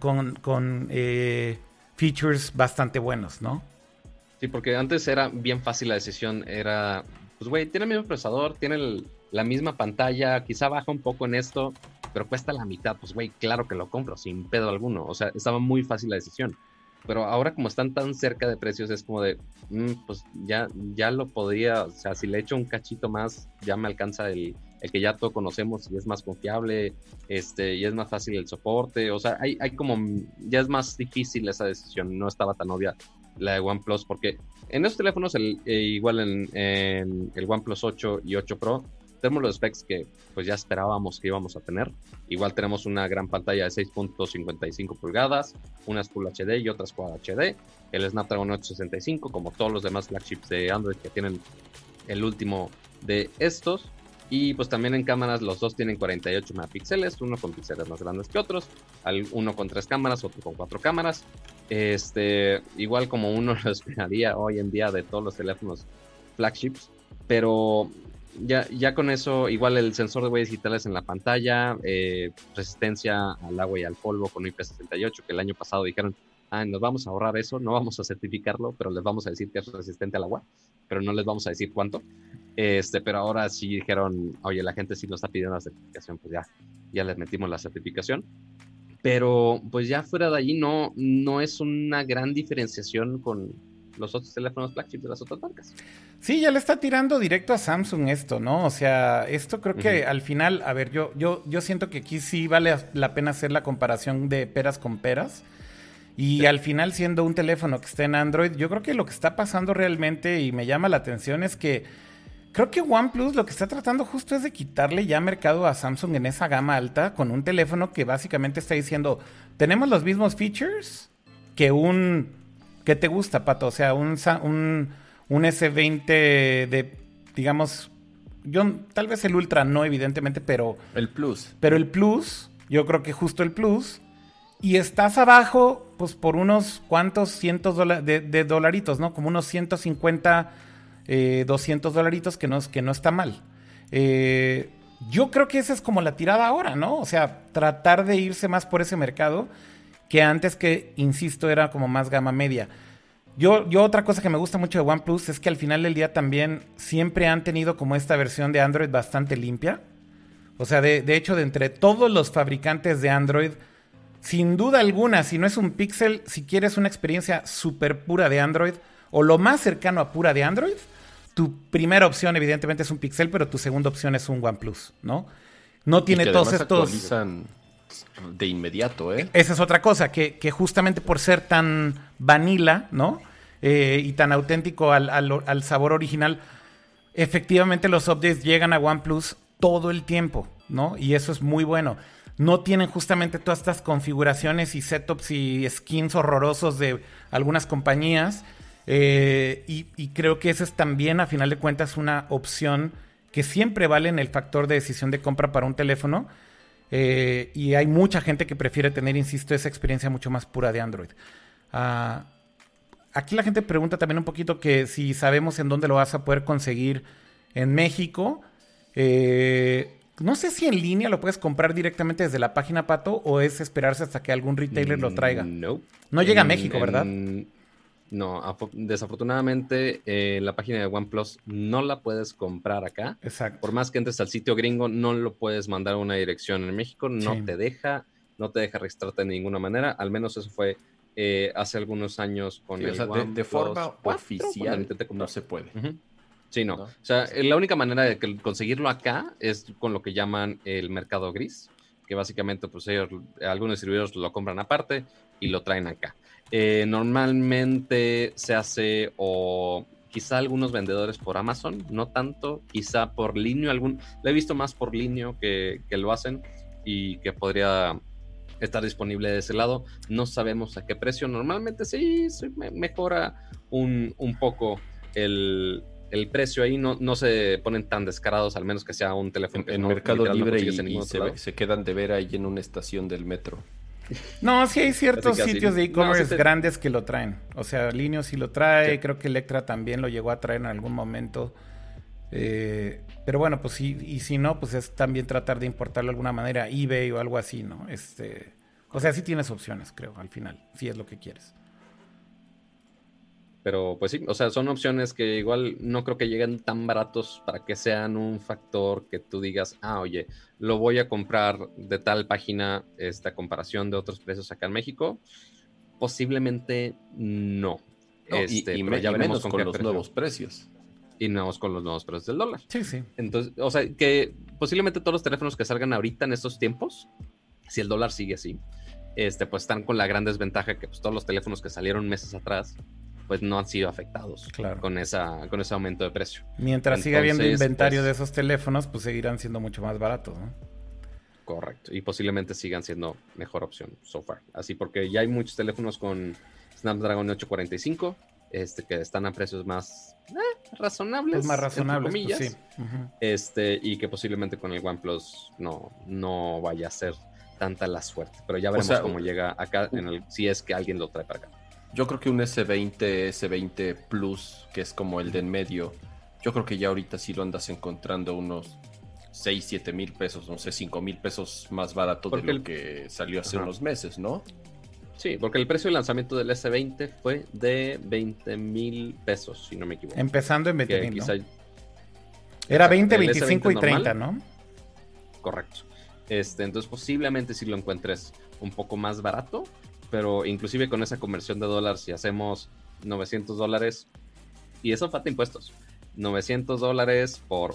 features bastante buenos, ¿no? Sí, porque antes era bien fácil la decisión, era, pues güey, tiene el mismo procesador, tiene la misma pantalla, quizá baja un poco en esto, pero cuesta la mitad, pues güey, claro que lo compro, sin pedo alguno, o sea, estaba muy fácil la decisión. Pero ahora como están tan cerca de precios es como de, pues ya lo podría, o sea, si le echo un cachito más, ya me alcanza el que ya todos conocemos y es más confiable, y es más fácil el soporte, o sea, hay como, ya es más difícil esa decisión, no estaba tan obvia la de OnePlus, porque en estos teléfonos, igual en el OnePlus 8 y 8 Pro, tenemos los specs que pues ya esperábamos que íbamos a tener. Igual tenemos una gran pantalla de 6.55 pulgadas, unas Full HD y otras Quad HD, el Snapdragon 865, como todos los demás flagships de Android que tienen el último de estos. Y pues también en cámaras los dos tienen 48 megapíxeles, uno con píxeles más grandes que otros, uno con 3 cámaras, otro con 4 cámaras. Igual como uno lo esperaría hoy en día de todos los teléfonos flagships, pero ya con eso, igual el sensor de huellas digitales en la pantalla, resistencia al agua y al polvo con IP68, que el año pasado dijeron, nos vamos a ahorrar eso, no vamos a certificarlo, pero les vamos a decir que es resistente al agua, pero no les vamos a decir cuánto. Pero ahora sí dijeron, oye, la gente sí nos está pidiendo la certificación, pues ya les metimos la certificación. Pero pues ya fuera de allí no es una gran diferenciación con los otros teléfonos flagship de las otras marcas. Sí, ya le está tirando directo a Samsung esto, ¿no? O sea, esto creo que al final, a ver, yo siento que aquí sí vale la pena hacer la comparación de peras con peras. Y sí, al final, siendo un teléfono que está en Android, yo creo que lo que está pasando realmente y me llama la atención es que creo que OnePlus lo que está tratando justo es de quitarle ya mercado a Samsung en esa gama alta con un teléfono que básicamente está diciendo, tenemos los mismos features que ¿qué te gusta, Pato? O sea, un S20 de, digamos, tal vez el Ultra no, evidentemente, pero el Plus. Pero el Plus, yo creo que justo el Plus, y estás abajo, pues por unos cuantos cientos de dolaritos, ¿no? Como unos 150, $200 que no está mal. Yo creo que esa es como la tirada ahora, ¿no? O sea, tratar de irse más por ese mercado que antes, que, insisto, era como más gama media. Yo otra cosa que me gusta mucho de OnePlus es que al final del día también siempre han tenido como esta versión de Android bastante limpia. O sea, de hecho, de entre todos los fabricantes de Android, sin duda alguna, si no es un Pixel, si quieres una experiencia súper pura de Android, o lo más cercano a pura de Android, tu primera opción evidentemente es un Pixel, pero tu segunda opción es un OnePlus, ¿no? No tiene todos estos... de inmediato, ¿eh? Esa es otra cosa, que justamente por ser tan vanilla, ¿no? Y tan auténtico al sabor original, efectivamente los updates llegan a OnePlus todo el tiempo, ¿no? Y eso es muy bueno. No tienen justamente todas estas configuraciones y setups y skins horrorosos de algunas compañías. Y creo que esa es también, a final de cuentas, una opción que siempre vale en el factor de decisión de compra para un teléfono. Y hay mucha gente que prefiere tener, insisto, esa experiencia mucho más pura de Android. Aquí la gente pregunta también un poquito que si sabemos en dónde lo vas a poder conseguir en México. No sé si en línea lo puedes comprar directamente desde la página, Pato, o es esperarse hasta que algún retailer lo traiga. No. No llega a México, ¿verdad? No, desafortunadamente la página de OnePlus no la puedes comprar acá. Exacto. Por más que entres al sitio gringo, no lo puedes mandar a una dirección en México, no Sí. te deja registrarte de ninguna manera. Al menos eso fue hace algunos años con Sí, el o sea, OnePlus de forma 4, cuando oficial intenté comprar. no se puede. Ujú. Sí, no. ¿No? O sea, la única manera de conseguirlo acá es con lo que llaman el mercado gris, que básicamente pues algunos distribuidores lo compran aparte y lo traen acá. Normalmente se hace o quizá algunos vendedores por Amazon, no tanto, quizá por Linio, lo he visto más por Linio que lo hacen y que podría estar disponible de ese lado. No sabemos a qué precio. Normalmente sí mejora un poco el precio ahí, no se ponen tan descarados, al menos que sea un teléfono que En no, Mercado literal, no Libre consigues en ningún otro lado. se quedan de ver ahí en una estación del metro. No, sí hay ciertos Casi, sitios de e-commerce sí grandes que lo traen. O sea, Linio sí lo trae, Sí. creo que Electra también lo llegó a traer en algún momento. Pero bueno, pues sí, y si no, pues es también tratar de importarlo de alguna manera, eBay o algo así, ¿no? O sea, sí tienes opciones, creo, al final, si es lo que quieres. Pero pues sí, o sea, son opciones que igual no creo que lleguen tan baratos para que sean un factor que tú digas, oye, lo voy a comprar de tal página, esta comparación de otros precios acá en México. Posiblemente no. Y ya veremos menos con qué los precio. nuevos precios. Y no con los nuevos precios del dólar. Sí, sí. Entonces, o sea, que posiblemente todos los teléfonos que salgan ahorita en estos tiempos, si el dólar sigue así, pues están con la gran desventaja que pues, todos los teléfonos que salieron meses atrás, pues no han sido afectados Claro. con ese aumento de precio. Mientras siga habiendo Entonces, inventario pues, de esos teléfonos, pues seguirán siendo mucho más baratos, ¿no? Correcto. Y posiblemente sigan siendo mejor opción so far. Así porque ya hay muchos teléfonos con Snapdragon 845, que están a precios más razonables. Pues más razonables, entre comillas. pues sí. Y que posiblemente con el OnePlus no vaya a ser tanta la suerte. Pero ya veremos cómo llega acá, si es que alguien lo trae para acá. Yo creo que un S20 Plus, que es como el de en medio, yo creo que ya ahorita sí lo andas encontrando unos 6, 7 mil pesos, no sé, 5 mil pesos más barato Porque de lo que salió hace unos meses, ¿no? Sí, porque el precio de lanzamiento del S20 fue de 20 mil pesos, si no me equivoco. Empezando en 20 mil, quizá... ¿no? Era 20, el 25 S20 y 30, normal. ¿no? Correcto. Entonces posiblemente si lo encuentres un poco más barato, pero inclusive con esa conversión de dólar, si hacemos $900, y eso falta impuestos, $900 por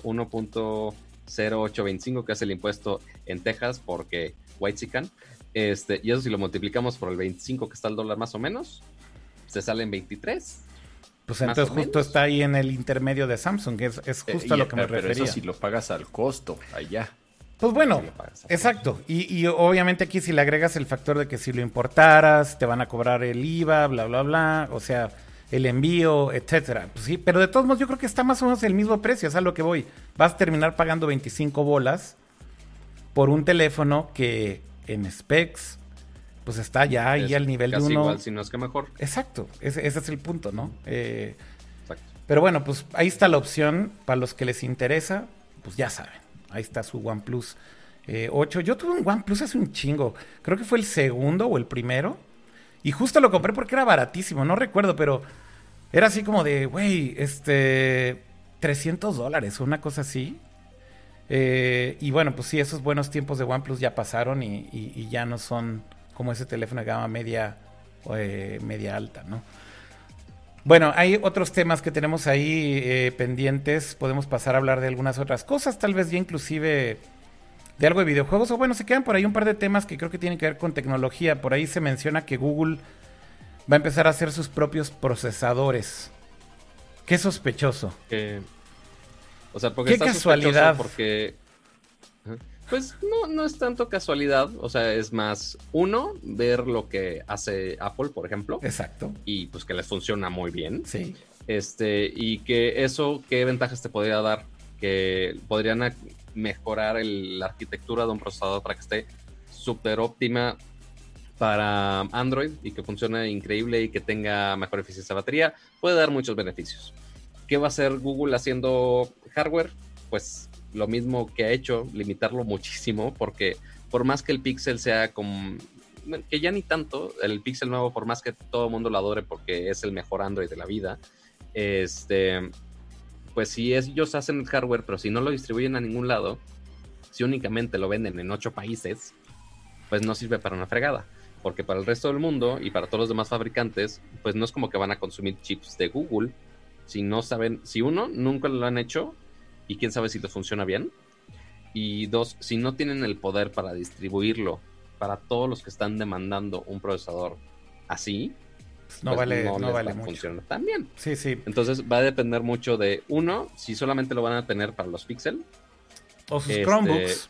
1.0825, que es el impuesto en Texas, porque whitexican, y eso si lo multiplicamos por el 25 que está el dólar más o menos, se sale en 23. Pues entonces justo está ahí en el intermedio de Samsung, es justo a lo que me refería. Pero eso si lo pagas al costo, allá. Pues bueno, exacto. Y obviamente aquí si le agregas el factor de que si lo importaras, te van a cobrar el IVA, bla, bla, bla, o sea, el envío, etcétera. Pues sí, pero de todos modos yo creo que está más o menos el mismo precio, es a lo que voy. Vas a terminar pagando 25 bolas por un teléfono que en specs, pues está ya ahí al nivel de uno. Igual, si no es que mejor. Exacto, ese es el punto, ¿no? Exacto. Pero bueno, pues ahí está la opción para los que les interesa, pues ya saben. Ahí está su OnePlus 8. Yo tuve un OnePlus hace un chingo. Creo que fue el segundo o el primero. Y justo lo compré porque era baratísimo. No recuerdo, pero era así como de, güey, $300 o una cosa así. Y bueno, pues sí, esos buenos tiempos de OnePlus ya pasaron y ya no son como ese teléfono de gama media alta, ¿no? Bueno, hay otros temas que tenemos ahí pendientes. Podemos pasar a hablar de algunas otras cosas. Tal vez ya inclusive de algo de videojuegos. O bueno, se quedan por ahí un par de temas que creo que tienen que ver con tecnología. Por ahí se menciona que Google va a empezar a hacer sus propios procesadores. Qué sospechoso. O sea, porque qué casualidad. Porque... Pues no es tanto casualidad, o sea, es más, uno, ver lo que hace Apple, por ejemplo. Exacto. Y pues que les funciona muy bien. Sí. Y que eso, ¿qué ventajas te podría dar? Que podrían mejorar la arquitectura de un procesador para que esté súper óptima para Android y que funcione increíble y que tenga mejor eficiencia de batería. Puede dar muchos beneficios. ¿Qué va a hacer Google haciendo hardware? Pues lo mismo que ha hecho, limitarlo muchísimo, porque por más que el Pixel sea como... que ya ni tanto, el Pixel nuevo, por más que todo el mundo lo adore porque es el mejor Android de la vida, pues si ellos hacen el hardware, pero si no lo distribuyen a ningún lado, si únicamente lo venden en 8 países, pues no sirve para una fregada, porque para el resto del mundo y para todos los demás fabricantes, pues no es como que van a consumir chips de Google, si no saben, si uno, nunca lo han hecho, y quién sabe si les funciona bien. Y dos, si no tienen el poder para distribuirlo para todos los que están demandando un procesador así, no pues vale mucho. Funciona tan bien. Sí, sí. Entonces va a depender mucho de, uno, si solamente lo van a tener para los Pixel. O sus Chromebooks.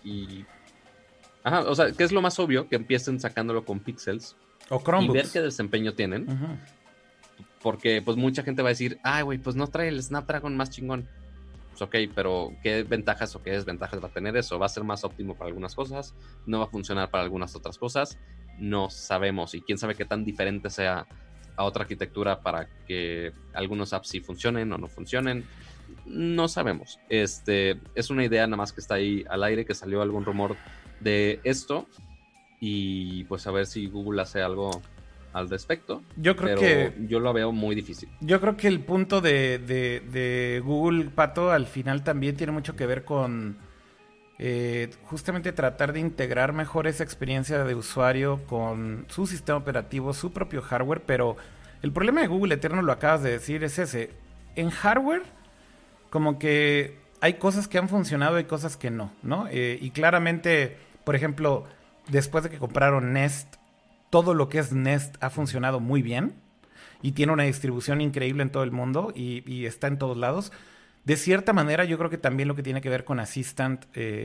O sea, que es lo más obvio, que empiecen sacándolo con Pixels. O Chromebooks. Y ver qué desempeño tienen. Porque pues mucha gente va a decir, güey, pues no trae el Snapdragon más chingón. Ok, pero ¿qué ventajas o qué desventajas va a tener eso? ¿Va a ser más óptimo para algunas cosas? ¿No va a funcionar para algunas otras cosas? No sabemos. Y quién sabe qué tan diferente sea a otra arquitectura para que algunos apps sí funcionen o no funcionen. No sabemos. Es una idea nada más que está ahí al aire, que salió algún rumor de esto. Y pues a ver si Google hace algo al respecto. Yo creo que yo lo veo muy difícil. Yo creo que el punto de Google, Pato, al final también tiene mucho que ver con justamente tratar de integrar mejor esa experiencia de usuario con su sistema operativo, su propio hardware, pero el problema de Google, Eterno, lo acabas de decir, es ese. En hardware, como que hay cosas que han funcionado y cosas que no, ¿no? Y claramente, por ejemplo, después de que compraron Nest, todo lo que es Nest ha funcionado muy bien y tiene una distribución increíble en todo el mundo y está en todos lados. De cierta manera, yo creo que también lo que tiene que ver con Assistant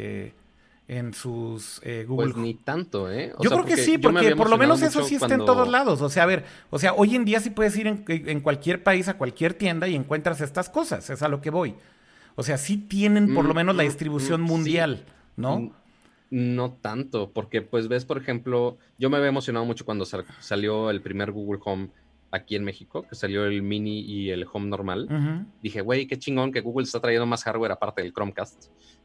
en sus Google... Pues ni tanto, ¿eh? Yo creo que sí, porque por lo menos eso sí está en todos lados. O sea, a ver, hoy en día sí puedes ir en cualquier país, a cualquier tienda y encuentras estas cosas. Es a lo que voy. O sea, sí tienen por lo menos la distribución mundial, sí, ¿no? No tanto, porque pues ves, por ejemplo, yo me había emocionado mucho cuando salió el primer Google Home aquí en México, que salió el Mini y el Home normal. Dije, güey, qué chingón que Google está trayendo más hardware aparte del Chromecast.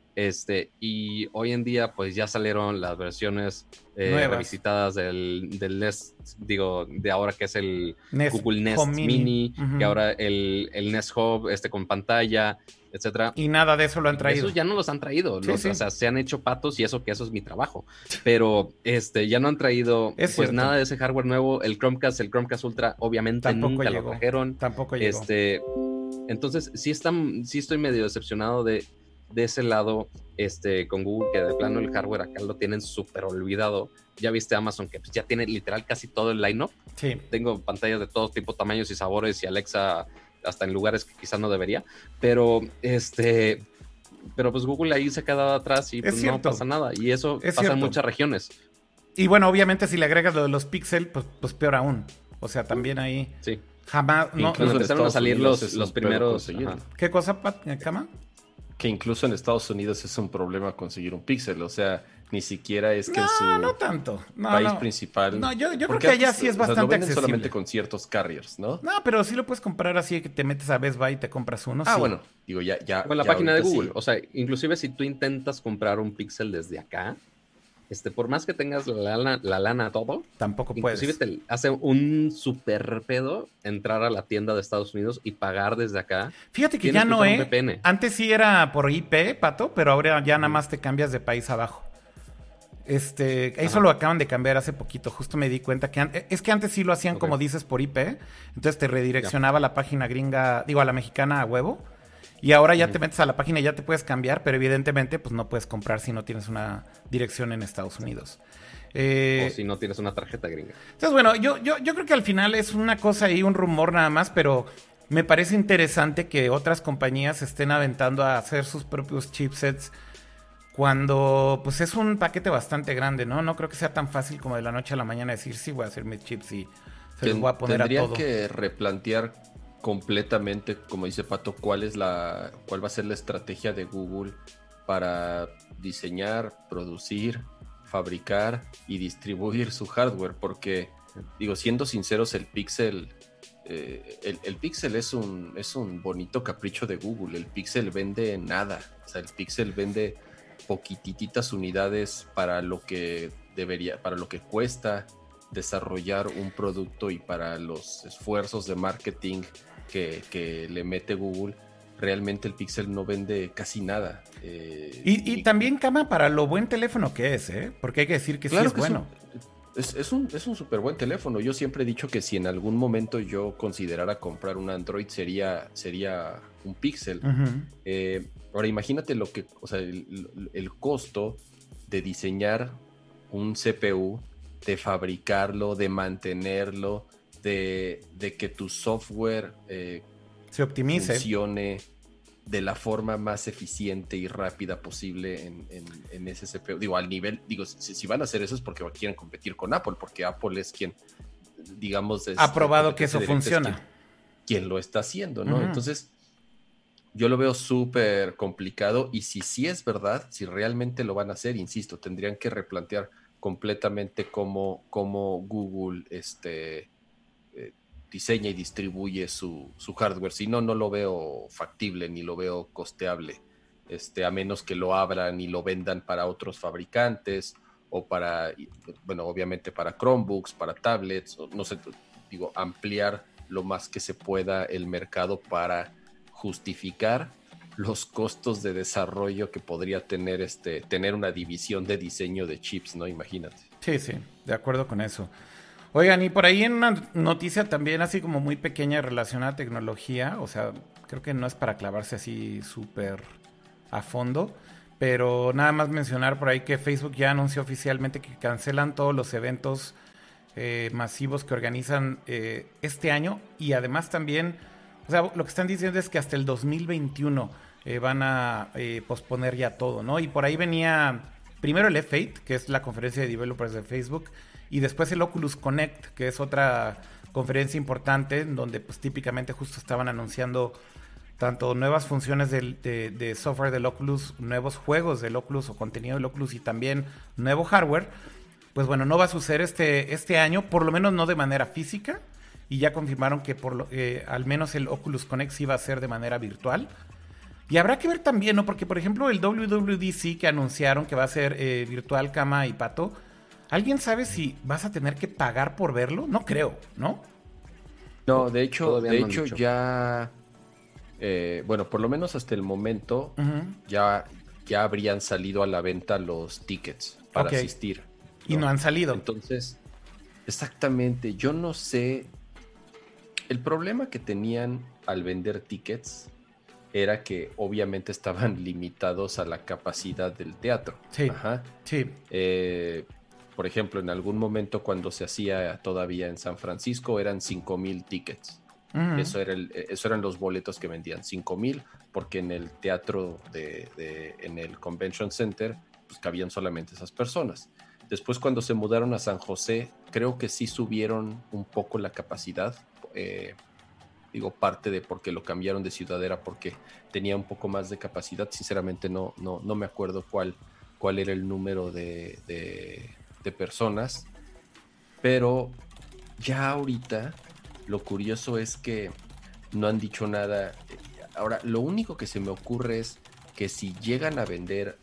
Y hoy en día pues ya salieron las versiones revisitadas del Nest, digo, de ahora que es el Nest, Google Nest Home Mini, que ahora el Nest Hub con pantalla, etcétera. Y nada de eso lo han traído. Eso ya no los han traído, sí, sí. O sea, se han hecho patos y eso es mi trabajo. Pero ya no han traído pues nada de ese hardware nuevo. El Chromecast Ultra obviamente nunca lo trajeron. Tampoco llegó. Entonces sí estoy medio decepcionado de ese lado con Google, que de plano el hardware acá lo tienen súper olvidado. Ya viste Amazon, que pues ya tiene literal casi todo el line-up. Sí. Tengo pantallas de todo tipo, tamaños y sabores, y Alexa hasta en lugares que quizás no debería, pero pues Google ahí se ha quedado atrás y pues no pasa nada, y eso pasa en muchas regiones. Y bueno, obviamente si le agregas lo de los Pixel, pues peor aún. O sea, también ahí sí. Jamás no empezaron a salir los primeros. ¿Qué cosa, Cama? Que incluso en Estados Unidos es un problema conseguir un Pixel, o sea, ni siquiera es que en su no tanto. país principal. No, yo creo que allá sí es bastante lo venden accesible. Solamente con ciertos carriers, ¿no? No, pero sí lo puedes comprar así, que te metes a Best Buy y te compras uno. Ah, sí. Bueno, digo, ya. Con la página de Google, sí. O sea, inclusive si tú intentas comprar un Pixel desde acá, por más que tengas la lana todo, tampoco puedes. Inclusive te hace un super pedo entrar a la tienda de Estados Unidos y pagar desde acá. Fíjate que ya no, Antes sí era por IP, Pato, pero ahora ya nada más te cambias de país abajo. Eso lo acaban de cambiar hace poquito. Justo me di cuenta que es que antes sí lo hacían como dices por IP. Entonces te redireccionaba a la página gringa, a la mexicana a huevo. Y ahora ya te metes a la página y ya te puedes cambiar, pero evidentemente pues no puedes comprar si no tienes una dirección en Estados Unidos. O si no tienes una tarjeta gringa. Entonces, bueno, yo creo que al final es una cosa ahí, un rumor nada más, pero me parece interesante que otras compañías estén aventando a hacer sus propios chipsets cuando pues es un paquete bastante grande, ¿no? No creo que sea tan fácil como de la noche a la mañana decir, sí, voy a hacer mis chips y se los voy a poner a todo. Tendrían que replantear completamente, como dice Pato, cuál va a ser la estrategia de Google para diseñar, producir, fabricar y distribuir su hardware, porque digo, siendo sinceros, el Pixel es un bonito capricho de Google. El Pixel vende nada, o sea, el Pixel vende poquititas unidades para lo que cuesta desarrollar un producto y para los esfuerzos de marketing que le mete Google. Realmente el Pixel no vende casi nada. Y también, Cama, para lo buen teléfono que es, porque hay que decir que claro, sí es bueno. Es un súper buen teléfono. Yo siempre he dicho que si en algún momento yo considerara comprar un Android sería un Pixel. Uh-huh. Ahora imagínate el costo de diseñar un CPU, de fabricarlo, de mantenerlo, de que tu software se optimice, funcione de la forma más eficiente y rápida posible en ese CPU. Digo, al nivel, si van a hacer eso es porque quieren competir con Apple, porque Apple es quien, digamos, ha probado que eso funciona. Quien lo está haciendo, ¿no? Uh-huh. Entonces, yo lo veo súper complicado, y si es verdad, si realmente lo van a hacer, insisto, tendrían que replantear completamente cómo Google diseña y distribuye su hardware. Si no, no lo veo factible ni lo veo costeable, a menos que lo abran y lo vendan para otros fabricantes o para, bueno, obviamente para Chromebooks, para tablets, no sé, digo, ampliar lo más que se pueda el mercado para justificar los costos de desarrollo que podría tener tener una división de diseño de chips, ¿no? Imagínate. Sí, de acuerdo con eso. Oigan, y por ahí en una noticia también así como muy pequeña relacionada a tecnología, o sea, creo que no es para clavarse así súper a fondo, pero nada más mencionar por ahí que Facebook ya anunció oficialmente que cancelan todos los eventos masivos que organizan este año, y además también, o sea, lo que están diciendo es que hasta el 2021 van a posponer ya todo, ¿no? Y por ahí venía primero el F8, que es la conferencia de developers de Facebook, y después el Oculus Connect, que es otra conferencia importante, donde pues típicamente justo estaban anunciando tanto nuevas funciones de software del Oculus, nuevos juegos del Oculus o contenido del Oculus, y también nuevo hardware. Pues bueno, no va a suceder este año, por lo menos no de manera física, y ya confirmaron que al menos el Oculus Connect sí va a ser de manera virtual. Y habrá que ver también, ¿no? Porque por ejemplo el WWDC que anunciaron que va a ser virtual, Cama y Pato, ¿alguien sabe si vas a tener que pagar por verlo? No creo, ¿no? No, de hecho ya, bueno, por lo menos hasta el momento, uh-huh, ya habrían salido a la venta los tickets para asistir, ¿no? Y no han salido. Entonces, exactamente, yo no sé. El problema que tenían al vender tickets era que obviamente estaban limitados a la capacidad del teatro. Sí, ajá. Sí. Por ejemplo, en algún momento cuando se hacía todavía en San Francisco eran 5,000 tickets. Uh-huh. Eso eran los boletos que vendían, 5,000, porque en el teatro en el Convention Center pues cabían solamente esas personas. Después, cuando se mudaron a San José, creo que sí subieron un poco la capacidad. Digo, parte de porque lo cambiaron de ciudad era porque tenía un poco más de capacidad. Sinceramente no me acuerdo cuál era el número de personas, pero ya ahorita lo curioso es que no han dicho nada. Ahora, lo único que se me ocurre es que si llegan a vender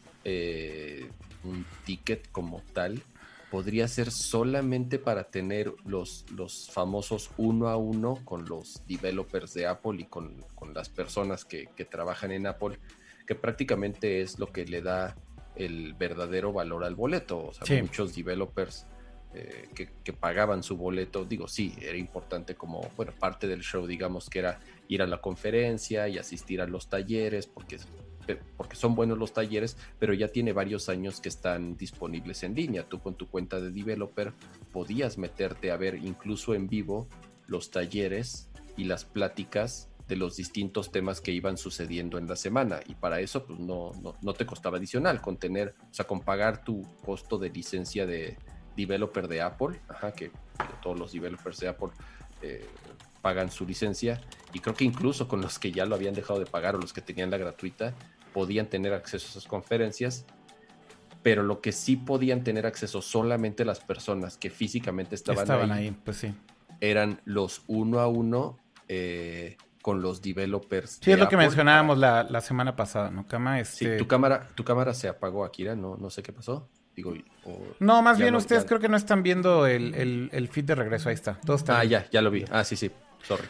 un ticket como tal, podría ser solamente para tener los famosos 1 a 1 con los developers de Apple y con las personas que trabajan en Apple, que prácticamente es lo que le da el verdadero valor al boleto. O sea, sí, muchos developers que pagaban su boleto. Digo, sí, era importante como, bueno, parte del show, digamos, que era ir a la conferencia y asistir a los talleres, porque son buenos los talleres, pero ya tiene varios años que están disponibles en línea. Tú con tu cuenta de developer podías meterte a ver incluso en vivo los talleres y las pláticas de los distintos temas que iban sucediendo en la semana, y para eso pues no te costaba adicional con pagar tu costo de licencia de developer de Apple, que todos los developers de Apple pagan su licencia, y creo que incluso con los que ya lo habían dejado de pagar o los que tenían la gratuita podían tener acceso a esas conferencias, pero lo que sí podían tener acceso solamente las personas que físicamente estaban ahí, pues sí, eran los uno a uno con los developers. Sí, es lo que mencionábamos la semana pasada, ¿no, Cama? Sí, tu cámara se apagó, Akira, no sé qué pasó. Digo, no, más bien ustedes creo que no están viendo el feed de regreso, ahí está. Todo está bien. Ya lo vi. Sí, sorry.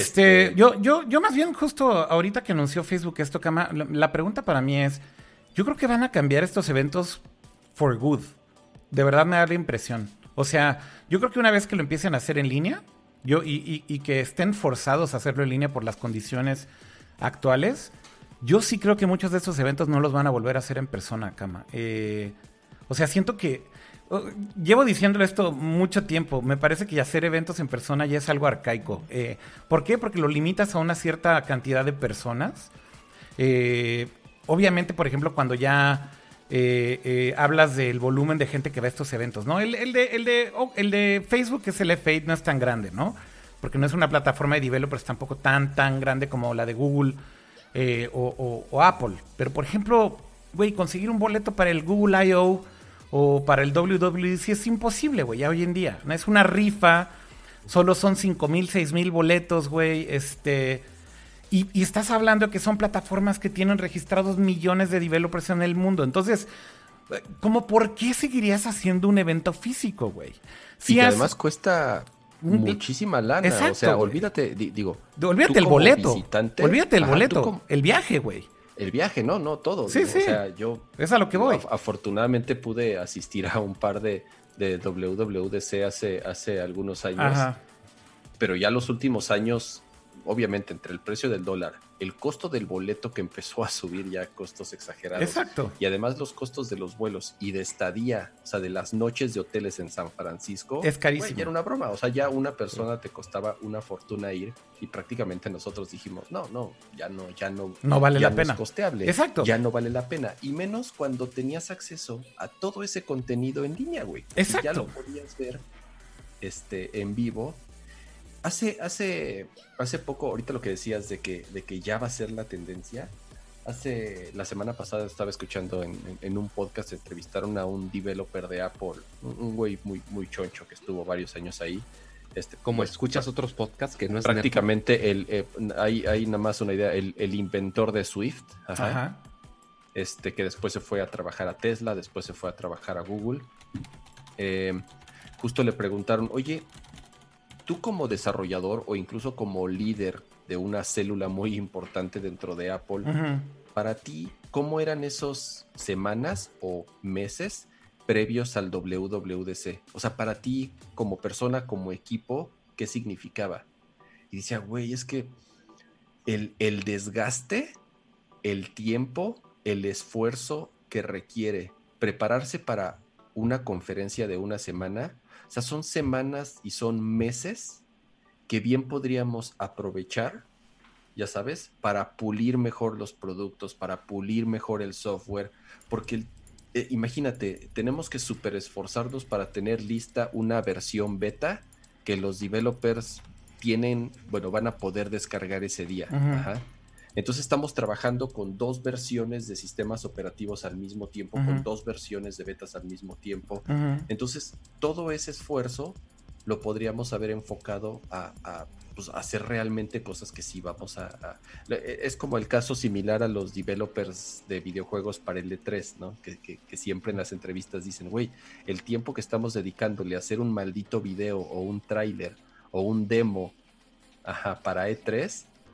Yo más bien justo ahorita que anunció Facebook esto, Cama, la pregunta para mí es, yo creo que van a cambiar estos eventos for good. De verdad me da la impresión. O sea, yo creo que una vez que lo empiecen a hacer en línea, y que estén forzados a hacerlo en línea por las condiciones actuales, yo sí creo que muchos de estos eventos no los van a volver a hacer en persona, Cama. O sea, siento que llevo diciéndole esto mucho tiempo. Me parece que hacer eventos en persona ya es algo arcaico. ¿Por qué? Porque lo limitas a una cierta cantidad de personas. Obviamente, por ejemplo, cuando ya hablas del volumen de gente que va a estos eventos, ¿no? El de Facebook, que es el F8, no es tan grande, ¿no? Porque no es una plataforma de developers tampoco tan grande como la de Google o Apple. Pero, por ejemplo, güey, conseguir un boleto para el Google I.O. o para el WWDC es imposible, güey, ya hoy en día. No es una rifa, solo son 5,000, 6,000 boletos, güey, Y estás hablando de que son plataformas que tienen registrados millones de developers en el mundo. Entonces, ¿cómo por qué seguirías haciendo un evento físico, güey? Y además cuesta muchísima lana. Exacto, o sea, güey. Olvídate Olvídate el boleto. Olvídate el boleto. Como... El viaje, güey. El viaje, no, todo. Sí, sí. O sea, yo... Es a lo que voy. Afortunadamente pude asistir a un par de WWDC hace algunos años. Ajá. Pero ya los últimos años... Obviamente, entre el precio del dólar, el costo del boleto que empezó a subir ya costos exagerados. Exacto. Y además los costos de los vuelos y de estadía, o sea, de las noches de hoteles en San Francisco. Es carísimo. Güey, ya era una broma. O sea, ya una persona te costaba una fortuna ir y prácticamente nosotros dijimos, no, ya no vale ya la no pena. Es costeable. Exacto. Ya no vale la pena. Y menos cuando tenías acceso a todo ese contenido en línea, güey. Exacto. Y ya lo podías ver en vivo. Hace poco, ahorita lo que decías de que ya va a ser la tendencia. La semana pasada estaba escuchando en un podcast, entrevistaron a un developer de Apple, un güey muy, muy choncho que estuvo varios años ahí. Como escuchas otros podcasts que no es prácticamente hay nada más una idea, el inventor de Swift. Ajá. Que después se fue a trabajar a Tesla, después se fue a trabajar a Google. Justo le preguntaron, oye, tú como desarrollador o incluso como líder de una célula muy importante dentro de Apple, para ti, ¿cómo eran esos semanas o meses previos al WWDC? O sea, para ti como persona, como equipo, ¿qué significaba? Y decía, güey, es que el desgaste, el tiempo, el esfuerzo que requiere prepararse para una conferencia de una semana. O sea, son semanas y son meses que bien podríamos aprovechar, ya sabes, para pulir mejor los productos, para pulir mejor el software, porque imagínate, tenemos que súper esforzarnos para tener lista una versión beta que los developers van a poder descargar ese día. Ajá. Entonces estamos trabajando con 2 versiones de sistemas operativos al mismo tiempo, con 2 versiones de betas al mismo tiempo. Entonces, todo ese esfuerzo lo podríamos haber enfocado a hacer realmente cosas que sí vamos es como el caso similar a los developers de videojuegos para el E3, ¿no? Que siempre en las entrevistas dicen, güey, el tiempo que estamos dedicándole a hacer un maldito video o un tráiler o un demo para E3,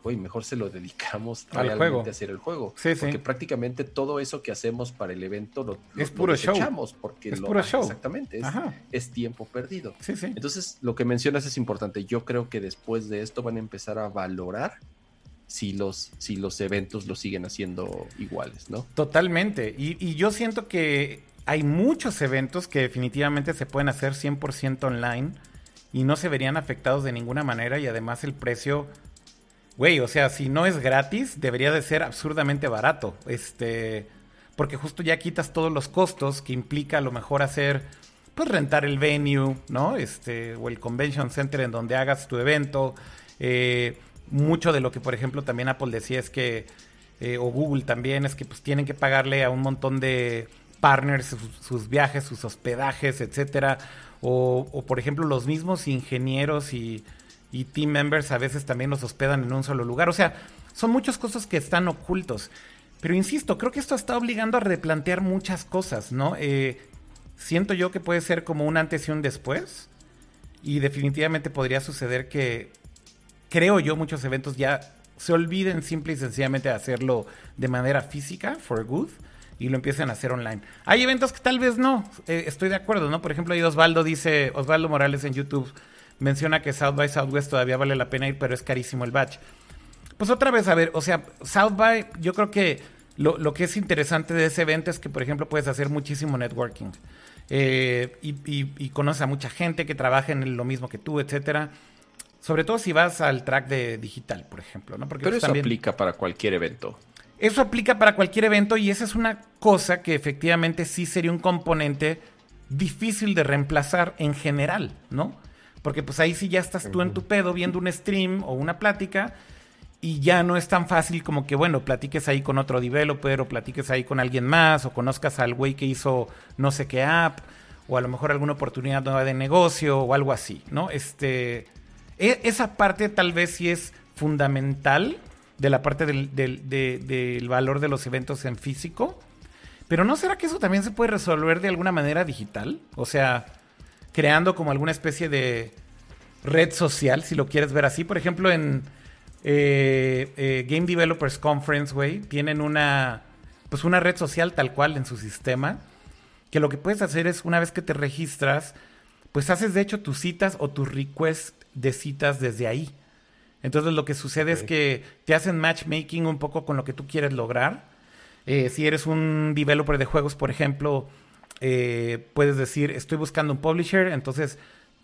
güey, mejor se lo dedicamos al realmente juego. a hacer el juego. Sí, porque prácticamente todo eso que hacemos para el evento es puro desechamos show. Porque es puro show. Exactamente, es tiempo perdido. Sí. Entonces, lo que mencionas es importante. Yo creo que después de esto van a empezar a valorar si los eventos lo siguen haciendo iguales, ¿no? Totalmente. Y yo siento que hay muchos eventos que definitivamente se pueden hacer 100% online y no se verían afectados de ninguna manera, y además el precio, güey, o sea, si no es gratis, debería de ser absurdamente barato. Porque justo ya quitas todos los costos que implica a lo mejor hacer, pues rentar el venue, ¿no? O el convention center en donde hagas tu evento. Mucho de lo que, por ejemplo, también Apple decía es que, o Google también, es que pues tienen que pagarle a un montón de partners sus viajes, sus hospedajes, etcétera. O por ejemplo, los mismos ingenieros y team members a veces también los hospedan en un solo lugar. O sea, son muchos costos que están ocultos. Pero insisto, creo que esto está obligando a replantear muchas cosas, ¿no? Siento yo que puede ser como un antes y un después. Y definitivamente podría suceder que, creo yo, muchos eventos ya se olviden simple y sencillamente de hacerlo de manera física, for good, y lo empiecen a hacer online. Hay eventos que tal vez no, estoy de acuerdo, ¿no? Por ejemplo, ahí Osvaldo Morales en YouTube menciona que South by Southwest todavía vale la pena ir, pero es carísimo el batch. Pues otra vez, a ver, o sea, South by, yo creo que lo que es interesante de ese evento es que, por ejemplo, puedes hacer muchísimo networking. Y conoces a mucha gente que trabaja en lo mismo que tú, etcétera. Sobre todo si vas al track de digital, por ejemplo, ¿no? Porque pero pues, eso también aplica para cualquier evento. Eso aplica para cualquier evento, y esa es una cosa que efectivamente sí sería un componente difícil de reemplazar en general, ¿no? Porque pues ahí sí ya estás tú en tu pedo viendo un stream o una plática, y ya no es tan fácil como que, bueno, platiques ahí con otro developer o platiques ahí con alguien más o conozcas al güey que hizo no sé qué app o a lo mejor alguna oportunidad nueva de negocio o algo así, ¿no? Esa parte tal vez sí es fundamental de la parte del valor de los eventos en físico, pero ¿no será que eso también se puede resolver de alguna manera digital? O sea, creando como alguna especie de red social, si lo quieres ver así. Por ejemplo, en Game Developers Conference, güey, tienen una red social tal cual en su sistema, que lo que puedes hacer es, una vez que te registras, pues haces de hecho tus citas o tus requests de citas desde ahí. Entonces lo que sucede es que te hacen matchmaking un poco con lo que tú quieres lograr. Si eres un developer de juegos, por ejemplo, puedes decir, estoy buscando un publisher, entonces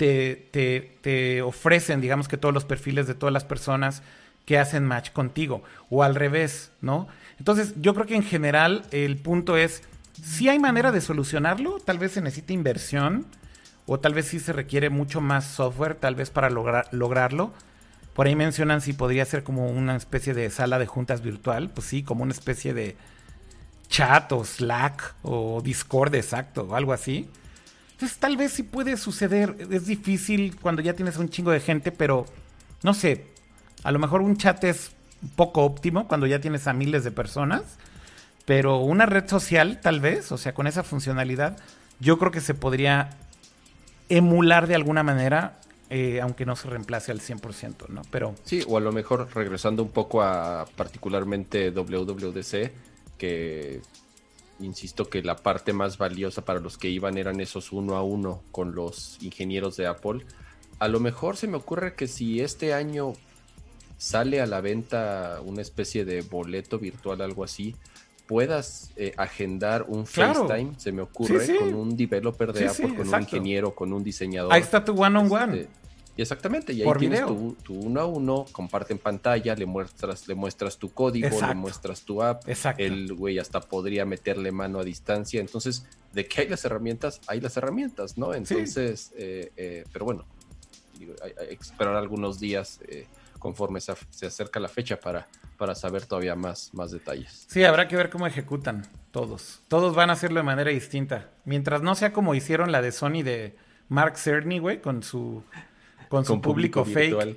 te ofrecen, digamos, que todos los perfiles de todas las personas que hacen match contigo, o al revés, ¿no? Entonces yo creo que en general el punto es, si hay manera de solucionarlo, tal vez se necesita inversión, o tal vez sí se requiere mucho más software, tal vez para lograrlo. Por ahí mencionan si podría ser como una especie de sala de juntas virtual. Pues sí, como una especie de chat o Slack o Discord, exacto, o algo así. Entonces tal vez sí puede suceder. Es difícil cuando ya tienes un chingo de gente, pero no sé, a lo mejor un chat es poco óptimo cuando ya tienes a miles de personas. Pero una red social tal vez, o sea, con esa funcionalidad, yo creo que se podría emular de alguna manera, aunque no se reemplace al 100%, ¿no? Pero sí, o a lo mejor regresando un poco a particularmente WWDC, que insisto que la parte más valiosa para los que iban eran esos 1 a 1 con los ingenieros de Apple. A lo mejor se me ocurre que si este año sale a la venta una especie de boleto virtual, algo así, puedas agendar un FaceTime, se me ocurre, sí, con un developer de Apple, con un ingeniero, con un diseñador. Ahí está tu one-on-one. Exactamente, y ahí tienes tu 1 a 1, comparten pantalla, le muestras tu código, le muestras tu app. Exacto. El güey hasta podría meterle mano a distancia. Entonces, de que hay las herramientas, ¿no? Entonces, pero bueno, hay que esperar algunos días conforme se acerca la fecha para saber todavía más detalles. Sí, habrá que ver cómo ejecutan todos. Todos van a hacerlo de manera distinta. Mientras no sea como hicieron la de Sony de Mark Cerny, güey, con su público fake. Virtual.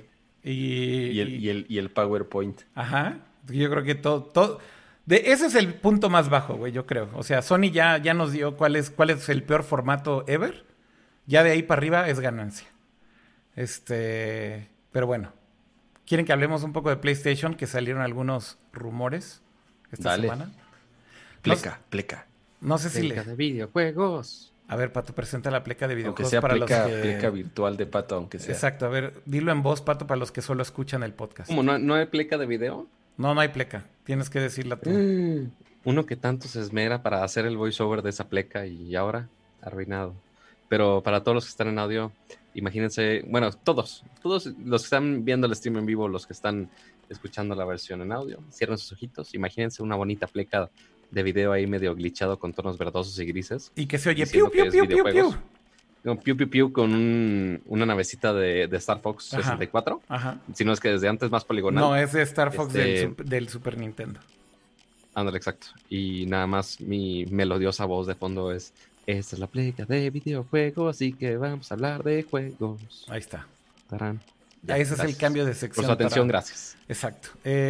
Y el PowerPoint. Ajá. Yo creo que todo ese es el punto más bajo, güey, yo creo. O sea, Sony ya nos dio cuál es el peor formato ever. Ya de ahí para arriba es ganancia. Pero bueno. ¿Quieren que hablemos un poco de PlayStation? Que salieron algunos rumores esta semana. Pleca. No sé si pleca de videojuegos. A ver, Pato, presenta la pleca de videojuegos. Aunque sea para pleca virtual de Pato, aunque sea. Exacto, a ver, dilo en voz, Pato, para los que solo escuchan el podcast. ¿Cómo? ¿No hay pleca de video? No hay pleca. Tienes que decirla tú. Uno que tanto se esmera para hacer el voiceover de esa pleca y ahora arruinado. Pero para todos los que están en audio, imagínense, bueno, todos los que están viendo el stream en vivo, los que están escuchando la versión en audio, cierren sus ojitos, imagínense una bonita pleca de video ahí medio glitchado con tonos verdosos y grises. Y que se oye piu, piu, piu, piu, piu. No, piu, piu, piu con una navecita de Star Fox 64. Ajá. Si no es que desde antes más poligonal. No, es de Star Fox del Super Nintendo. Ándale, exacto. Y nada más mi melodiosa voz de fondo es: esta es la pleca de videojuegos, así que vamos a hablar de juegos. Ahí está. Tarán. Ya, ese es el cambio de sección. Por su atención, gracias. Exacto.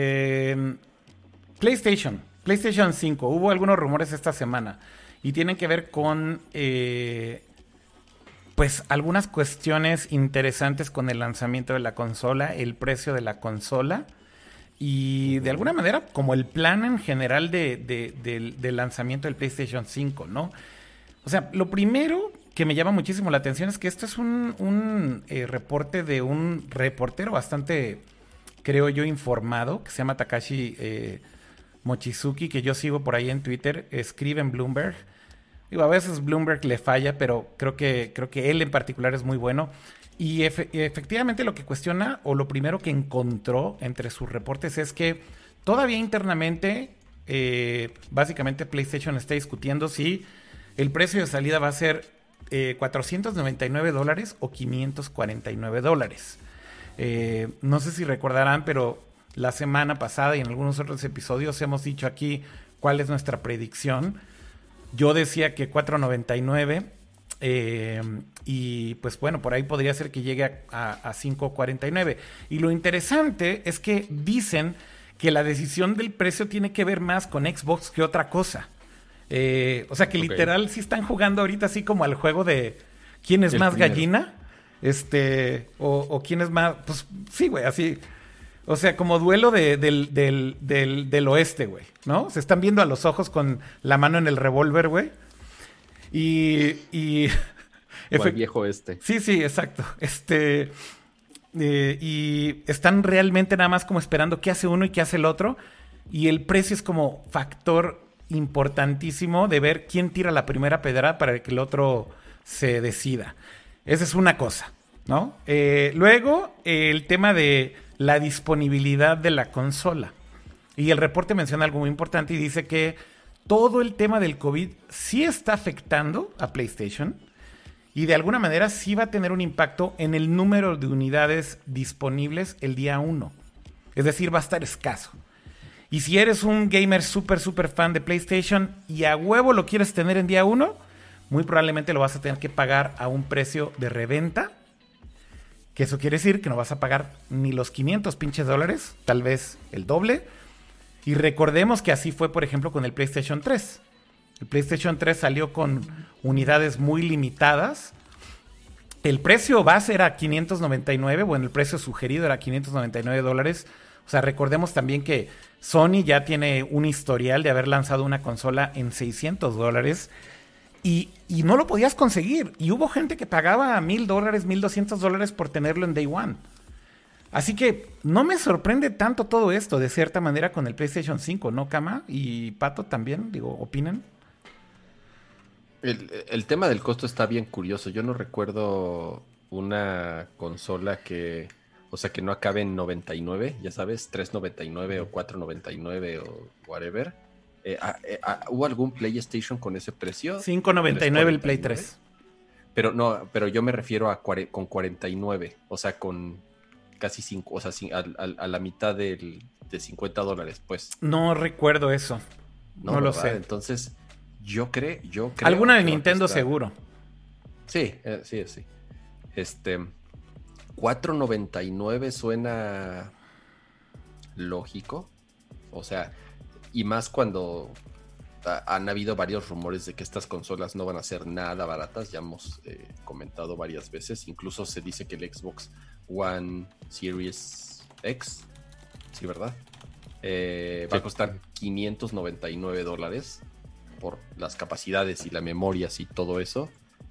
PlayStation 5. Hubo algunos rumores esta semana y tienen que ver con pues algunas cuestiones interesantes con el lanzamiento de la consola, el precio de la consola y de alguna manera como el plan en general del lanzamiento del PlayStation 5, ¿no? O sea, lo primero que me llama muchísimo la atención es que esto es un reporte de un reportero bastante, creo yo, informado, que se llama Takashi Mochizuki, que yo sigo por ahí en Twitter, escribe en Bloomberg. Digo, a veces Bloomberg le falla, pero creo que él en particular es muy bueno. Y efectivamente lo que cuestiona, o lo primero que encontró entre sus reportes es que todavía internamente, básicamente PlayStation está discutiendo si el precio de salida va a ser $499 o $549. No sé si recordarán, pero la semana pasada y en algunos otros episodios hemos dicho aquí cuál es nuestra predicción. Yo decía que $499 y pues bueno, por ahí podría ser que llegue a $549. Y lo interesante es que dicen que la decisión del precio tiene que ver más con Xbox que otra cosa. O sea que literal sí están jugando ahorita así como al juego de ¿quién es más gallina? O quién es más... Pues sí, güey, así... O sea, como duelo del oeste, güey, ¿no? Se están viendo a los ojos con la mano en el revólver, güey. Y el viejo este. Sí, exacto. Y están realmente nada más como esperando qué hace uno y qué hace el otro. Y el precio es como factor importantísimo de ver quién tira la primera pedrada para que el otro se decida. Esa es una cosa, ¿no? Luego, el tema de la disponibilidad de la consola. Y el reporte menciona algo muy importante y dice que todo el tema del COVID sí está afectando a PlayStation y de alguna manera sí va a tener un impacto en el número de unidades disponibles el día 1. Es decir, va a estar escaso. Y si eres un gamer súper fan de PlayStation y a huevo lo quieres tener en día 1, muy probablemente lo vas a tener que pagar a un precio de reventa. Que eso quiere decir que no vas a pagar ni los $500 tal vez el doble. Y recordemos que así fue, por ejemplo, con el PlayStation 3. El PlayStation 3 salió con unidades muy limitadas. El precio base era $599, bueno, el precio sugerido era $599. O sea, recordemos también que Sony ya tiene un historial de haber lanzado una consola en $600. Y no lo podías conseguir. Y hubo gente que pagaba $1,000, $1,200 por tenerlo en Day One. Así que no me sorprende tanto todo esto, de cierta manera, con el PlayStation 5, ¿no, Kama? Y Pato también, digo, ¿opinan? El tema del costo está bien curioso. Yo no recuerdo una consola que no acabe en 99, ya sabes, 399 o 499 o whatever. ¿Hubo algún PlayStation con ese precio? 599 el Play 3. Pero yo me refiero con 49, o sea, con casi 5, o sea, a la mitad de $50, pues. No recuerdo eso. No lo sé. Entonces, yo creo. Alguna de Nintendo seguro. Sí. $499 suena lógico. O sea, y más cuando han habido varios rumores de que estas consolas no van a ser nada baratas. Ya hemos comentado varias veces. Incluso se dice que el Xbox One Series X, sí, ¿verdad? Va a costar $599 por las capacidades y las memorias y todo eso.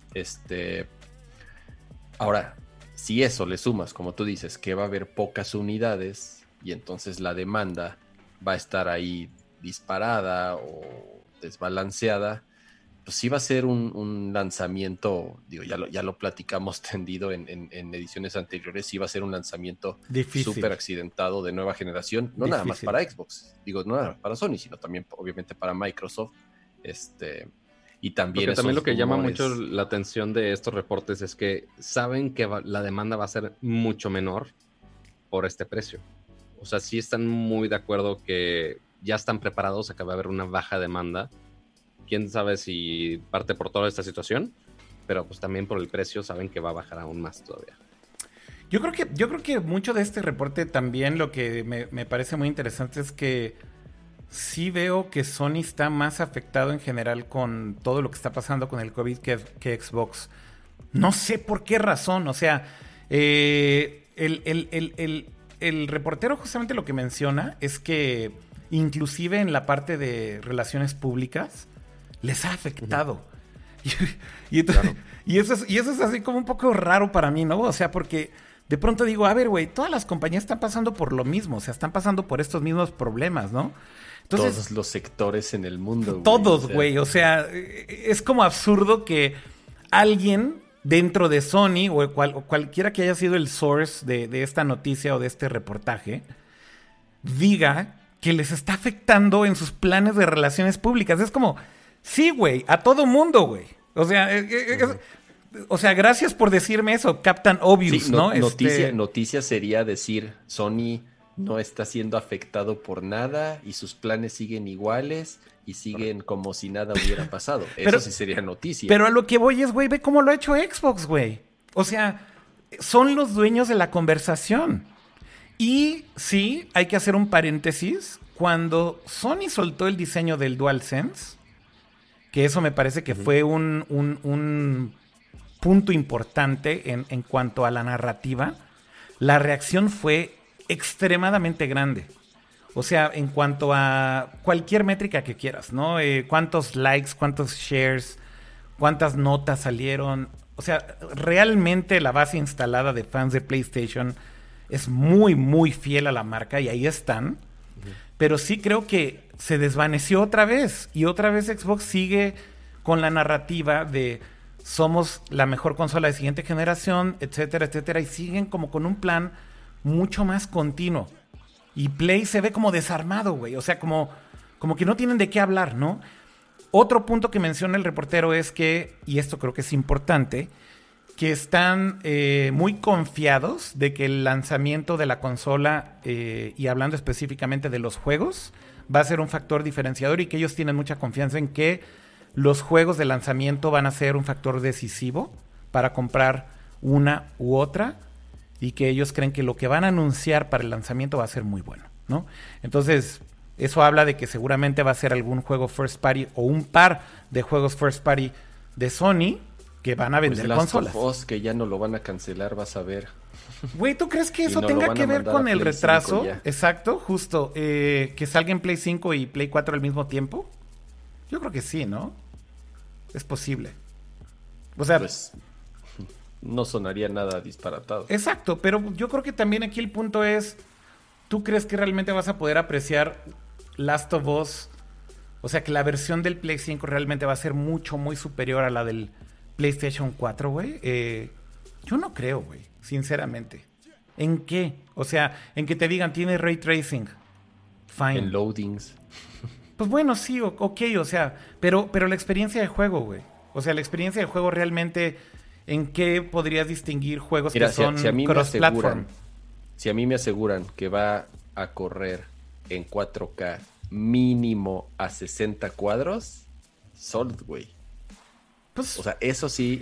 Ahora, si eso le sumas, como tú dices, que va a haber pocas unidades y entonces la demanda va a estar ahí disparada o desbalanceada, pues sí va a ser un lanzamiento, digo, ya lo platicamos tendido en ediciones anteriores, sí va a ser un lanzamiento súper accidentado de nueva generación, no nada más para Xbox, digo, no nada más para Sony, sino también obviamente para Microsoft, y también... Porque también lo que llama mucho la atención de estos reportes es que saben que la demanda va a ser mucho menor por este precio. O sea, sí están muy de acuerdo que ya están preparados a que va a haber una baja demanda. Quién sabe si parte por toda esta situación, pero pues también por el precio saben que va a bajar aún más todavía. Yo creo que mucho de este reporte también lo que me parece muy interesante es que sí veo que Sony está más afectado en general con todo lo que está pasando con el COVID que Xbox. No sé por qué razón, o sea, el reportero justamente lo que menciona es que inclusive en la parte de relaciones públicas les ha afectado. Claro. y eso es así como un poco raro para mí, ¿no? O sea, porque de pronto digo, a ver, güey, todas las compañías están pasando por lo mismo, o sea, están pasando por estos mismos problemas, ¿no? Entonces, todos los sectores en el mundo. Todos, güey, o sea, es como absurdo que alguien dentro de Sony o cualquiera que haya sido el source de esta noticia o de este reportaje diga que les está afectando en sus planes de relaciones públicas. Es como, sí, güey, a todo mundo, güey. O sea, gracias por decirme eso, Captain Obvious, sí, ¿no? Noticia sería decir, Sony no está siendo afectado por nada y sus planes siguen iguales y siguen como si nada hubiera pasado. Eso sí sería noticia. Pero a lo que voy es, güey, ve cómo lo ha hecho Xbox, güey. O sea, son los dueños de la conversación. Y sí, hay que hacer un paréntesis. Cuando Sony soltó el diseño del DualSense, que eso me parece que fue un punto importante en cuanto a la narrativa, la reacción fue extremadamente grande. O sea, en cuanto a cualquier métrica que quieras, ¿no? Cuántos likes, cuántos shares, cuántas notas salieron. O sea, realmente la base instalada de fans de PlayStation es muy, muy fiel a la marca y ahí están. Pero sí creo que se desvaneció otra vez. Y otra vez Xbox sigue con la narrativa de somos la mejor consola de siguiente generación, etcétera, etcétera. Y siguen como con un plan mucho más continuo. Y Play se ve como desarmado, güey. O sea, como que no tienen de qué hablar, ¿no? Otro punto que menciona el reportero es que, y esto creo que es importante, que están muy confiados de que el lanzamiento de la consola, y hablando específicamente de los juegos, va a ser un factor diferenciador y que ellos tienen mucha confianza en que los juegos de lanzamiento van a ser un factor decisivo para comprar una u otra y que ellos creen que lo que van a anunciar para el lanzamiento va a ser muy bueno, ¿no? Entonces, eso habla de que seguramente va a ser algún juego first party o un par de juegos first party de Sony que van a vender consolas. Last of Us, que ya no lo van a cancelar, vas a ver. Güey, ¿tú crees que eso tenga que ver con el retraso? Exacto, justo. Que salga en Play 5 y Play 4 al mismo tiempo. Yo creo que sí, ¿no? Es posible. O sea, pues no sonaría nada disparatado. Exacto, pero yo creo que también aquí el punto es, ¿tú crees que realmente vas a poder apreciar Last of Us? O sea, que la versión del Play 5 realmente va a ser mucho, muy superior a la del PlayStation 4, güey. Yo no creo, güey, sinceramente. ¿En qué? O sea, en que te digan, tiene Ray Tracing. Fine. En loadings. Pues bueno, sí, ok, o sea, pero la experiencia de juego, güey. O sea, la experiencia de juego realmente, ¿en qué podrías distinguir juegos que son cross-platform? Si a mí me aseguran que va a correr en 4K mínimo a 60 cuadros, Solid, güey. Pues, o sea, eso sí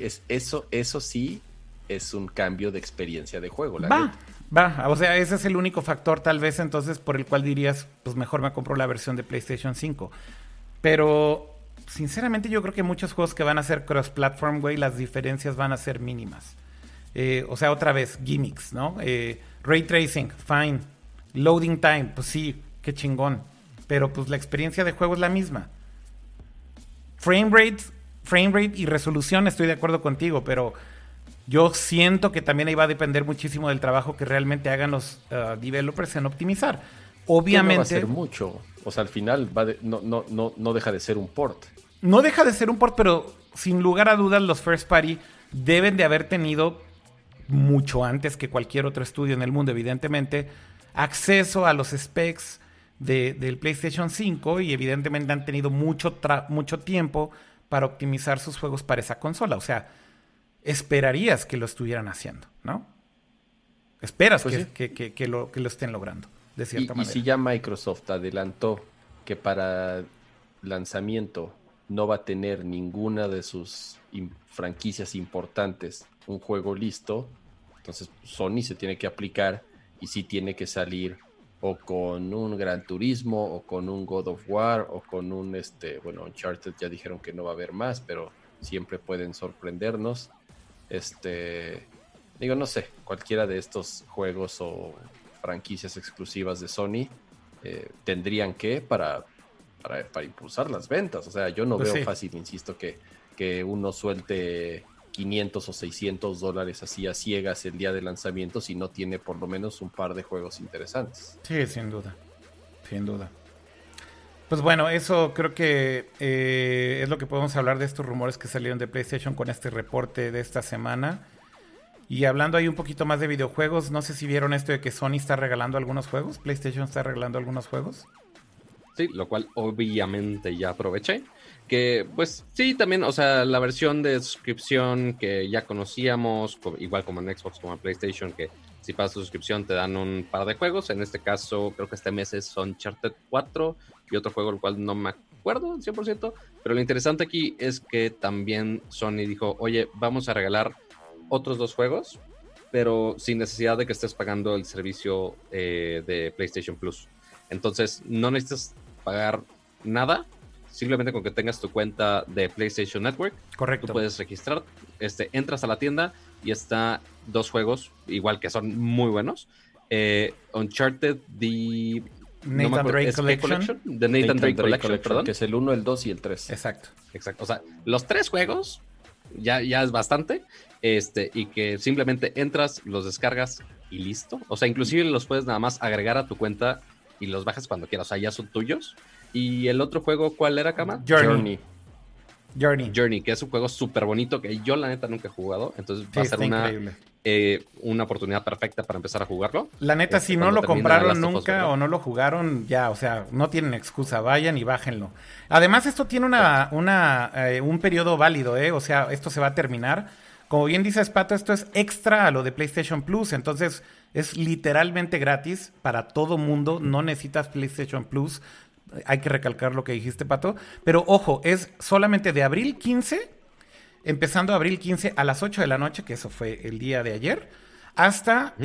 es un cambio de experiencia de juego. Va, o sea, ese es el único factor tal vez entonces por el cual dirías, pues mejor me compro la versión de PlayStation 5. Pero sinceramente yo creo que muchos juegos que van a ser cross-platform, güey, las diferencias van a ser mínimas. O sea, otra vez, gimmicks, ¿no? Ray Tracing, fine. Loading time, pues sí, qué chingón. Pero pues la experiencia de juego es la misma. Frame rate y resolución, estoy de acuerdo contigo, pero yo siento que también ahí va a depender muchísimo del trabajo que realmente hagan los developers en optimizar. Obviamente. No va a ser mucho. O sea, al final no deja de ser un port. No deja de ser un port, pero sin lugar a dudas los first party deben de haber tenido, mucho antes que cualquier otro estudio en el mundo, evidentemente, acceso a los specs del PlayStation 5 y evidentemente han tenido mucho tiempo para optimizar sus juegos para esa consola. O sea, esperarías que lo estuvieran haciendo, ¿no? Esperas pues que lo estén logrando, de cierta manera. Y si ya Microsoft adelantó que para lanzamiento no va a tener ninguna de sus franquicias importantes un juego listo, entonces Sony se tiene que aplicar y sí tiene que salir o con un Gran Turismo o con un God of War o con un Uncharted. Ya dijeron que no va a haber más, pero siempre pueden sorprendernos. No sé, cualquiera de estos juegos o franquicias exclusivas de Sony tendrían que para impulsar las ventas. O sea, yo no veo fácil, insisto, que uno suelte $500 o $600 así a ciegas el día de lanzamiento si no tiene por lo menos un par de juegos interesantes. Sí, sin duda. Sin duda. Pues bueno, eso creo que es lo que podemos hablar de estos rumores que salieron de PlayStation con este reporte de esta semana. Y hablando ahí un poquito más de videojuegos, no sé si vieron esto de que Sony está regalando algunos juegos, PlayStation está regalando algunos juegos. Sí, lo cual obviamente ya aproveché. Que pues sí, también, o sea, la versión de suscripción que ya conocíamos, igual como en Xbox, como en PlayStation, que si pagas tu suscripción te dan un par de juegos. En este caso, creo que este mes es Uncharted 4 y otro juego, el cual no me acuerdo 100%. Pero lo interesante aquí es que también Sony dijo, oye, vamos a regalar otros 2 juegos, pero sin necesidad de que estés pagando el servicio de PlayStation Plus. Entonces, no necesitas pagar nada. Simplemente con que tengas tu cuenta de PlayStation Network, correcto, tú puedes registrar, entras a la tienda y está 2 juegos, igual que son muy buenos. Uncharted, The Nathan Drake Collection. The Nathan Drake Collection, perdón. Que es el 1, el 2 y el 3. Exacto. O sea, los 3 juegos ya es bastante. Y que simplemente entras, los descargas y listo. O sea, inclusive los puedes nada más agregar a tu cuenta y los bajas cuando quieras. O sea, ya son tuyos. ¿Y el otro juego cuál era, Kama? Journey, que es un juego súper bonito que yo la neta nunca he jugado. Entonces va a ser una oportunidad perfecta para empezar a jugarlo. La neta, si no lo compraron nunca o no lo jugaron, ya, o sea, no tienen excusa. Vayan y bájenlo. Además, esto tiene un periodo válido, ¿eh? O sea, esto se va a terminar. Como bien dices, Pato, esto es extra a lo de PlayStation Plus. Entonces, es literalmente gratis para todo mundo. No necesitas PlayStation Plus. Hay que recalcar lo que dijiste, Pato. Pero ojo, es solamente de abril 15, empezando abril 15 a las 8 de la noche, que eso fue el día de ayer, hasta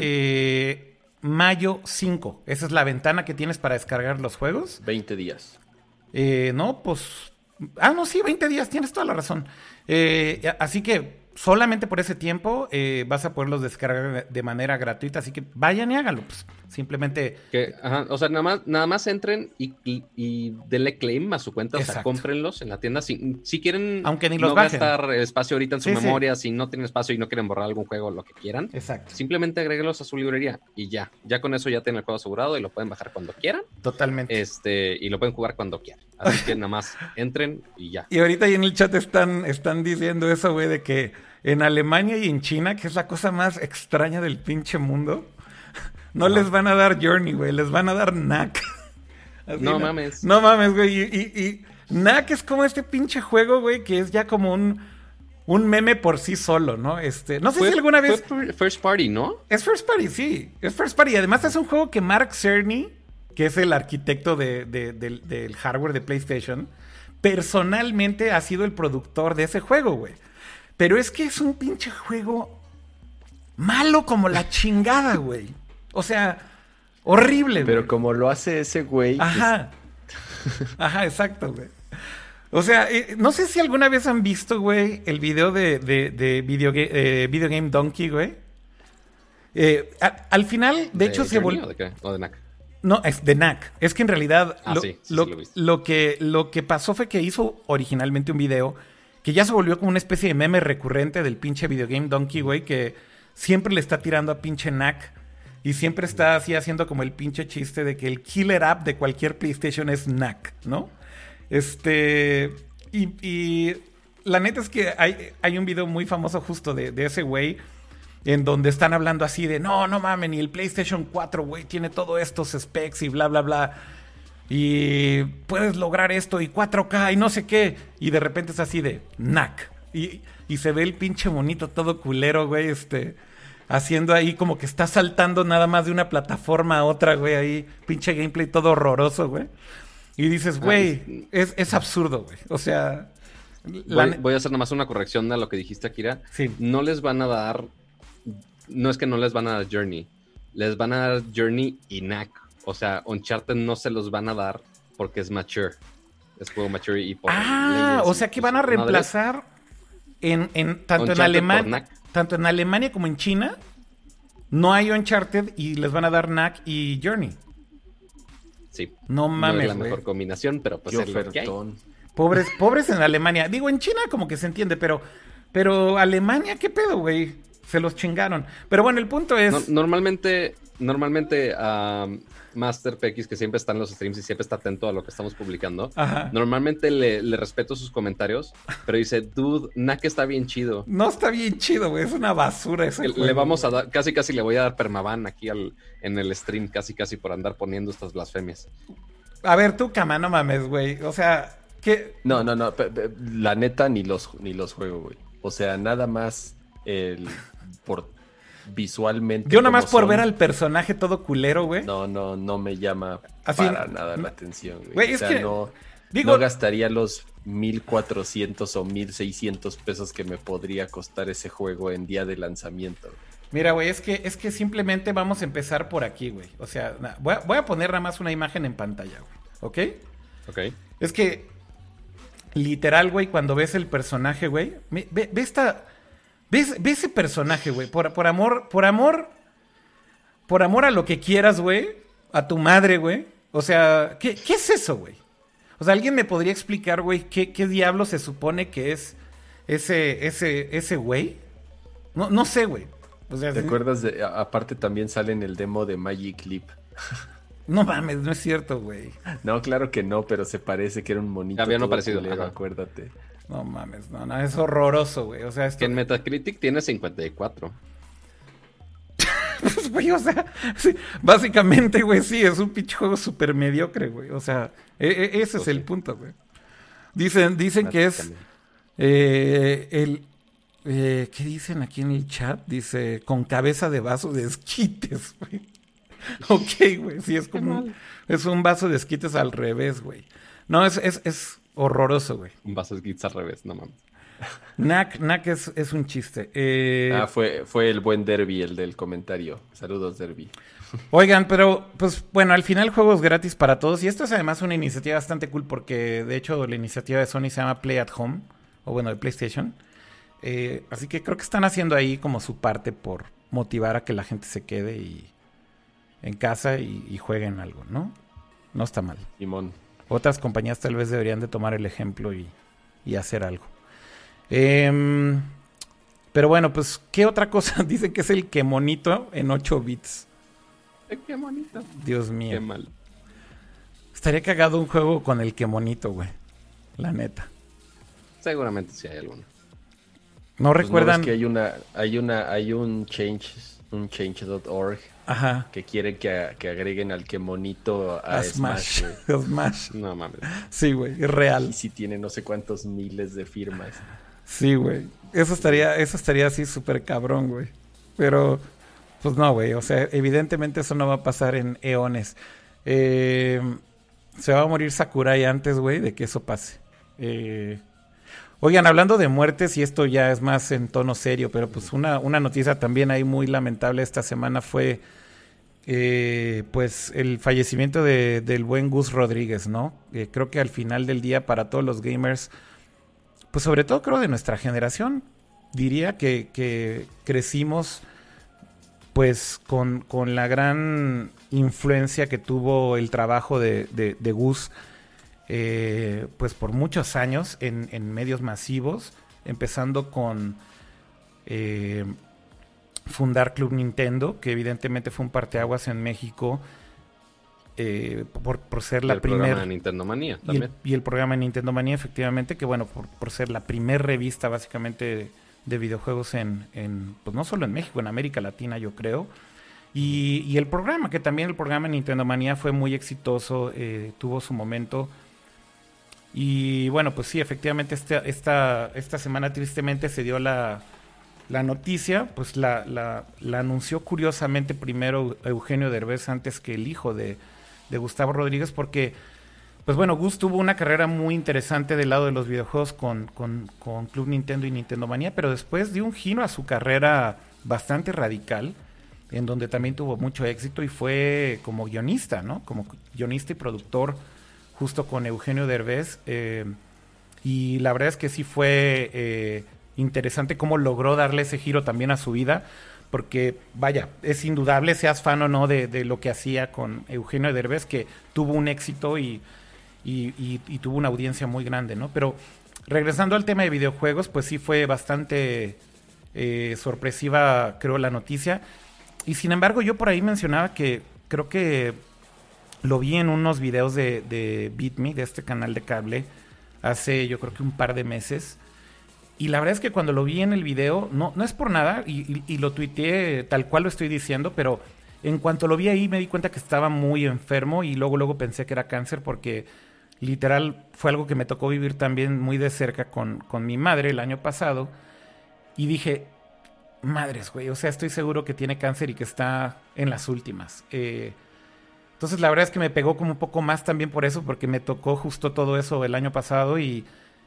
mayo 5. Esa es la ventana que tienes para descargar los juegos. 20 días. No, pues... no, sí, 20 días, tienes toda la razón. Así que solamente por ese tiempo vas a poderlos descargar de manera gratuita, así que vayan y háganlo, pues. Simplemente... o sea, nada más entren y denle claim a su cuenta. Exacto. O sea, cómprenlos en la tienda. Si quieren aunque ni los bajen, gastar espacio ahorita en su memoria, si no tienen espacio y no quieren borrar algún juego, lo que quieran. Exacto. Simplemente agréguenlos a su librería y ya. Ya con eso ya tienen el juego asegurado y lo pueden bajar cuando quieran. Totalmente. Y lo pueden jugar cuando quieran. Así que nada más entren y ya. Y ahorita ahí en el chat están diciendo eso, güey, de que en Alemania y en China, que es la cosa más extraña del pinche mundo, no les van a dar Journey, güey, les van a dar Knack. No mames. No mames, güey. Y Knack es como este pinche juego, güey, que es ya como un meme por sí solo, ¿no? No sé si alguna vez... Fue First Party, ¿no? Es First Party, sí. Es First Party. Además es un juego que Mark Cerny, que es el arquitecto del hardware de PlayStation, personalmente ha sido el productor de ese juego, güey. Pero es que es un pinche juego malo como la chingada, güey. O sea, horrible, güey. Pero como lo hace ese güey... Ajá. Ajá, exacto, güey. O sea, no sé si alguna vez han visto, güey, el video de Video Game Donkey, güey. Al final, de hecho, se volvió... ¿O de qué? ¿O de Knack? No, es de Knack. Es que en realidad Sí, lo he visto. lo que pasó fue que hizo originalmente un video que ya se volvió como una especie de meme recurrente del pinche videogame Donkey, güey, que siempre le está tirando a pinche Knack y siempre está así haciendo como el pinche chiste de que el killer app de cualquier PlayStation es Knack, ¿no? Y la neta es que hay un video muy famoso justo de ese güey en donde están hablando así de no mames, ni el PlayStation 4, güey, tiene todos estos specs y bla, bla, bla. Y puedes lograr esto y 4K y no sé qué. Y de repente es así de Knack. Y se ve el pinche monito todo culero, güey, haciendo ahí como que está saltando nada más de una plataforma a otra, güey, ahí. Pinche gameplay todo horroroso, güey. Y dices, güey, es absurdo, güey. O sea... Voy a hacer nada más una corrección a lo que dijiste, Akira. Sí. No les van a dar... No es que no les van a dar Journey. Les van a dar Journey y Knack. O sea, Uncharted no se los van a dar porque es mature. Es juego mature y por... o sea que van a reemplazar tanto en Alemania como en China. No hay Uncharted y les van a dar Knack y Journey. Sí. No mames, no es la güey. mejor combinación, pero pues es lo que hay. Pobres en Alemania. Digo, en China como que se entiende, pero Alemania, ¿qué pedo, güey? Se los chingaron. Pero bueno, el punto es... Normalmente Master PX, que siempre está en los streams y siempre está atento a lo que estamos publicando, Ajá. normalmente le respeto sus comentarios, pero dice, dude, Knack está bien chido. No está bien chido, güey. Es una basura ese juego. Le vamos a dar, casi le voy a dar permaban aquí en el stream, casi por andar poniendo estas blasfemias. A ver, tú, Kama, no mames, güey. O sea, ¿qué? No. La neta ni los juego, güey. O sea, nada más por visualmente. Yo nada más por ver al personaje todo culero, güey. No me llama Así, para nada la atención, güey. Güey, o sea, no gastaría los 1,400 o 1,600 pesos que me podría costar ese juego en día de lanzamiento. Mira, güey, es que simplemente vamos a empezar por aquí, güey. O sea, voy a poner nada más una imagen en pantalla, güey. ¿Ok? Ok. Es que, literal, güey, cuando ves el personaje, güey, ve ese personaje, güey. Por amor a lo que quieras, güey. A tu madre, güey. O sea, ¿qué es eso, güey? O sea, ¿alguien me podría explicar, güey, qué diablo se supone que es ese güey? No sé, güey. O sea, ¿te acuerdas de...? Aparte también sale en el demo de Magic Leap. No mames, no es cierto, güey. No, claro que no, pero se parece que era un monito. Había uno todo parecido, culero, ajá. acuérdate. No mames, no, es horroroso, güey. O sea, esto... Que en Metacritic tiene 54. Pues, güey, o sea, sí, básicamente, güey, sí, es un pinche juego súper mediocre, güey. O sea, ese es el punto, güey. Dicen que es ¿qué dicen aquí en el chat? Dice, con cabeza de vaso de esquites, güey. Ok, güey, sí, es como es un vaso de esquites al revés, güey. No, es horroroso, güey. Un vaso de esquites al revés, no mames. Knack es un chiste. Fue el buen Derby, el del comentario. Saludos, Derby. Oigan, pero pues bueno, al final juegos gratis para todos. Y esto es además una iniciativa bastante cool porque de hecho la iniciativa de Sony se llama Play at Home. O bueno, de PlayStation. Así que creo que están haciendo ahí como su parte por motivar a que la gente se quede en casa y jueguen algo, ¿no? No está mal. Simón. Otras compañías tal vez deberían de tomar el ejemplo y hacer algo. Pero bueno, pues, ¿qué otra cosa? Dicen que es el que monito en 8 bits. Qué bonito. Dios mío. Qué mal. Estaría cagado un juego con el que monito, güey. La neta. Seguramente sí hay alguno. ¿No Pues recuerdan? No, es que hay un change.org Ajá. que quieren que agreguen al que monito a Smash, güey. Smash. No mames. Sí, güey, es real. Y si tiene no sé cuántos miles de firmas. Sí, güey. Eso estaría así súper cabrón, güey. Pero, pues no, güey. O sea, evidentemente eso no va a pasar en eones. Se va a morir Sakurai antes, güey, de que eso pase. Oigan, hablando de muertes, y esto ya es más en tono serio, pero pues una noticia también ahí muy lamentable esta semana fue pues el fallecimiento del buen Gus Rodríguez, ¿no? Creo que al final del día para todos los gamers, pues sobre todo creo de nuestra generación, diría que crecimos pues con la gran influencia que tuvo el trabajo de Gus, pues por muchos años en medios masivos, empezando con fundar Club Nintendo, que evidentemente fue un parteaguas en México, por ser la primera... programa de Nintendo Manía también. Y el programa de Nintendo Manía, efectivamente, que bueno, por ser la primer revista básicamente de videojuegos pues no solo en México, en América Latina, yo creo. Y el programa, que también el programa de Nintendo Manía fue muy exitoso, tuvo su momento. Y bueno, pues sí, efectivamente esta semana tristemente se dio la noticia, pues la anunció curiosamente primero Eugenio Derbez antes que el hijo de Gustavo Rodríguez, porque pues bueno, Gus tuvo una carrera muy interesante del lado de los videojuegos con Club Nintendo y Nintendo Manía, pero después dio un giro a su carrera bastante radical, en donde también tuvo mucho éxito y fue como guionista, ¿no? Como guionista y productor justo con Eugenio Derbez, y la verdad es que sí fue interesante cómo logró darle ese giro también a su vida, porque vaya, es indudable, seas fan o no de lo que hacía con Eugenio Derbez, que tuvo un éxito y tuvo una audiencia muy grande, ¿no? Pero regresando al tema de videojuegos, pues sí fue bastante sorpresiva, creo, la noticia. Y sin embargo, yo por ahí mencionaba que creo que lo vi en unos videos de BitMe, de este canal de cable, hace yo creo que un par de meses. Y la verdad es que cuando lo vi en el video, no es por nada, y lo tuiteé tal cual lo estoy diciendo, pero en cuanto lo vi ahí me di cuenta que estaba muy enfermo y luego pensé que era cáncer, porque literal fue algo que me tocó vivir también muy de cerca con mi madre el año pasado. Y dije, madres, güey, o sea, estoy seguro que tiene cáncer y que está en las últimas. Entonces la verdad es que me pegó como un poco más también por eso, porque me tocó justo todo eso el año pasado y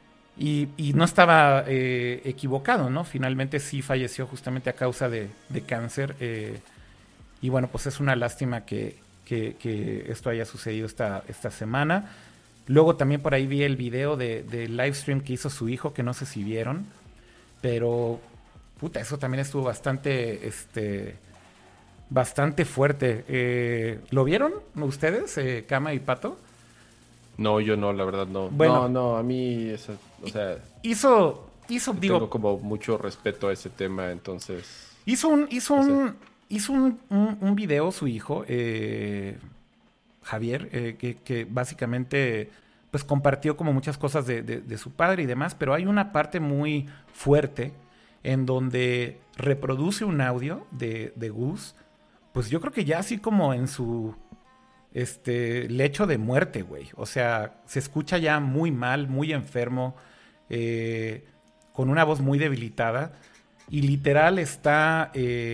no estaba equivocado, ¿no? Finalmente sí falleció justamente a causa de cáncer. Y bueno, pues es una lástima que esto haya sucedido esta semana. Luego también por ahí vi el video de live stream que hizo su hijo, que no sé si vieron. Pero, puta, eso también estuvo bastante fuerte. ¿Lo vieron ustedes, Kama y Pato? No, yo no, la verdad no. Bueno, no, a mí, eso, o sea... Hizo, tengo como mucho respeto a ese tema, entonces... Hizo un video su hijo, Javier, que básicamente pues compartió como muchas cosas de su padre y demás, pero hay una parte muy fuerte en donde reproduce un audio de Gus, pues yo creo que ya así como en su lecho de muerte, güey. O sea, se escucha ya muy mal, muy enfermo, con una voz muy debilitada, y literal está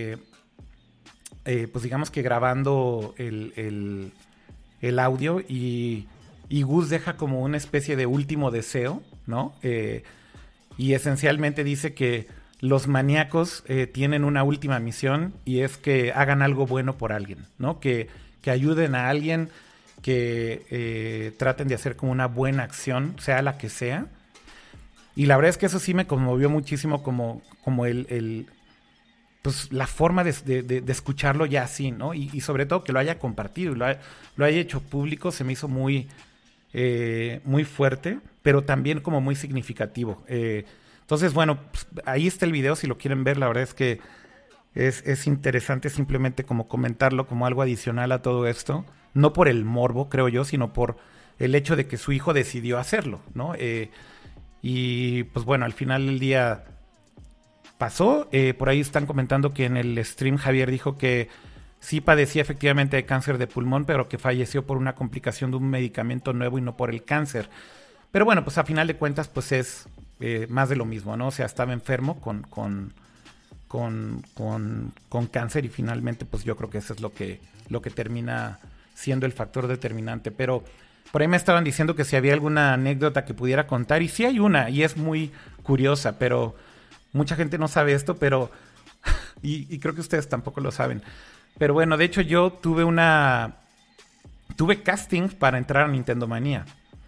pues digamos que grabando el audio, y Gus deja como una especie de último deseo, ¿no? Y esencialmente dice que los maníacos tienen una última misión, y es que hagan algo bueno por alguien, ¿no? Que ayuden a alguien, que traten de hacer como una buena acción, sea la que sea. Y la verdad es que eso sí me conmovió muchísimo, como pues la forma de escucharlo ya así, ¿no? Y sobre todo que lo haya compartido y lo haya hecho público, se me hizo muy fuerte, pero también como muy significativo. Entonces, bueno, pues ahí está el video, si lo quieren ver. La verdad es que es interesante simplemente como comentarlo como algo adicional a todo esto. No por el morbo, creo yo, sino por el hecho de que su hijo decidió hacerlo, ¿no? Y pues bueno, al final del día pasó. Por ahí están comentando que en el stream Javier dijo que sí padecía efectivamente de cáncer de pulmón, pero que falleció por una complicación de un medicamento nuevo y no por el cáncer. Pero bueno, pues a final de cuentas pues es más de lo mismo, ¿no? O sea, estaba enfermo con cáncer, y finalmente pues yo creo que eso es lo que termina siendo el factor determinante. Pero por ahí me estaban diciendo que si había alguna anécdota que pudiera contar, y sí hay una, y es muy curiosa, pero mucha gente no sabe esto, pero y creo que ustedes tampoco lo saben. Pero bueno, de hecho yo tuve casting para entrar a Nintendo Manía.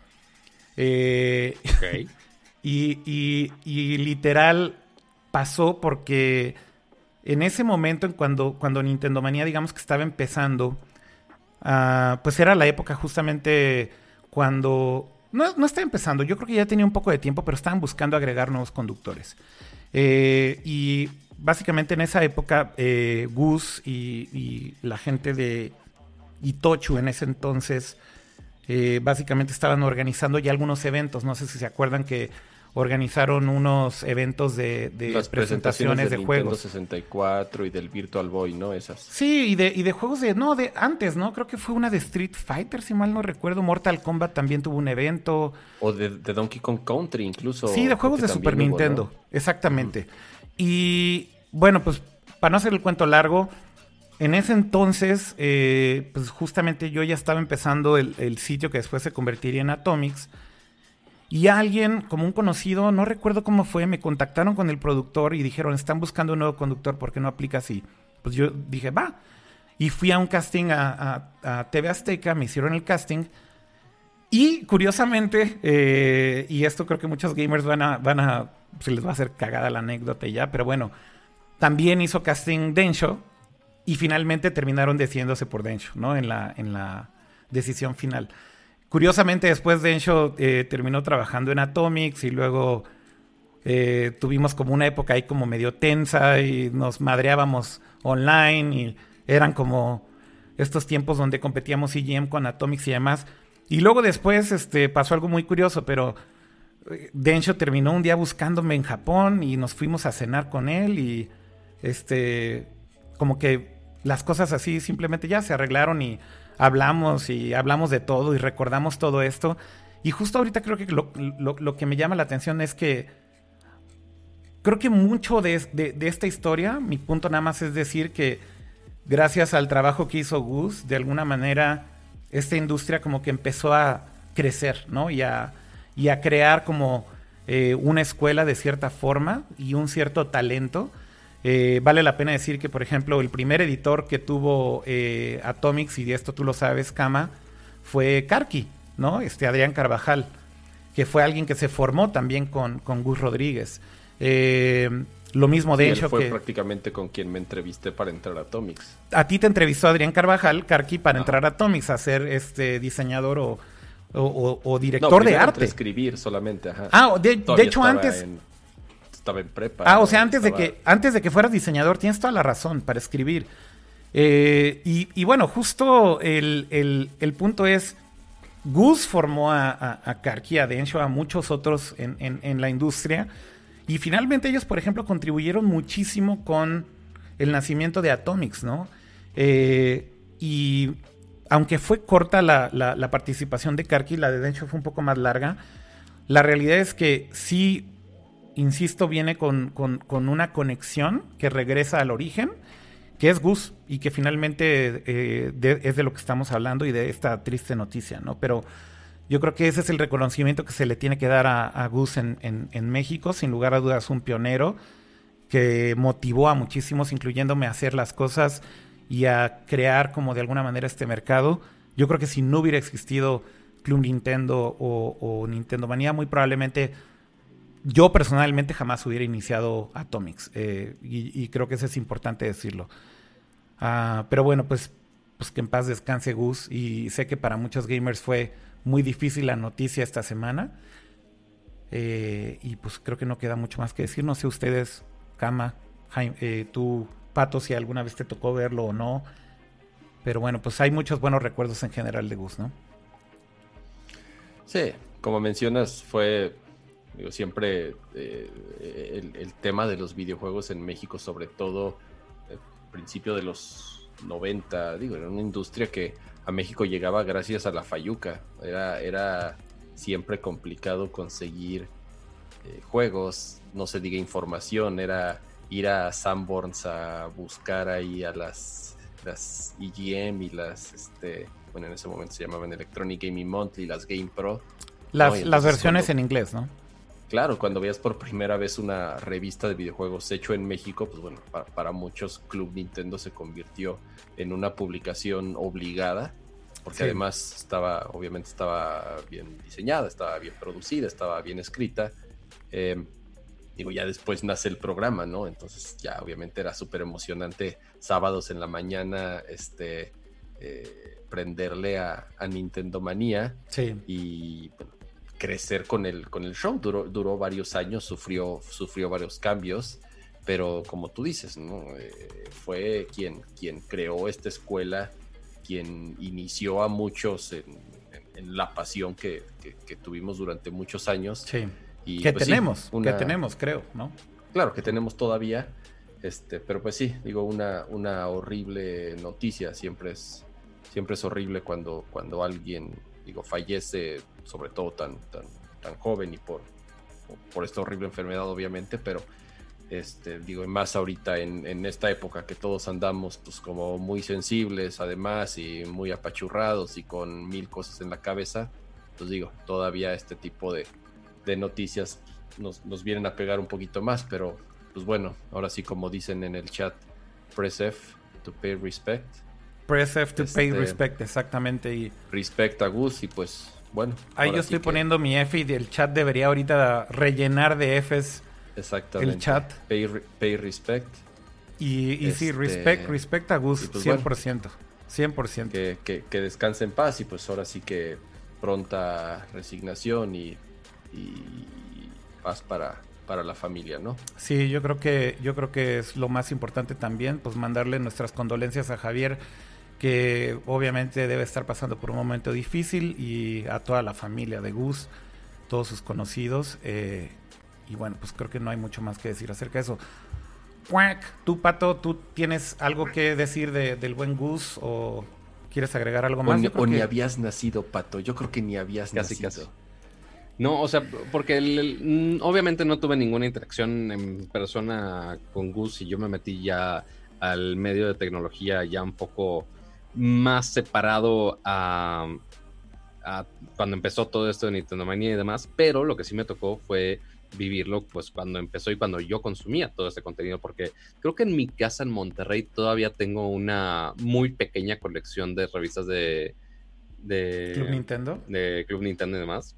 Okay. y literal pasó porque en ese momento, cuando Nintendo Manía, digamos que estaba empezando, pues era la época justamente cuando... No estaba empezando, yo creo que ya tenía un poco de tiempo, pero estaban buscando agregar nuevos conductores. Y básicamente en esa época, Gus y la gente de Itochu en ese entonces, básicamente estaban organizando ya algunos eventos. No sé si se acuerdan que organizaron unos eventos de Las presentaciones de del juegos. Nintendo 64 y del Virtual Boy, ¿no? Esas. Sí, y de juegos de antes, ¿no? Creo que fue una de Street Fighter, si mal no recuerdo. Mortal Kombat también tuvo un evento. O de Donkey Kong Country, incluso. Sí, de juegos de Super Nintendo, ¿no? Exactamente. Y bueno, pues para no hacer el cuento largo, en ese entonces, pues justamente yo ya estaba empezando el sitio que después se convertiría en Atomics. Y alguien, como un conocido, no recuerdo cómo fue, me contactaron con el productor y dijeron, están buscando un nuevo conductor, ¿por qué no aplica así? Pues yo dije, va. Y fui a un casting a TV Azteca, me hicieron el casting. Y curiosamente, y esto creo que muchos gamers se les va a hacer cagada la anécdota y ya, pero bueno, también hizo casting Densho y finalmente terminaron decidiéndose por Densho, ¿no? En la decisión final. Curiosamente, después Densho terminó trabajando en Atomics y luego tuvimos como una época ahí como medio tensa y nos madreábamos online y eran como estos tiempos donde competíamos EGM con Atomics y demás. Y luego después pasó algo muy curioso, pero Densho terminó un día buscándome en Japón y nos fuimos a cenar con él y como que las cosas así simplemente ya se arreglaron y hablamos de todo y recordamos todo esto. Y justo ahorita creo que lo que me llama la atención es que creo que mucho de esta historia, mi punto nada más es decir que gracias al trabajo que hizo Gus, de alguna manera esta industria como que empezó a crecer, ¿no? Y a crear como una escuela de cierta forma y un cierto talento. Vale la pena decir que, por ejemplo, el primer editor que tuvo Atomics, y de esto tú lo sabes, Kama, fue Karki, ¿no? Adrián Carvajal, que fue alguien que se formó también con Gus Rodríguez. Lo mismo de hecho fue prácticamente con quien me entrevisté para entrar a Atomics. A ti te entrevistó Adrián Carvajal, Karki, para entrar a Atomics, a ser diseñador o director de arte. Escribir solamente, ajá. De hecho antes... Estaba en prepa. O sea, antes de que fueras diseñador, tienes toda la razón para escribir. Y bueno, justo el punto es, Gus formó a Karki, a Densho, a muchos otros en la industria. Y finalmente ellos, por ejemplo, contribuyeron muchísimo con el nacimiento de Atomics, ¿no? Y aunque fue corta la participación de Karki, la de Densho fue un poco más larga. La realidad es que sí, insisto, viene con una conexión que regresa al origen, que es Gus, y que finalmente es de lo que estamos hablando y de esta triste noticia, ¿no? Pero yo creo que ese es el reconocimiento que se le tiene que dar a Gus en México. Sin lugar a dudas, un pionero que motivó a muchísimos, incluyéndome, a hacer las cosas y a crear como de alguna manera este mercado. Yo creo que si no hubiera existido Club Nintendo o Nintendo Manía, muy probablemente yo personalmente jamás hubiera iniciado Atomics. Y creo que eso es importante decirlo. Pero bueno, pues que en paz descanse Gus. Y sé que para muchos gamers fue muy difícil la noticia esta semana. Y pues creo que no queda mucho más que decir. No sé ustedes, Kama, Jaime, tú, Pato, si alguna vez te tocó verlo o no. Pero bueno, pues hay muchos buenos recuerdos en general de Gus, ¿no? Sí, como mencionas, fue siempre el tema de los videojuegos en México, sobre todo al principio de los 90, era una industria que a México llegaba gracias a la Fayuca. Era siempre complicado conseguir juegos, no se diga información, era ir a Sanborns a buscar ahí a las EGM y las, bueno, en ese momento se llamaban Electronic Gaming Monthly, las Game Pro. Las versiones en inglés, ¿no? Claro, cuando veías por primera vez una revista de videojuegos hecho en México, pues bueno, para muchos Club Nintendo se convirtió en una publicación obligada, porque sí, además obviamente estaba bien diseñada, estaba bien producida, estaba bien escrita. Ya después nace el programa, ¿no? Entonces ya obviamente era súper emocionante sábados en la mañana prenderle a Nintendo Manía y bueno, crecer con el show. Duró varios años, sufrió varios cambios, pero como tú dices, ¿no? Fue quien creó esta escuela, quien inició a muchos en la pasión que tuvimos durante muchos años. Sí. Y, que pues, tenemos, creo, ¿no? Claro, que tenemos todavía, pero pues sí, digo, una horrible noticia. Siempre es horrible cuando alguien, digo, fallece, sobre todo tan joven y por esta horrible enfermedad, obviamente, pero digo, y más ahorita en esta época que todos andamos pues como muy sensibles además y muy apachurrados y con 1000 cosas en la cabeza, pues digo, todavía este tipo de noticias nos vienen a pegar un poquito más, pero pues bueno, ahora sí, como dicen en el chat, press F to pay respect. Press F to pay respect, exactamente. Y respect a Gus, y pues bueno. Ahí yo estoy poniendo mi F y el chat debería ahorita rellenar de Fs. Exactamente. El chat. Pay respect. Y sí, respect a Gus, pues 100%. Bueno, 100%. Que descanse en paz y pues ahora sí que pronta resignación y paz para la familia, ¿no? Sí, yo creo que es lo más importante también, pues mandarle nuestras condolencias a Javier, que obviamente debe estar pasando por un momento difícil, y a toda la familia de Gus, todos sus conocidos, y bueno, pues creo que no hay mucho más que decir acerca de eso. Tú, Pato, ¿tú tienes algo que decir del buen Gus o quieres agregar algo más? Ni habías nacido, Pato, yo creo que ni habías nacido. Casi. No, o sea, porque obviamente no tuve ninguna interacción en persona con Gus y yo me metí ya al medio de tecnología ya un poco más separado a cuando empezó todo esto de Nintendo Manía y demás, pero lo que sí me tocó fue vivirlo pues cuando empezó y cuando yo consumía todo este contenido, porque creo que en mi casa en Monterrey todavía tengo una muy pequeña colección de revistas de Club Nintendo, de Club Nintendo y demás.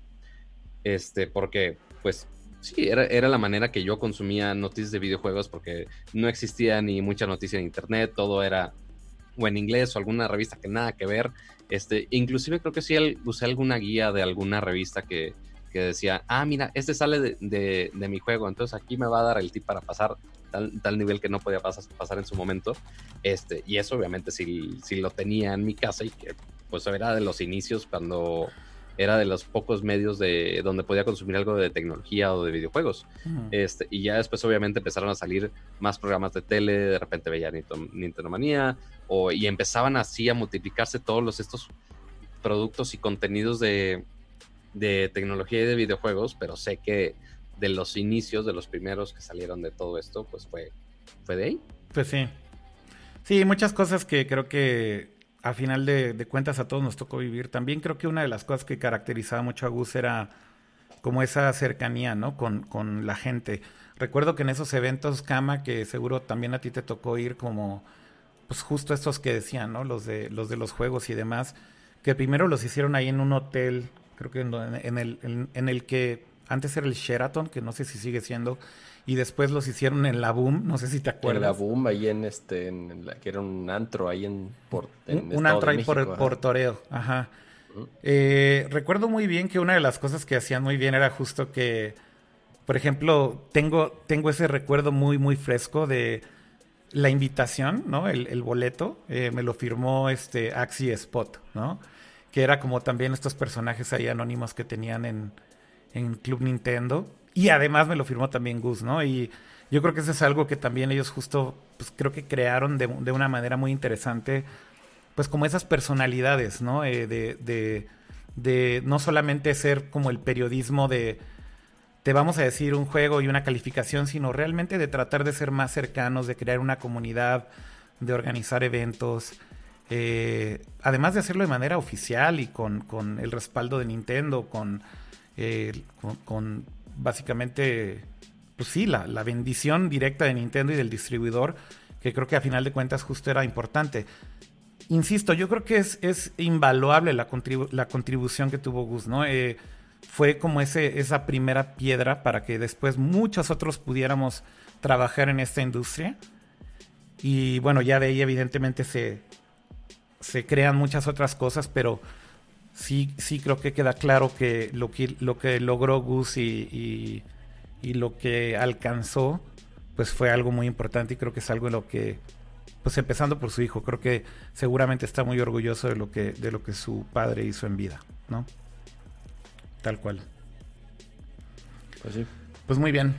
Porque pues sí, era la manera que yo consumía noticias de videojuegos, porque no existía ni mucha noticia en internet, todo era o en inglés o alguna revista que nada que ver. Inclusive creo que sí usé alguna guía de alguna revista que decía, mira, sale de mi juego, entonces aquí me va a dar el tip para pasar tal nivel que no podía pasar en su momento. Y eso obviamente sí lo tenía en mi casa, y que pues era de los inicios, cuando era de los pocos medios de donde podía consumir algo de tecnología o de videojuegos. Uh-huh. Y ya después obviamente empezaron a salir más programas de tele, de repente veía Nintendo Manía, y empezaban así a multiplicarse todos estos productos y contenidos de tecnología y de videojuegos, pero sé que de los inicios, de los primeros que salieron de todo esto, pues fue de ahí. Pues sí. Sí, muchas cosas que creo que a final de cuentas a todos nos tocó vivir. También creo que una de las cosas que caracterizaba mucho a Gus era como esa cercanía, ¿no? Con la gente. Recuerdo que en esos eventos, Kama, que seguro también a ti te tocó ir, como pues justo estos que decían, ¿no? Los de los juegos y demás, que primero los hicieron ahí en un hotel, creo que en el que antes era el Sheraton, que no sé si sigue siendo, y después los hicieron en la Boom, no sé si te acuerdas. En la Boom, ahí que era un antro ahí en un antro ahí por Toreo, ajá. Uh-huh. Recuerdo muy bien que una de las cosas que hacían muy bien era justo que, por ejemplo, tengo ese recuerdo muy, muy fresco de la invitación, ¿no? El boleto, me lo firmó Axie Spot, ¿no? Que era como también estos personajes ahí anónimos que tenían en Club Nintendo. Y además me lo firmó también Gus, ¿no? Y yo creo que eso es algo que también ellos justo, pues creo que crearon de una manera muy interesante, pues como esas personalidades, ¿no? De no solamente ser como el periodismo de te vamos a decir un juego y una calificación, sino realmente de tratar de ser más cercanos, de crear una comunidad, de organizar eventos, además de hacerlo de manera oficial y con el respaldo de Nintendo, con básicamente, pues sí, la bendición directa de Nintendo y del distribuidor, que creo que a final de cuentas justo era importante. Insisto, yo creo que es invaluable la contribución que tuvo Gus, ¿no? Fue como esa primera piedra para que después muchos otros pudiéramos trabajar en esta industria. Y bueno, ya de ahí evidentemente se se crean muchas otras cosas, pero sí creo que queda claro que lo que logró Gus y lo que alcanzó, pues fue algo muy importante, y creo que es algo en lo que, pues empezando por su hijo, creo que seguramente está muy orgulloso de lo que su padre hizo en vida, ¿no? Tal cual. Pues sí. Pues muy bien.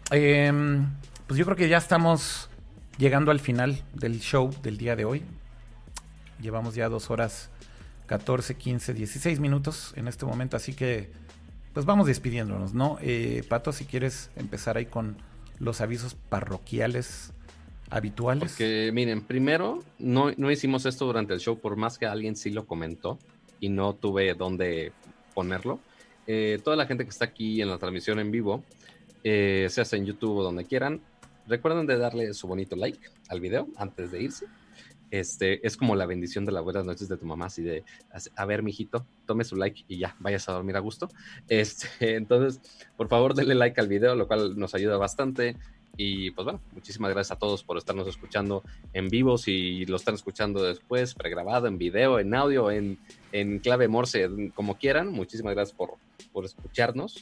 Pues yo creo que ya estamos llegando al final del show del día de hoy. Llevamos ya 2 horas 14, 15, 16 minutos en este momento, así que pues vamos despidiéndonos, ¿no? Pato, si quieres empezar ahí con los avisos parroquiales habituales. Porque miren, primero, no hicimos esto durante el show, por más que alguien sí lo comentó y no tuve dónde ponerlo. Toda la gente que está aquí en la transmisión en vivo, sea en YouTube o donde quieran, recuerden de darle su bonito like al video antes de irse. Es como la bendición de las buenas noches de tu mamá, así de, a ver, mijito, tome su like y ya, vayas a dormir a gusto. Entonces, por favor, denle like al video, lo cual nos ayuda bastante. Y pues bueno, muchísimas gracias a todos por estarnos escuchando en vivo. Si lo están escuchando después, pregrabado, en video, en audio, en clave Morse, como quieran, muchísimas gracias por escucharnos.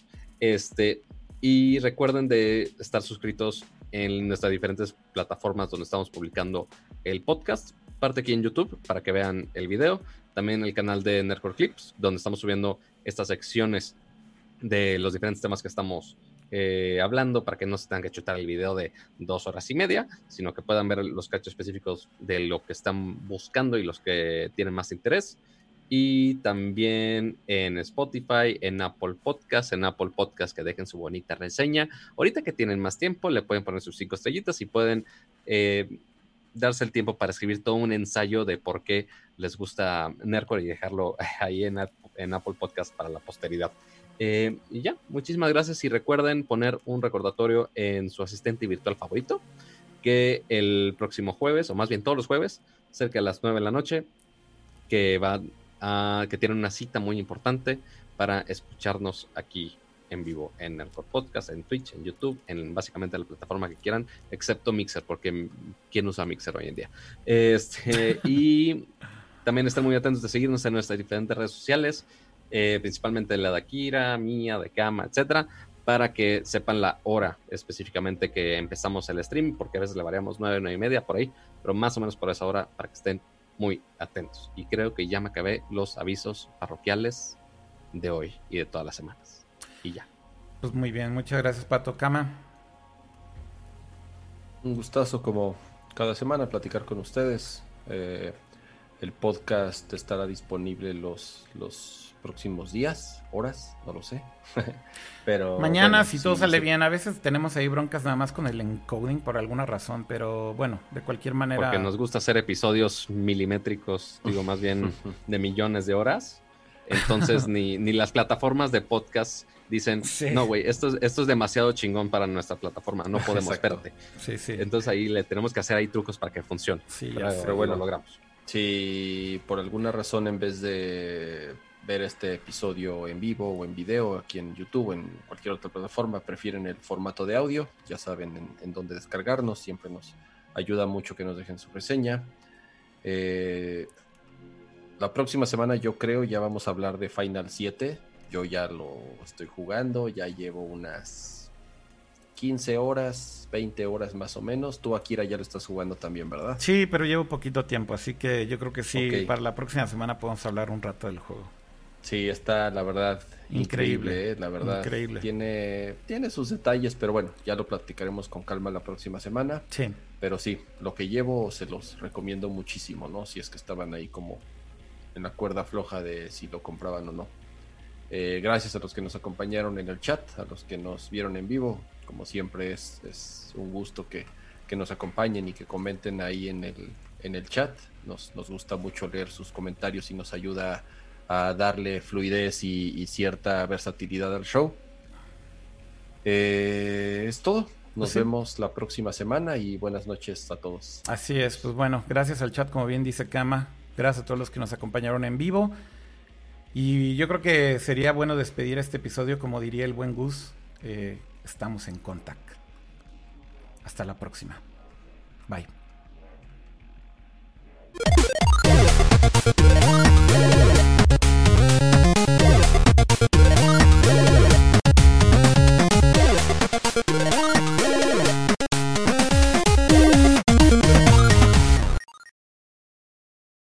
Y recuerden de estar suscritos en nuestras diferentes plataformas donde estamos publicando el podcast. Parte aquí en YouTube para que vean el video. También el canal de Nerdcore Clips, donde estamos subiendo estas secciones de los diferentes temas que estamos hablando, para que no se tengan que chutar el video de 2 horas y media, sino que puedan ver los cachos específicos de lo que están buscando y los que tienen más interés. Y también en Spotify, en Apple Podcast, que dejen su bonita reseña. Ahorita que tienen más tiempo, le pueden poner sus 5 estrellitas y pueden darse el tiempo para escribir todo un ensayo de por qué les gusta Nerdcore y dejarlo ahí en Apple Podcast para la posteridad. Y ya, muchísimas gracias, y recuerden poner un recordatorio en su asistente virtual favorito, que el próximo jueves, o más bien todos los jueves, cerca de las 9 de la noche, que tienen una cita muy importante para escucharnos aquí en vivo en el podcast, en Twitch, en YouTube, en básicamente la plataforma que quieran, excepto Mixer, porque ¿quién usa Mixer hoy en día? Y también estén muy atentos de seguirnos en nuestras diferentes redes sociales, principalmente la de Akira, mía, de Kama, etcétera, para que sepan la hora específicamente que empezamos el stream, porque a veces le variamos 9, 9 y media por ahí, pero más o menos por esa hora, para que estén muy atentos. Y creo que ya me acabé los avisos parroquiales de hoy y de todas las semanas. Y ya. Pues muy bien, muchas gracias, Pato. Kama. Un gustazo como cada semana platicar con ustedes. El podcast estará disponible los próximos días, horas, no lo sé. Pero mañana, bueno, si todo sale bien. A veces tenemos ahí broncas nada más con el encoding por alguna razón, pero bueno, de cualquier manera. Porque nos gusta hacer episodios milimétricos, digo, más bien de millones de horas. Entonces ni las plataformas de podcast dicen, sí, no, güey, esto es demasiado chingón para nuestra plataforma, no podemos, espérate. Sí, sí. Entonces ahí le tenemos que hacer ahí trucos para que funcione. Sí, pero bueno, lo logramos. Si por alguna razón, en vez de ver este episodio en vivo o en video aquí en YouTube o en cualquier otra plataforma, prefieren el formato de audio, ya saben en dónde descargarnos. Siempre nos ayuda mucho que nos dejen su reseña. La próxima semana yo creo ya vamos a hablar de Final 7. Yo ya lo estoy jugando, ya llevo unas 15 horas, 20 horas más o menos. Tú, Akira, ya lo estás jugando también, ¿verdad? Sí, pero llevo poquito tiempo, así que yo creo que sí, okay. Para la próxima semana podemos hablar un rato del juego. Sí, está, la verdad, increíble, la verdad. Increíble. Tiene sus detalles, pero bueno, ya lo platicaremos con calma la próxima semana. Sí. Pero sí, lo que llevo se los recomiendo muchísimo, ¿no? Si es que estaban ahí como en la cuerda floja de si lo compraban o no. Gracias a los que nos acompañaron en el chat, a los que nos vieron en vivo. Como siempre es un gusto que nos acompañen y que comenten ahí en el chat. Nos gusta mucho leer sus comentarios y nos ayuda a darle fluidez y cierta versatilidad al show. Es todo. Nos vemos la próxima semana y buenas noches a todos. Así es, pues bueno, gracias al chat, como bien dice Kama. Gracias a todos los que nos acompañaron en vivo. Y yo creo que sería bueno despedir este episodio, como diría el buen Gus. Estamos en contacto. Hasta la próxima. Bye.